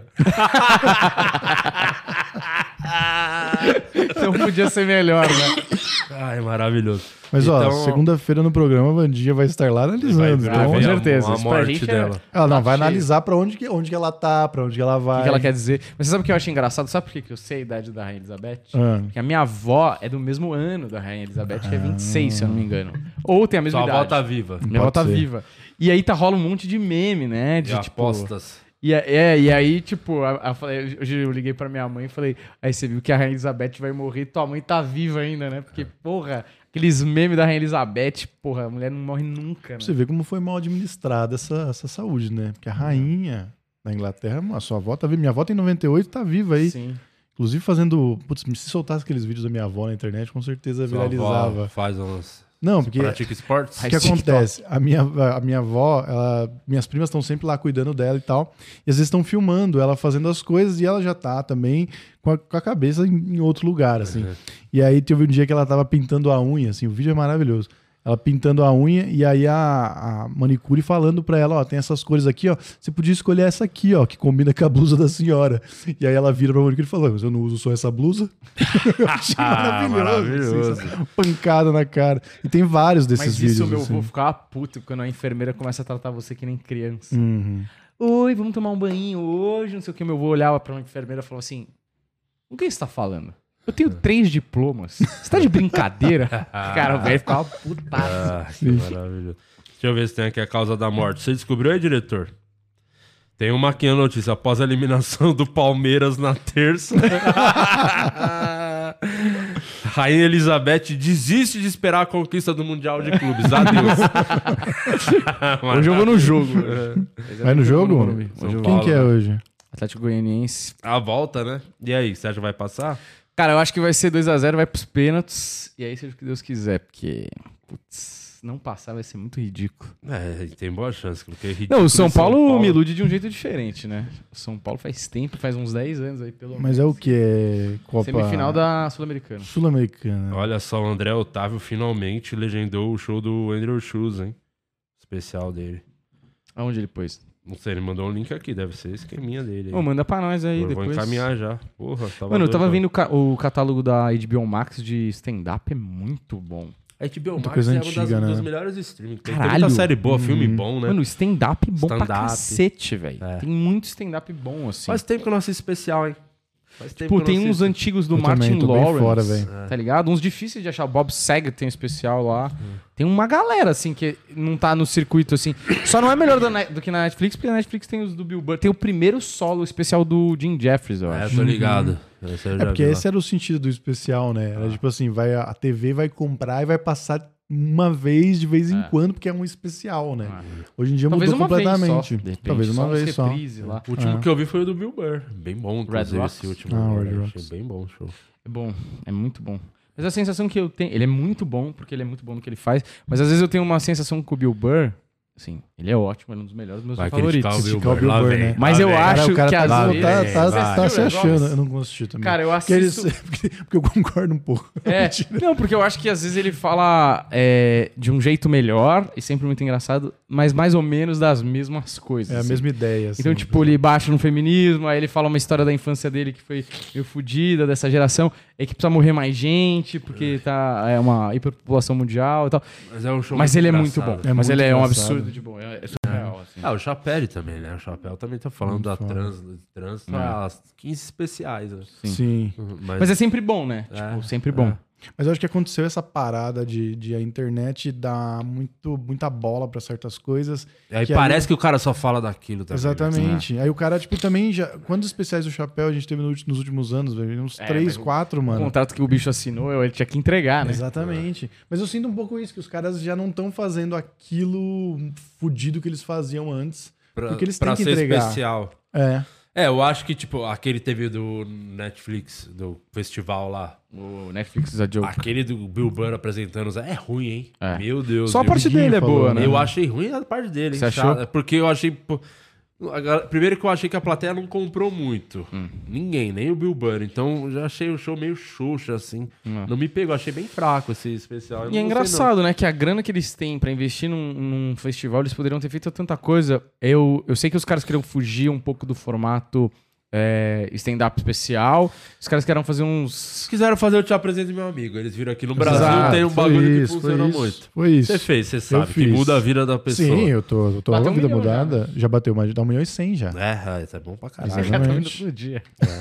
Não podia ser melhor, né? Ai, maravilhoso. Mas ó, Então, segunda-feira no programa a Wandinha vai estar lá analisando. vai Então, ver com certeza. a Isso pra morte gente é- dela. ela não Tá vai cheio. analisar pra onde que ela tá, pra onde que ela vai. O que ela quer dizer. Mas você sabe o que eu acho engraçado? Sabe por que eu sei a idade da Rainha Elizabeth? Ah. Porque a minha avó é do mesmo ano da Rainha Elizabeth, que é 26, se eu não me engano. Ou tem a mesma Sua idade. avó tá viva. Minha avó tá Pode ser. viva. E aí rola um monte de meme, né? De De tipo. apostas. E aí, tipo, hoje eu liguei pra minha mãe e falei, aí você viu que a Rainha Elizabeth vai morrer e tua mãe tá viva ainda, né? Porque, porra, aqueles memes da Rainha Elizabeth, porra, a mulher não morre nunca, né? Pra você ver como foi mal administrada essa saúde, né? Porque a rainha da Inglaterra, a sua avó tá viva. Minha avó tem 98 tá viva aí. Sim. Inclusive fazendo... Putz, se soltasse aqueles vídeos da minha avó na internet, com certeza Sua avó viralizava. faz uns... Não, porque... Pratica esportes? O que acontece? A minha avó, minhas primas estão sempre lá cuidando dela e tal. E às vezes estão filmando ela fazendo as coisas e ela já tá também com a cabeça em outro lugar, assim. E aí teve um dia que ela tava pintando a unha, assim, o vídeo é maravilhoso. Ela pintando a unha e aí a manicure falando pra ela, ó, tem essas cores aqui, ó, você podia escolher essa aqui, ó, que combina com a blusa da senhora. E aí ela vira pra manicure e fala, mas eu não uso só essa blusa. Eu achei maravilhoso. Assim, essa pancada na cara. E tem vários desses Mas vídeos. isso meu assim. avô ficava puto quando a enfermeira começa a tratar você que nem criança. Uhum. Oi, vamos tomar um banho hoje, não sei o que. Meu avô olhava pra uma enfermeira e falava assim, o que você tá falando? Eu tenho 3 diplomas. Você tá de brincadeira? Cara, o velho ficava putaço. Ah, que maravilhoso. Deixa eu ver se tem aqui a causa da morte. Você descobriu aí, diretor? Tem uma aqui na notícia. Após a eliminação do Palmeiras na terça, Rainha Elizabeth desiste de esperar a conquista do Mundial de Clubes. Adeus. Hoje eu vou no jogo. Vai no jogo? São Quem Paulo, que é né? hoje? Atlético Goianiense. A volta, né? E aí, você acha que vai passar? Cara, eu acho que vai ser 2x0, vai pros pênaltis. E aí seja o que Deus quiser, porque... Putz, não passar vai ser muito ridículo. É, tem boa chance. Porque é ridículo Não, o São em Paulo me ilude de um jeito diferente, né? O São Paulo faz tempo, faz uns 10 anos aí, pelo Mas é o que? É Copa... Semifinal da Sul-Americana. Sul-Americana. Olha só, o André Otávio finalmente legendou o show do Andrew Schultz, hein? Especial dele. Aonde ele pôs? Não sei, ele mandou um link aqui, deve ser esqueminha dele. Ô, manda pra nós aí Eu depois. vou encaminhar já. Porra, tava Mano, eu tava doido. vendo o catálogo da HBO Max de stand-up, é muito bom. A HBO Muita Max coisa é antiga, uma das né? melhores streaming. Tem Caralho. muita série boa, filme bom, né? Mano, stand-up bom pra Stand-up. cacete, velho. É. Tem muito stand-up bom, assim. Faz tempo que eu não assisto especial, hein? Faz tempo Tipo, que eu tem não uns assisto. antigos do Eu Martin também tô bem Lawrence, fora, velho. tá ligado? Uns difíceis de achar. O Bob Saget tem um especial lá. Tem uma galera, assim, que não tá no circuito, assim. Só não é melhor do que na Netflix, porque na Netflix tem os do Bill Burr. Tem o primeiro solo especial do Jim Jeffries, eu É, acho. tô ligado. Esse eu já É porque vi lá. esse era o sentido do especial, né? Era tipo assim, a TV vai comprar e vai passar uma vez de vez em quando, porque é um especial, né? Hoje em dia Talvez mudou uma vez só, completamente. de repente, Talvez uma só uns vez só. reprise lá. O último que eu vi foi o do Bill Burr. Bem bom, inclusive, Rocks? esse último. Ah, Red Red Rocks. Rocks. Achei bem bom o show. É bom, é muito bom. Mas a sensação que eu tenho... Ele é muito bom, porque ele é muito bom no que ele faz. Mas às vezes eu tenho uma sensação com o Bill Burr... Assim, ele é ótimo, é um dos melhores dos meus Vai favoritos. criticar o Bill Criticar o Burr, Bill lá Burr, vem. né? Mas eu Lá vem. acho o cara que às tá, vezes... tá se Você achando. assistiu, Eu não consisti também. Cara, eu Porque ele- assisto... porque eu concordo um pouco. Não, porque eu acho que às vezes ele fala de um jeito melhor e sempre muito engraçado. mas mais ou menos das mesmas coisas. É a assim. mesma ideia. Assim, Então, tipo, ele baixa no feminismo, aí ele fala uma história da infância dele que foi meio fodida, dessa geração, é que precisa morrer mais gente, porque é uma hiperpopulação mundial e tal. Mas é um show Mas ele é muito bom. engraçado. É Mas muito ele é um engraçado. absurdo de bom. É surreal, assim. Ah, o Chapéu também, né? O Chapéu também tá falando Muito da foda. trans faz 15 especiais. Né? Sim. Mas é sempre bom, né? É, Tipo, sempre bom. Mas eu acho que aconteceu essa parada de a internet dar muita bola pra certas coisas. E aí que parece que o cara só fala daquilo também. né? Exatamente. Aí o cara, tipo, também já. Quantos especiais do Chapéu a gente teve nos últimos anos, velho? Uns 3, mas 4, O mano. contrato que o bicho assinou, ele tinha que entregar, né? Exatamente. Mas eu sinto um pouco isso, que os caras já não estão fazendo aquilo fudido que eles faziam antes. Porque eles têm Pra que ser entregar. especial. É. É, eu acho que, tipo, aquele teve do Netflix, do festival lá. O Netflix a joke. Aquele do Bill Burr apresentando é ruim, hein? É. Meu Deus. Só a eu- parte dele é falou, boa, né? Eu achei ruim a parte dele, hein? Você achou? Chato, porque eu achei... pô, primeiro que eu achei que a plateia não comprou muito. Ninguém, nem o Bill Burr. Então eu já achei o show meio xoxa, assim. Não me pegou, achei bem fraco esse especial. Eu E é não gostei, engraçado, né? Que a grana que eles têm pra investir num festival, eles poderiam ter feito tanta coisa. Eu sei que os caras queriam fugir um pouco do formato stand-up especial. Os caras queriam fazer uns... Se quiseram fazer, eu te apresento meu amigo. Eles viram aqui no Brasil, Exato, tem um foi bagulho isso, que funciona foi isso, muito. Foi isso. Você fez, você sabe, que fiz. muda a vida da pessoa. Sim, eu tô Bateu a 1 vida milhão mudada. Já bateu mais de 1 milhão e 100 já. Isso é bom pra caralho. Você já tá vendo Exatamente. todo dia.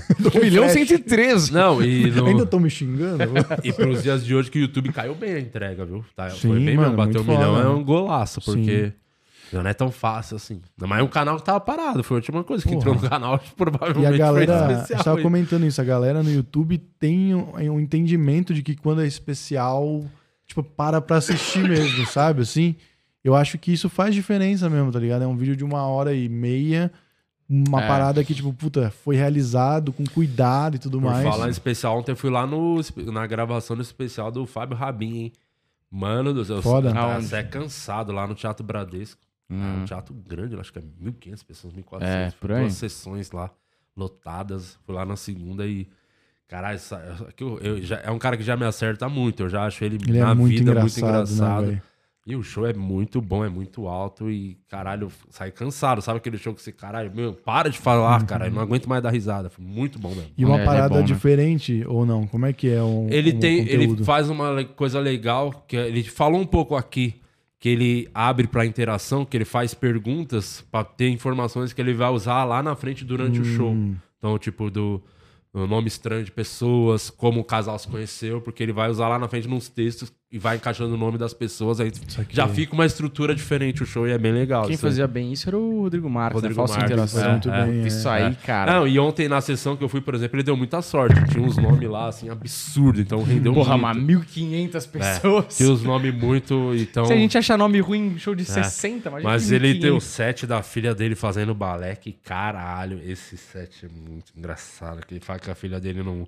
1.113.000. Não, e, no, Ainda estão me xingando? e pros dias de hoje que o YouTube caiu bem a entrega, viu? Tá, Sim, foi bem mano, mesmo, bateu 1 muito milhão, foda. é um golaço, porque já não é tão fácil assim. Mas é um canal que tava parado, foi a última coisa que entrou no canal, provavelmente E a galera, foi a especial. gente tava aí. comentando isso, a galera no YouTube tem um entendimento de que quando é especial, tipo, pra assistir mesmo, sabe? Assim, eu acho que isso faz diferença mesmo, tá ligado? É um vídeo de 1h30, uma parada que, tipo, puta, foi realizado com cuidado e tudo Por mais. falar em especial, ontem eu fui lá na gravação do especial do Fábio Rabin, hein? Mano do céu, Foda. Você é cansado lá no Teatro Bradesco. É um teatro grande, eu acho que é 1.500 pessoas, 1.400. É, por aí. 2 sessões lá, lotadas. Fui lá na segunda e... Caralho, é um cara que já me acerta muito. Eu já acho ele Ele na é muito vida engraçado, muito engraçado. né, velho? E o show é muito bom, é muito alto e, caralho, sai cansado. Sabe aquele show que você, caralho, meu, para de falar, cara, eu não aguento mais dar risada. Foi muito bom mesmo. E uma É, é parada bom, né? diferente, ou não? Como é que é Ele conteúdo? faz uma coisa legal, que ele falou um pouco aqui, que ele abre pra interação, que ele faz perguntas pra ter informações que ele vai usar lá na frente durante o show. Então, tipo, do nome estranho de pessoas, como o casal se conheceu, porque ele vai usar lá na frente nos textos e vai encaixando o nome das pessoas, aí já fica uma estrutura diferente o show e é bem legal. Quem isso aí. fazia bem isso era o Rodrigo Marques, Rodrigo né? Falsa Marques, interação. fazia muito bem, Isso aí, cara. Não, e ontem na sessão que eu fui, por exemplo, ele deu muita sorte. Tinha uns nomes lá, assim, absurdo. Então rendeu Porra, muito. mas 1.500 pessoas. Tinha os nomes muito... Então... Se a gente achar nome ruim em show de 60, imagina Mas 1.500. ele tem o set da filha dele fazendo balé, que caralho, esse set é muito engraçado. Que ele fala que a filha dele não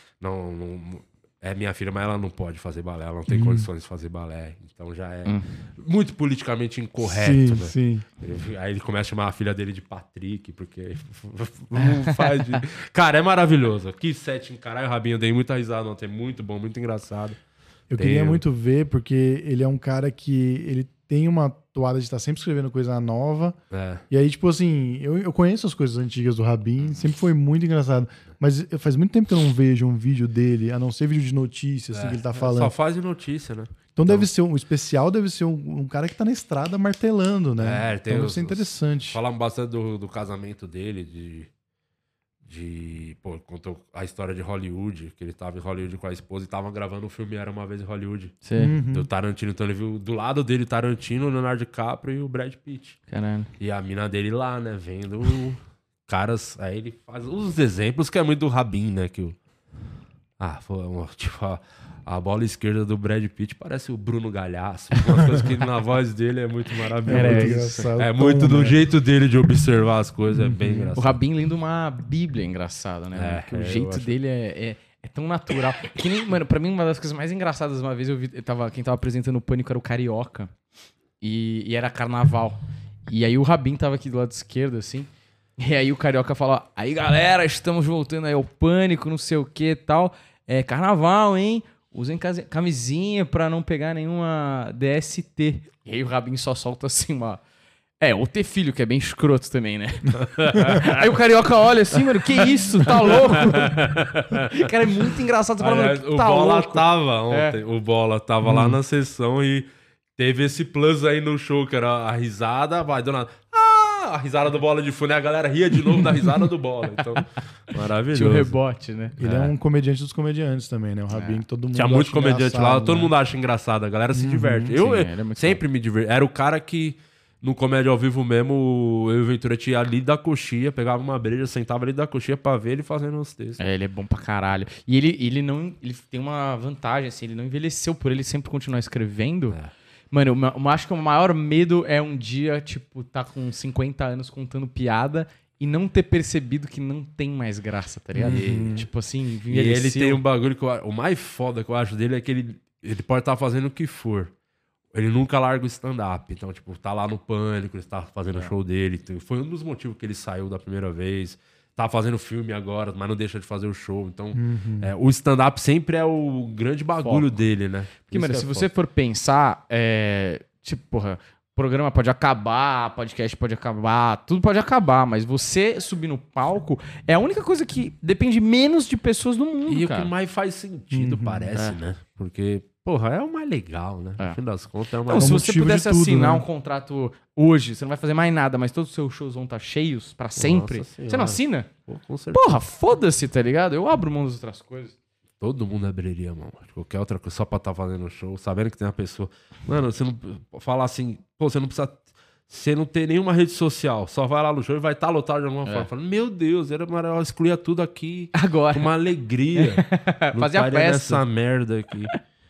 é minha filha, mas ela não pode fazer balé, ela não tem condições de fazer balé. Então já é muito politicamente incorreto, Sim, né? sim. Aí ele começa a chamar a filha dele de Patrick, porque não faz de... Cara, é maravilhoso. Que set, caralho, Rabinho, eu dei muita risada ontem, muito bom, muito engraçado. Eu queria muito ver, porque ele é um cara que ele tem uma toada de estar sempre escrevendo coisa nova. É. E aí, tipo assim, eu conheço as coisas antigas do Rabin, sempre foi muito engraçado. Mas faz muito tempo que eu não vejo um vídeo dele, a não ser vídeo de notícias, assim, que ele tá falando. Só faz de notícia, né? Então deve ser um especial, deve ser um cara que tá na estrada martelando, né? É, tem então deve ser interessante. Falamos bastante do casamento dele, pô, contou a história de Hollywood, que ele tava em Hollywood com a esposa e tava gravando o filme Era Uma Vez em Hollywood, do Tarantino. Então ele viu do lado dele Tarantino, Leonardo DiCaprio e o Brad Pitt. Caralho. E a mina dele lá, né, vendo caras... Aí ele faz uns exemplos que é muito do Rabin, né, que o... tipo, a bola esquerda do Brad Pitt parece o Bruno Galhaço. Uma coisa que na voz dele é muito maravilhosa. É muito engraçado. É muito do jeito dele de observar as coisas, é bem engraçado. O Rabin lendo uma bíblia engraçada, né? Porque o eu jeito acho. dele é tão natural. Que nem, mano, pra mim, uma das coisas mais engraçadas, uma vez quem tava apresentando o Pânico era o Carioca. E era carnaval. E aí o Rabin tava aqui do lado esquerdo, assim. E aí o Carioca fala: aí galera, estamos voltando aí ao Pânico, não sei o que e tal. É carnaval, hein? usem camisinha pra não pegar nenhuma DST. E aí o Rabin só solta assim uma... ou ter filho, que é bem escroto também, né? Aí o carioca olha assim, mano, que isso? Tá louco? Cara, é muito engraçado. Você fala, Aliás, mano, o tá Bola louco. tava ontem. O Bola tava lá na sessão e teve esse plus aí no show, que era a risada, vai do nada. A risada do Bola de fundo, e a galera ria de novo da risada do Bola. Então, maravilhoso. Tinha o rebote, né? Ele é um comediante dos comediantes também, né? O Rabin, que todo mundo Tinha muito acha comediante lá, engraçado, todo né? mundo acha engraçado, a galera se diverte. Sim, ele é muito sempre me diverti. Era o cara que, no Comédia ao Vivo mesmo, eu e o Ventura tinha ali da coxinha, pegava uma breja, sentava ali da coxinha pra ver ele fazendo os textos. Ele é bom pra caralho. E ele tem uma vantagem, assim, ele não envelheceu por ele sempre continuar escrevendo. Mano, eu acho que o maior medo é um dia, tipo, tá com 50 anos contando piada e não ter percebido que não tem mais graça, tá ligado? Tipo assim, E ele envelheceu. tem um bagulho que o mais foda que eu acho dele é que ele pode estar fazendo o que for. Ele nunca larga o stand-up. Então, tipo, tá lá no Pânico, ele tá fazendo o show dele. Foi um dos motivos que ele saiu da primeira vez. Tá fazendo filme agora, mas não deixa de fazer o show. Então, o stand-up sempre é o grande bagulho dele, né? Porque, Isso mano, que é se foda. você for pensar, tipo, porra, programa pode acabar, podcast pode acabar, tudo pode acabar, mas você subir no palco é a única coisa que depende menos de pessoas no mundo, E o cara. que mais faz sentido, parece, né? Porque, porra, é o mais legal, né? No fim das contas, é o Então, mais... se o você motivo pudesse de tudo, assinar né? um contrato hoje, você não vai fazer mais nada, mas todos os seus shows vão estar cheios pra sempre, Nossa você não Senhora. assina? Pô, com certeza. Porra, foda-se, tá ligado? Eu abro mão das outras coisas. Todo mundo abriria, mano. Qualquer outra coisa, só pra estar fazendo show, sabendo que tem uma pessoa. Mano, você não falar assim, pô, você não precisa. Você não tem nenhuma rede social, só vai lá no show e vai estar lotado de alguma forma. Falando, meu Deus, eu excluía tudo aqui Agora. com uma alegria. Não Fazia a estaria festa. nessa merda aqui.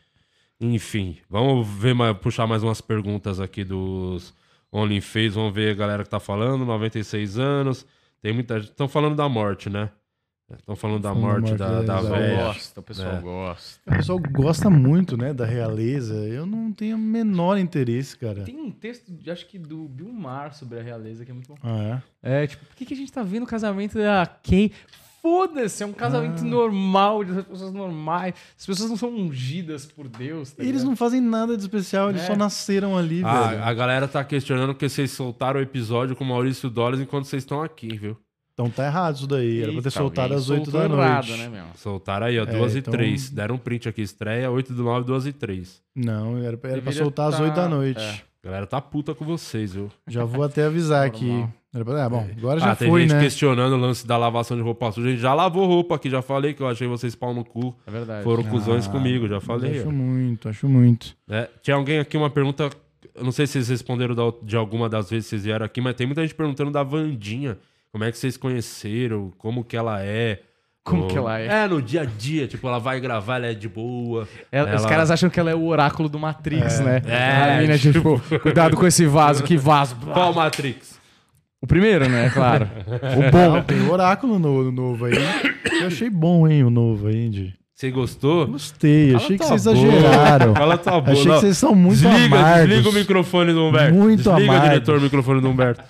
Enfim, vamos ver puxar mais umas perguntas aqui dos OnlyFans. Vamos ver a galera que tá falando. 96 anos. Tem muita gente. Estão falando da morte, né? Estão falando da morte da da velha. O pessoal gosta. O pessoal gosta muito, né, da realeza. Eu não tenho o menor interesse, cara. Tem um texto, acho que do Bill Maher sobre a realeza que é muito bom. Ah, é? Tipo, por que a gente tá vendo o casamento da Kay? Foda-se, é um casamento normal, de pessoas normais. As pessoas não são ungidas por Deus, tá Eles ligado? não fazem nada de especial, eles só nasceram ali, velho. A galera tá questionando porque vocês soltaram o episódio com o Maurício Dollars enquanto vocês estão aqui, viu? Então tá errado isso daí. Era pra ter Eita, soltado alguém às 8 da soltou noite. errado, né, meu? Soltaram aí, ó, 2 e então- 3. Deram um print aqui, estreia, 8/9, 2 e 3. Não, era pra Deveria soltar às tá- 8 da noite. A galera tá puta com vocês, viu? Já vou até avisar aqui. Era pra... bom, agora já tem foi, gente né? questionando o lance da lavação de roupa suja. A gente já lavou roupa aqui, já falei que eu achei vocês pau no cu. É verdade. Foram cuzões comigo, já falei. Acho ó. muito, acho muito. Tinha alguém aqui, uma pergunta. Eu não sei se vocês responderam de alguma das vezes que vocês vieram aqui, mas tem muita gente perguntando da Vandinha. Como é que vocês conheceram? Como que ela é? Como que ela é? No dia a dia. Tipo, ela vai gravar, ela é de boa. Os caras acham que ela é o oráculo do Matrix, né? É, A mina, tipo, cuidado com esse vaso, que vaso. Qual Matrix? O primeiro, né? Claro. O bom. Tem o oráculo novo aí. Eu achei bom, hein, o novo aí, Indy. Você gostou? Gostei, achei que tá vocês boa. exageraram. Ela tá boa. Achei não. que vocês são muito Desliga amargos. o microfone do Humberto. Muito Desliga, amargos. diretor, o microfone do Humberto.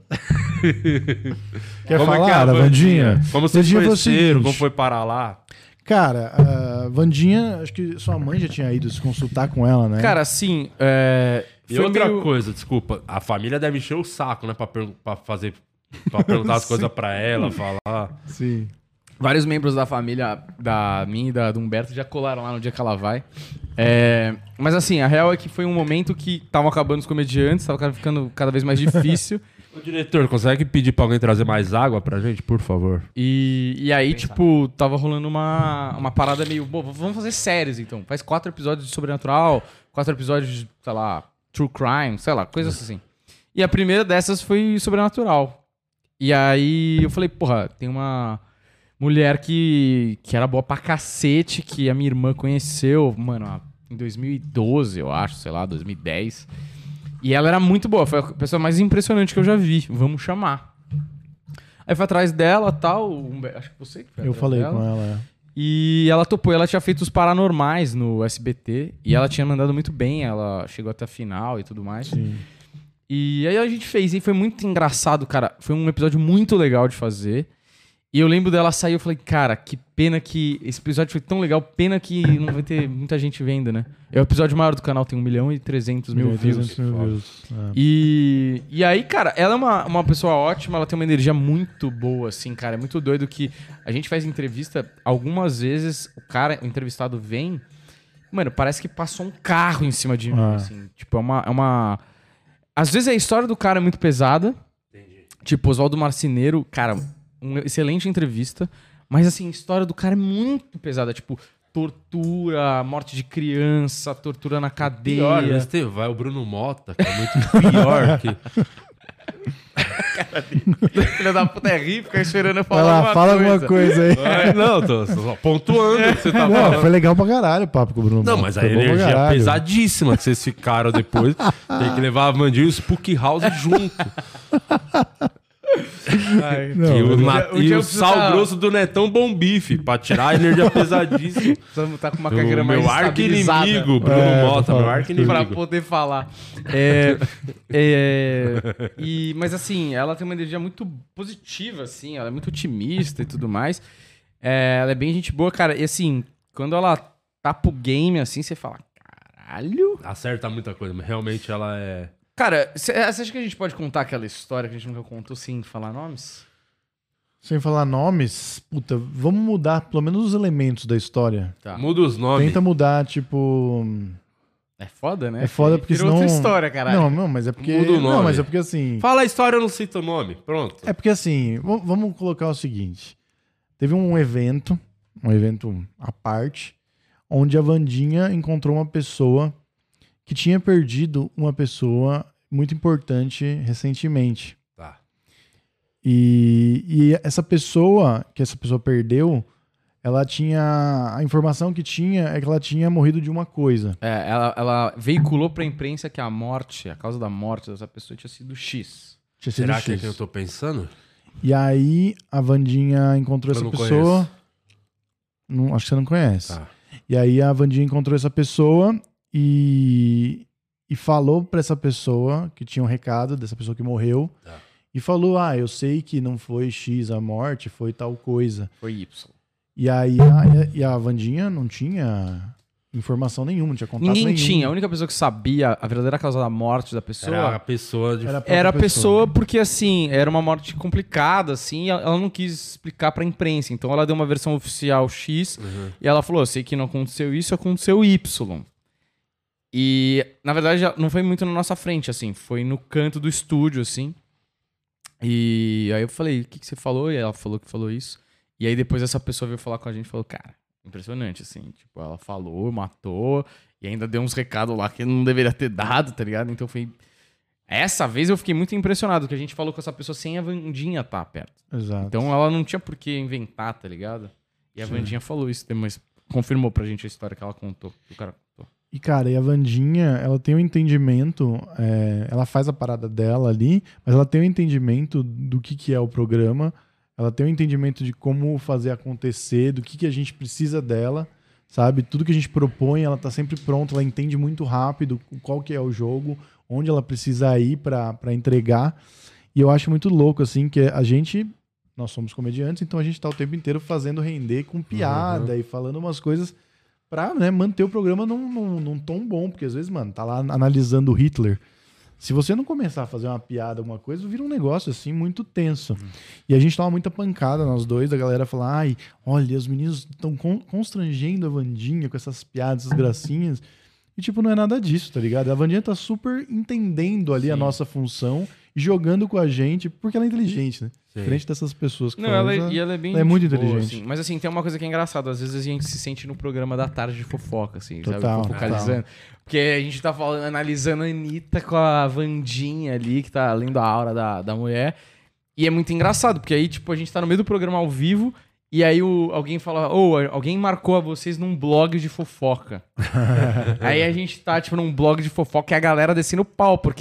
Quer Como é que falar, é a da Vandinha? Como vocês Vandinha foi o conheceram? seguinte. Como foi parar lá? Cara, a Vandinha, acho que sua mãe já tinha ido se consultar com ela, né? Cara, assim, E foi outra meio- coisa, desculpa. A família deve encher o saco, né? Pra perguntar as coisas pra ela, falar. Sim. Vários membros da família, da minha e do Humberto, já colaram lá no dia que ela vai. Mas assim, a real é que foi um momento que estavam acabando os comediantes, tava ficando cada vez mais difícil. Ô, diretor, consegue pedir pra alguém trazer mais água pra gente, por favor? E aí, tipo, tava rolando uma parada meio... Bom, vamos fazer séries, então. Faz 4 episódios de Sobrenatural, 4 episódios de, sei lá, True Crime, sei lá, coisas assim. E a primeira dessas foi Sobrenatural. E aí eu falei, porra, tem uma mulher que era boa pra cacete, que a minha irmã conheceu, mano, em 2012, eu acho, sei lá, 2010. E ela era muito boa, foi a pessoa mais impressionante que eu já vi. Vamos chamar. Aí foi atrás dela e tal. Acho que você que foi Eu atrás falei dela. com ela. E ela topou, ela tinha feito os Paranormais no SBT. E ela tinha mandado muito bem, ela chegou até a final e tudo mais. Sim. E aí a gente fez, e foi muito engraçado, cara. Foi um episódio muito legal de fazer. E eu lembro dela sair, eu falei, cara, que pena que esse episódio foi tão legal, pena que não vai ter muita gente vendo, né? É o episódio maior do canal, tem 1.300.000 views. E aí, cara, ela é uma pessoa ótima, ela tem uma energia muito boa, assim, cara. É muito doido que a gente faz entrevista, algumas vezes o entrevistado vem, mano, parece que passou um carro em cima de mim, assim. Tipo, é uma... Às vezes a história do cara é muito pesada. Entendi. Tipo, Oswaldo Marceneiro, cara... Uma excelente entrevista, mas assim, a história do cara é muito pesada, tipo, tortura, morte de criança, tortura na cadeia. Pior, mas vai o Bruno Mota, que é muito pior que... Filha da puta é rir, fica esperando eu Vai falar lá, fala alguma coisa aí. Não, tô só pontuando o que você tá falando. Foi legal pra caralho o papo com o Bruno Não, Mota. mas a Foi bom pra energia caralho. pesadíssima que vocês ficaram depois. Tem que levar a Mandinho e o Spook House junto. Ai, Não, E o sal grosso do Netão Bom Bife, pra tirar a energia pesadíssima. Precisamos estar com uma Do carreira mais meu estabilizada arqui-inimigo, Bruno Mota, meu arqui-inimigo. pra poder falar. Mas assim, ela tem uma energia muito positiva, assim, ela é muito otimista e tudo mais. Ela é bem gente boa, cara. E assim, quando ela tapa o game, assim, você fala, caralho. Acerta muita coisa, mas realmente ela é... Cara, você acha que a gente pode contar aquela história que a gente nunca contou sem falar nomes? Sem falar nomes, puta, vamos mudar pelo menos os elementos da história. Tá. Muda os nomes. Tenta mudar, tipo... É foda, né? É foda porque Virou senão... outra história, caralho. Não, mas é porque... Muda o nome. Não, mas é porque assim... Fala a história, eu não cito o nome. Pronto. É porque assim, vamos colocar o seguinte. Teve um evento à parte, onde a Wandinha encontrou uma pessoa que tinha perdido uma pessoa muito importante recentemente. Tá. E essa pessoa perdeu, ela tinha... A informação que tinha é que ela tinha morrido de uma coisa. Ela veiculou pra imprensa que a causa da morte dessa pessoa tinha sido X. Tinha sido Será que é X. que eu tô pensando? E aí a Wandinha encontrou Eu essa não pessoa... Não, acho que você não conhece. Tá. E aí a Wandinha encontrou essa pessoa e falou pra essa pessoa que tinha um recado dessa pessoa que morreu. Tá. E falou, eu sei que não foi X a morte, foi tal coisa. Foi Y. E aí a Wandinha não tinha informação nenhuma, não tinha contato Ninguém nenhum. tinha. A única pessoa que sabia a verdadeira causa da morte da pessoa Era a pessoa de... era a pessoa porque, assim, era uma morte complicada, assim, e ela não quis explicar pra imprensa. Então ela deu uma versão oficial X e ela falou, eu sei que não aconteceu isso, aconteceu Y. E, na verdade, não foi muito na nossa frente, assim, foi no canto do estúdio, assim. E aí eu falei, o que você falou? E ela falou que falou isso. E aí depois essa pessoa veio falar com a gente e falou, cara, impressionante, assim. Tipo, ela falou, matou, e ainda deu uns recados lá que não deveria ter dado, tá ligado? Então foi... Essa vez eu fiquei muito impressionado, que a gente falou com essa pessoa sem a Wandinha tá perto. Exato. Então ela não tinha por que inventar, tá ligado? E a Wandinha falou isso, mas confirmou pra gente a história que ela contou, que o cara contou. E, cara, e a Wandinha, ela tem um entendimento, ela faz a parada dela ali, mas ela tem um entendimento do que é o programa, ela tem um entendimento de como fazer acontecer, do que a gente precisa dela, sabe? Tudo que a gente propõe, ela tá sempre pronta, ela entende muito rápido qual que é o jogo, onde ela precisa ir pra entregar. E eu acho muito louco, assim, que nós somos comediantes, então a gente tá o tempo inteiro fazendo render com piada e falando umas coisas pra, né, manter o programa num tom bom, porque às vezes, mano, tá lá analisando o Hitler. Se você não começar a fazer uma piada, alguma coisa, vira um negócio, assim, muito tenso. E a gente toma muita pancada, nós dois, da galera falar, olha, os meninos estão constrangendo a Wandinha com essas piadas, essas gracinhas. E, tipo, não é nada disso, tá ligado? A Wandinha tá super entendendo ali a nossa função e jogando com a gente, porque ela é inteligente, né? Sim. Diferente dessas pessoas que Não, falam, ela é bem ela é muito boa, inteligente. assim. Mas assim, tem uma coisa que é engraçada. Às vezes a gente se sente no programa da tarde de fofoca, assim, Total, sabe? Focalizando. Porque a gente tá analisando a Anitta com a Wandinha ali, que tá lendo a aura da mulher. E é muito engraçado, porque aí, tipo, a gente tá no meio do programa ao vivo e aí alguém fala, alguém marcou a vocês num blog de fofoca. Aí a gente tá, tipo, num blog de fofoca e a galera descendo o pau, porque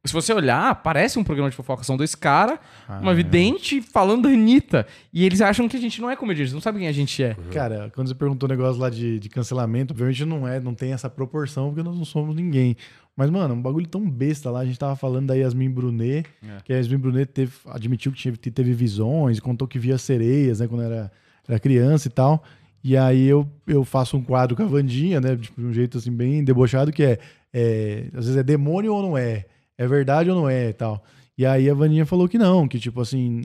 Se você olhar, parece um programa de fofoca. São dois caras, uma vidente falando da Anitta. E eles acham que a gente não é comediante, eles não sabem quem a gente é. Cara, quando você perguntou o negócio lá de cancelamento, obviamente não tem essa proporção, porque nós não somos ninguém. Mas, mano, um bagulho tão besta lá. A gente tava falando da Yasmin Brunet, que a Yasmin Brunet admitiu que teve visões, contou que via sereias, né, quando era criança e tal. E aí eu faço um quadro com a Wandinha, né, de um jeito assim bem debochado, que às vezes é demônio ou não é? É verdade ou não é e tal. E aí a Wandinha falou que não, que tipo assim,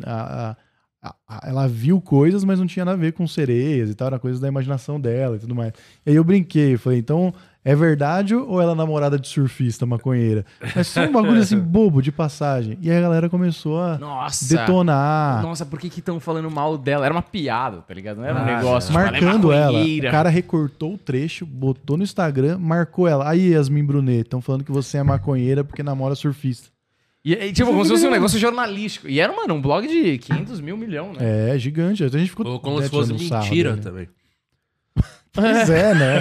ela viu coisas, mas não tinha nada a ver com sereias e tal, era coisa da imaginação dela e tudo mais. E aí eu brinquei, falei, então é verdade ou ela é namorada de surfista, maconheira? Mas só um bagulho assim, bobo, de passagem. E aí a galera começou a detonar. Nossa, por que estão falando mal dela? Era uma piada, tá ligado? Não era um negócio. Marcando ela. maconheira. O cara recortou o trecho, botou no Instagram, marcou ela. Aí, Yasmin Brunet, estão falando que você é maconheira porque namora surfista. E tipo, como se fosse um negócio jornalístico. E era, mano, um blog de 500 mil, milhão, né? É, gigante. Então a gente ficou... Ou como se fosse mentira dele. também. Pois é, né?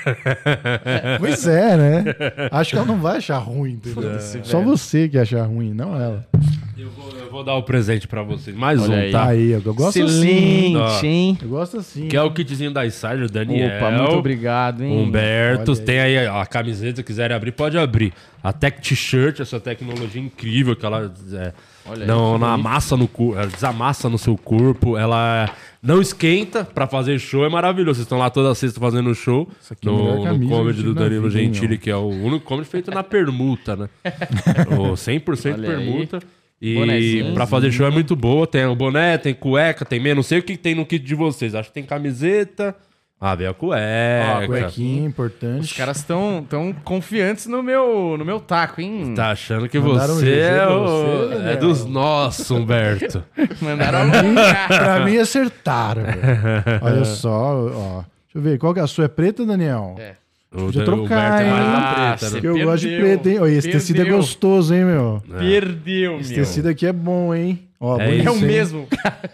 Pois é, né? Acho que ela não vai achar ruim, entendeu? Só você que achar ruim, não ela. Eu vou dar o presente pra vocês. Mais Olha um, aí. tá? Aí, eu gosto assim. Excelente, hein? Eu gosto assim. Que é o kitzinho da Insider, o Daniel. Opa, muito obrigado, hein? Humberto, Olha aí. tem aí a camiseta, se quiserem abrir, pode abrir. A Tech T-shirt, essa tecnologia incrível que ela não amassa no corpo, ela desamassa no seu corpo, ela não esquenta pra fazer show, é maravilhoso. Vocês estão lá toda sexta fazendo show aqui é a melhor no camisa comedy que eu do tive na Danilo vida, hein, Gentili, meu? que é o único comedy feito na permuta, né? O 100% Olha aí. permuta. E Bonezinho. pra fazer show é muito boa. Tem o boné, tem cueca, tem meia. Não sei o que tem no kit de vocês. Acho que tem camiseta. Ah, veio a cueca. Cuequinha, importante. Os caras estão confiantes no meu taco, hein? Tá achando que Mandaram você um GG é, pra você, é Daniel? dos nossos, Humberto. Mandaram Pra mim acertaram. velho. Olha só, ó. Deixa eu ver, qual que é a sua? É preta, Daniel? É. Podia trocar, hein? mais na preta, você né? Eu gosto de perdeu. preta, hein? Olha, esse tecido é Perdeu. gostoso, hein, meu? Perdeu, Esse meu. tecido aqui é bom, hein? Ó, É bonito, É o hein? mesmo.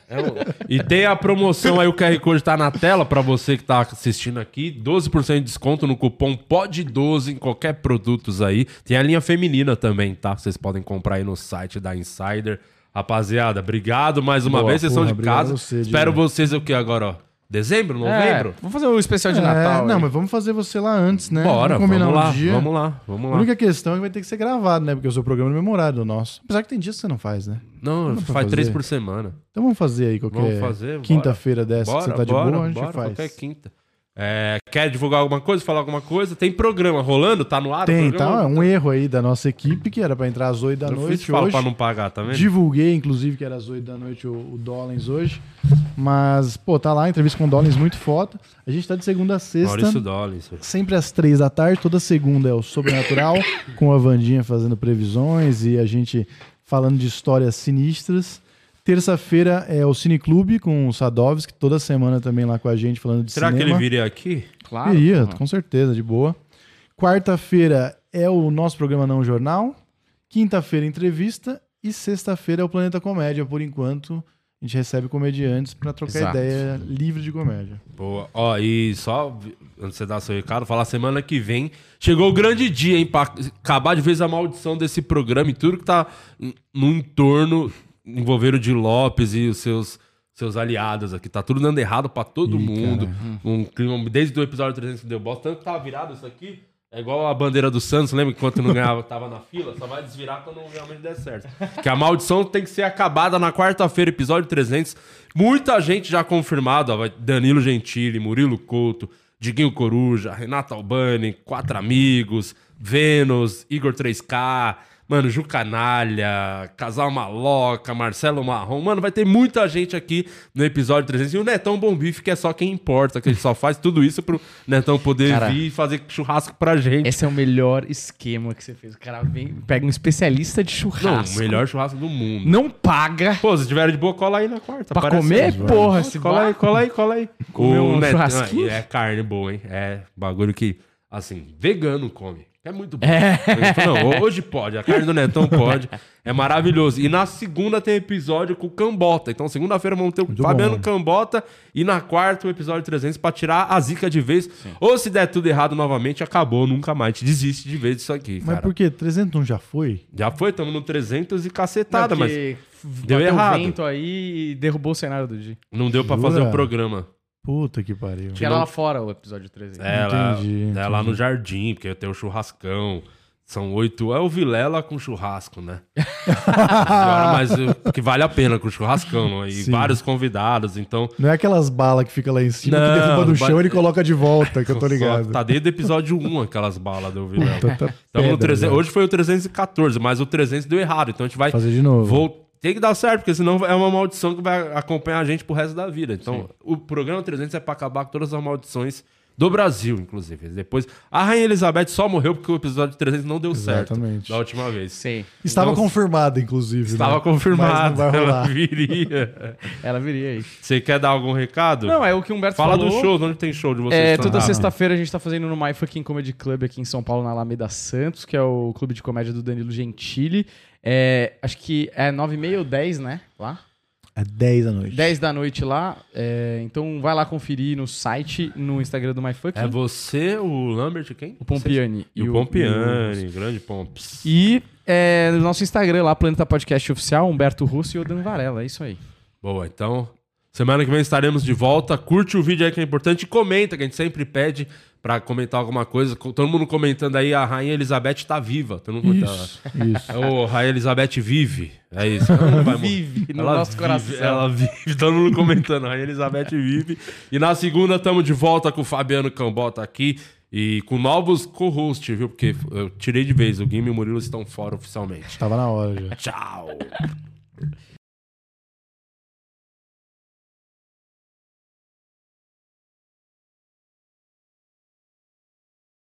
E tem a promoção aí, o QR Code tá na tela pra você que tá assistindo aqui. 12% de desconto no cupom POD12 em qualquer produtos aí. Tem a linha feminina também, tá? Vocês podem comprar aí no site da Insider. Rapaziada, obrigado mais uma vez. Vocês são de obrigado casa. a você, Espero Diego. vocês o que agora, ó? Dezembro? Novembro? Vamos fazer o especial de Natal. Não, aí. mas vamos fazer você lá antes, né? Bora, combinar vamos lá, um dia. vamos lá. A única questão é que vai ter que ser gravado, né? Porque o seu programa é memorável do nosso. Apesar que tem dias que você não faz, né? Não, Dá pra faz 3 fazer? por semana. Então vamos fazer aí qualquer Vamos fazer, bora. quinta-feira dessa que você tá de boa, a gente faz. qualquer quinta. Quer divulgar alguma coisa, falar alguma coisa? Tem programa rolando? Tá no ar? Tem, o programa? tá? Um erro aí da nossa equipe, que era pra entrar às 8 da Eu fiz noite fala hoje. pra não pagar, tá vendo? Divulguei, inclusive, que era às 8 da noite o Dollins hoje. Mas, pô, tá lá, entrevista com o Dollins muito foda. A gente tá de segunda a sexta. Maurício Dollins. Sempre às 3 da tarde, toda segunda é o Sobrenatural, com a Vandinha fazendo previsões e a gente falando de histórias sinistras. Terça-feira é o Cineclube com o Sadovski, toda semana também lá com a gente falando de Será cinema. que ele viria aqui? Claro. Iria, pô. com certeza, de boa. Quarta-feira é o nosso programa Não Jornal. Quinta-feira, entrevista. E sexta-feira é o Planeta Comédia. Por enquanto, a gente recebe comediantes pra trocar Exato. ideia livre de comédia. Boa. Ó, e só, antes de você dar seu recado, falar semana que vem. Chegou o grande dia, hein? Pra acabar de vez a maldição desse programa e tudo que tá no entorno envolvendo o Di Lopes e os seus aliados aqui. Tá tudo dando errado pra todo mundo. Um clima, desde o episódio 300 que deu bosta. Tanto que tava virado isso aqui. É igual a bandeira do Santos, lembra que enquanto não ganhava, tava na fila? Só vai desvirar quando realmente der certo. Que a maldição tem que ser acabada na quarta-feira, episódio 300. Muita gente já confirmada, ó, vai Danilo Gentili, Murilo Couto, Diguinho Coruja, Renato Albani, 4 Amigos, Vênus, Igor 3K, mano, Ju Canalha, Casal Maloca, Marcelo Marrom. Mano, vai ter muita gente aqui no episódio 300. E o Netão Bom Bife, que é só quem importa, que ele só faz tudo isso pro Netão poder Cara, vir e fazer churrasco pra gente. Esse é o melhor esquema que você fez. O cara pega um especialista de Não, churrasco. o melhor churrasco do mundo. Não paga Pô, se tiver de boa, cola aí na quarta. pra aparece comer, aí. porra. Se Cola aí, cola aí. Comer um Netão- churrasquinho? É carne boa, hein? É bagulho que, assim, vegano come. É muito bom. Ele falou, não, hoje pode, a carne do Netão pode. É maravilhoso. E na segunda tem episódio com o Cambota. Então, segunda-feira vamos ter o Muito Fabiano bom. Cambota. E na quarta, o episódio 300 pra tirar a zica de vez. Ou se der tudo errado novamente, acabou, nunca mais. Te desiste de vez disso aqui, Mas cara. por quê? 301 já foi? Já foi, estamos no 300 e cacetada, mas deu errado. vento aí e derrubou o cenário do dia. não deu pra Jura? fazer o programa. Puta que pariu. Que era lá fora o episódio 300. É, Entendi, lá entendi. no jardim, porque tem o churrascão. São 8. É o Vilela com churrasco, né? Agora, mas que vale a pena com churrascão. E Sim. vários convidados, então. Não é aquelas balas que fica lá em cima, Não, que derruba no vai- chão e ele coloca de volta, que eu tô Só ligado. tá desde o episódio 1 aquelas balas do Vilela. Tanta Tamo no pedra, 300, já. hoje foi o 314, mas o 300 deu errado. Então a gente vai. Fazer de novo. Tem que dar certo, porque senão é uma maldição que vai acompanhar a gente pro resto da vida. Então, o programa 300 é pra acabar com todas as maldições do Brasil, inclusive. Depois, a Rainha Elizabeth só morreu porque o episódio 300 não deu Exatamente. certo da última vez. Sei. Estava Então, confirmada, inclusive. Estava né? confirmado, Mas não vai ela rolar. viria. Ela viria aí. Você quer dar algum recado? Não, é o que o Humberto Fala falou. do show, onde tem show de vocês? É, Estão toda lá. sexta-feira a gente tá fazendo no My Fucking Comedy Club aqui em São Paulo, na Alameda Santos, que é o clube de comédia do Danilo Gentili. É, acho que é 9h30 ou 10, né? Lá. É 10 da noite. 10 da noite lá. É, então vai lá conferir no site, no Instagram do My Fucking. É você, o Lambert, quem? O Pompiani. E o Pompiani, grande Pomps. E no nosso Instagram lá, Planeta Podcast Oficial, Humberto Russo e o Dan Varela. É isso aí. Boa, então, semana que vem estaremos de volta. Curte o vídeo aí que é importante e comenta, que a gente sempre pede pra comentar alguma coisa. Todo mundo comentando aí, a Rainha Elizabeth tá viva. Todo mundo Isso. Ô, Rainha Elizabeth vive. É isso. Ela não vai morrer. Vive no Ela nosso vive, coração. Ela vive, todo mundo comentando. A Rainha Elizabeth vive. E na segunda estamos de volta com o Fabiano Cambota aqui. E com novos co-hosts, viu? Porque eu tirei de vez. O Guilherme e o Murilo estão fora oficialmente. Tava na hora já. Tchau.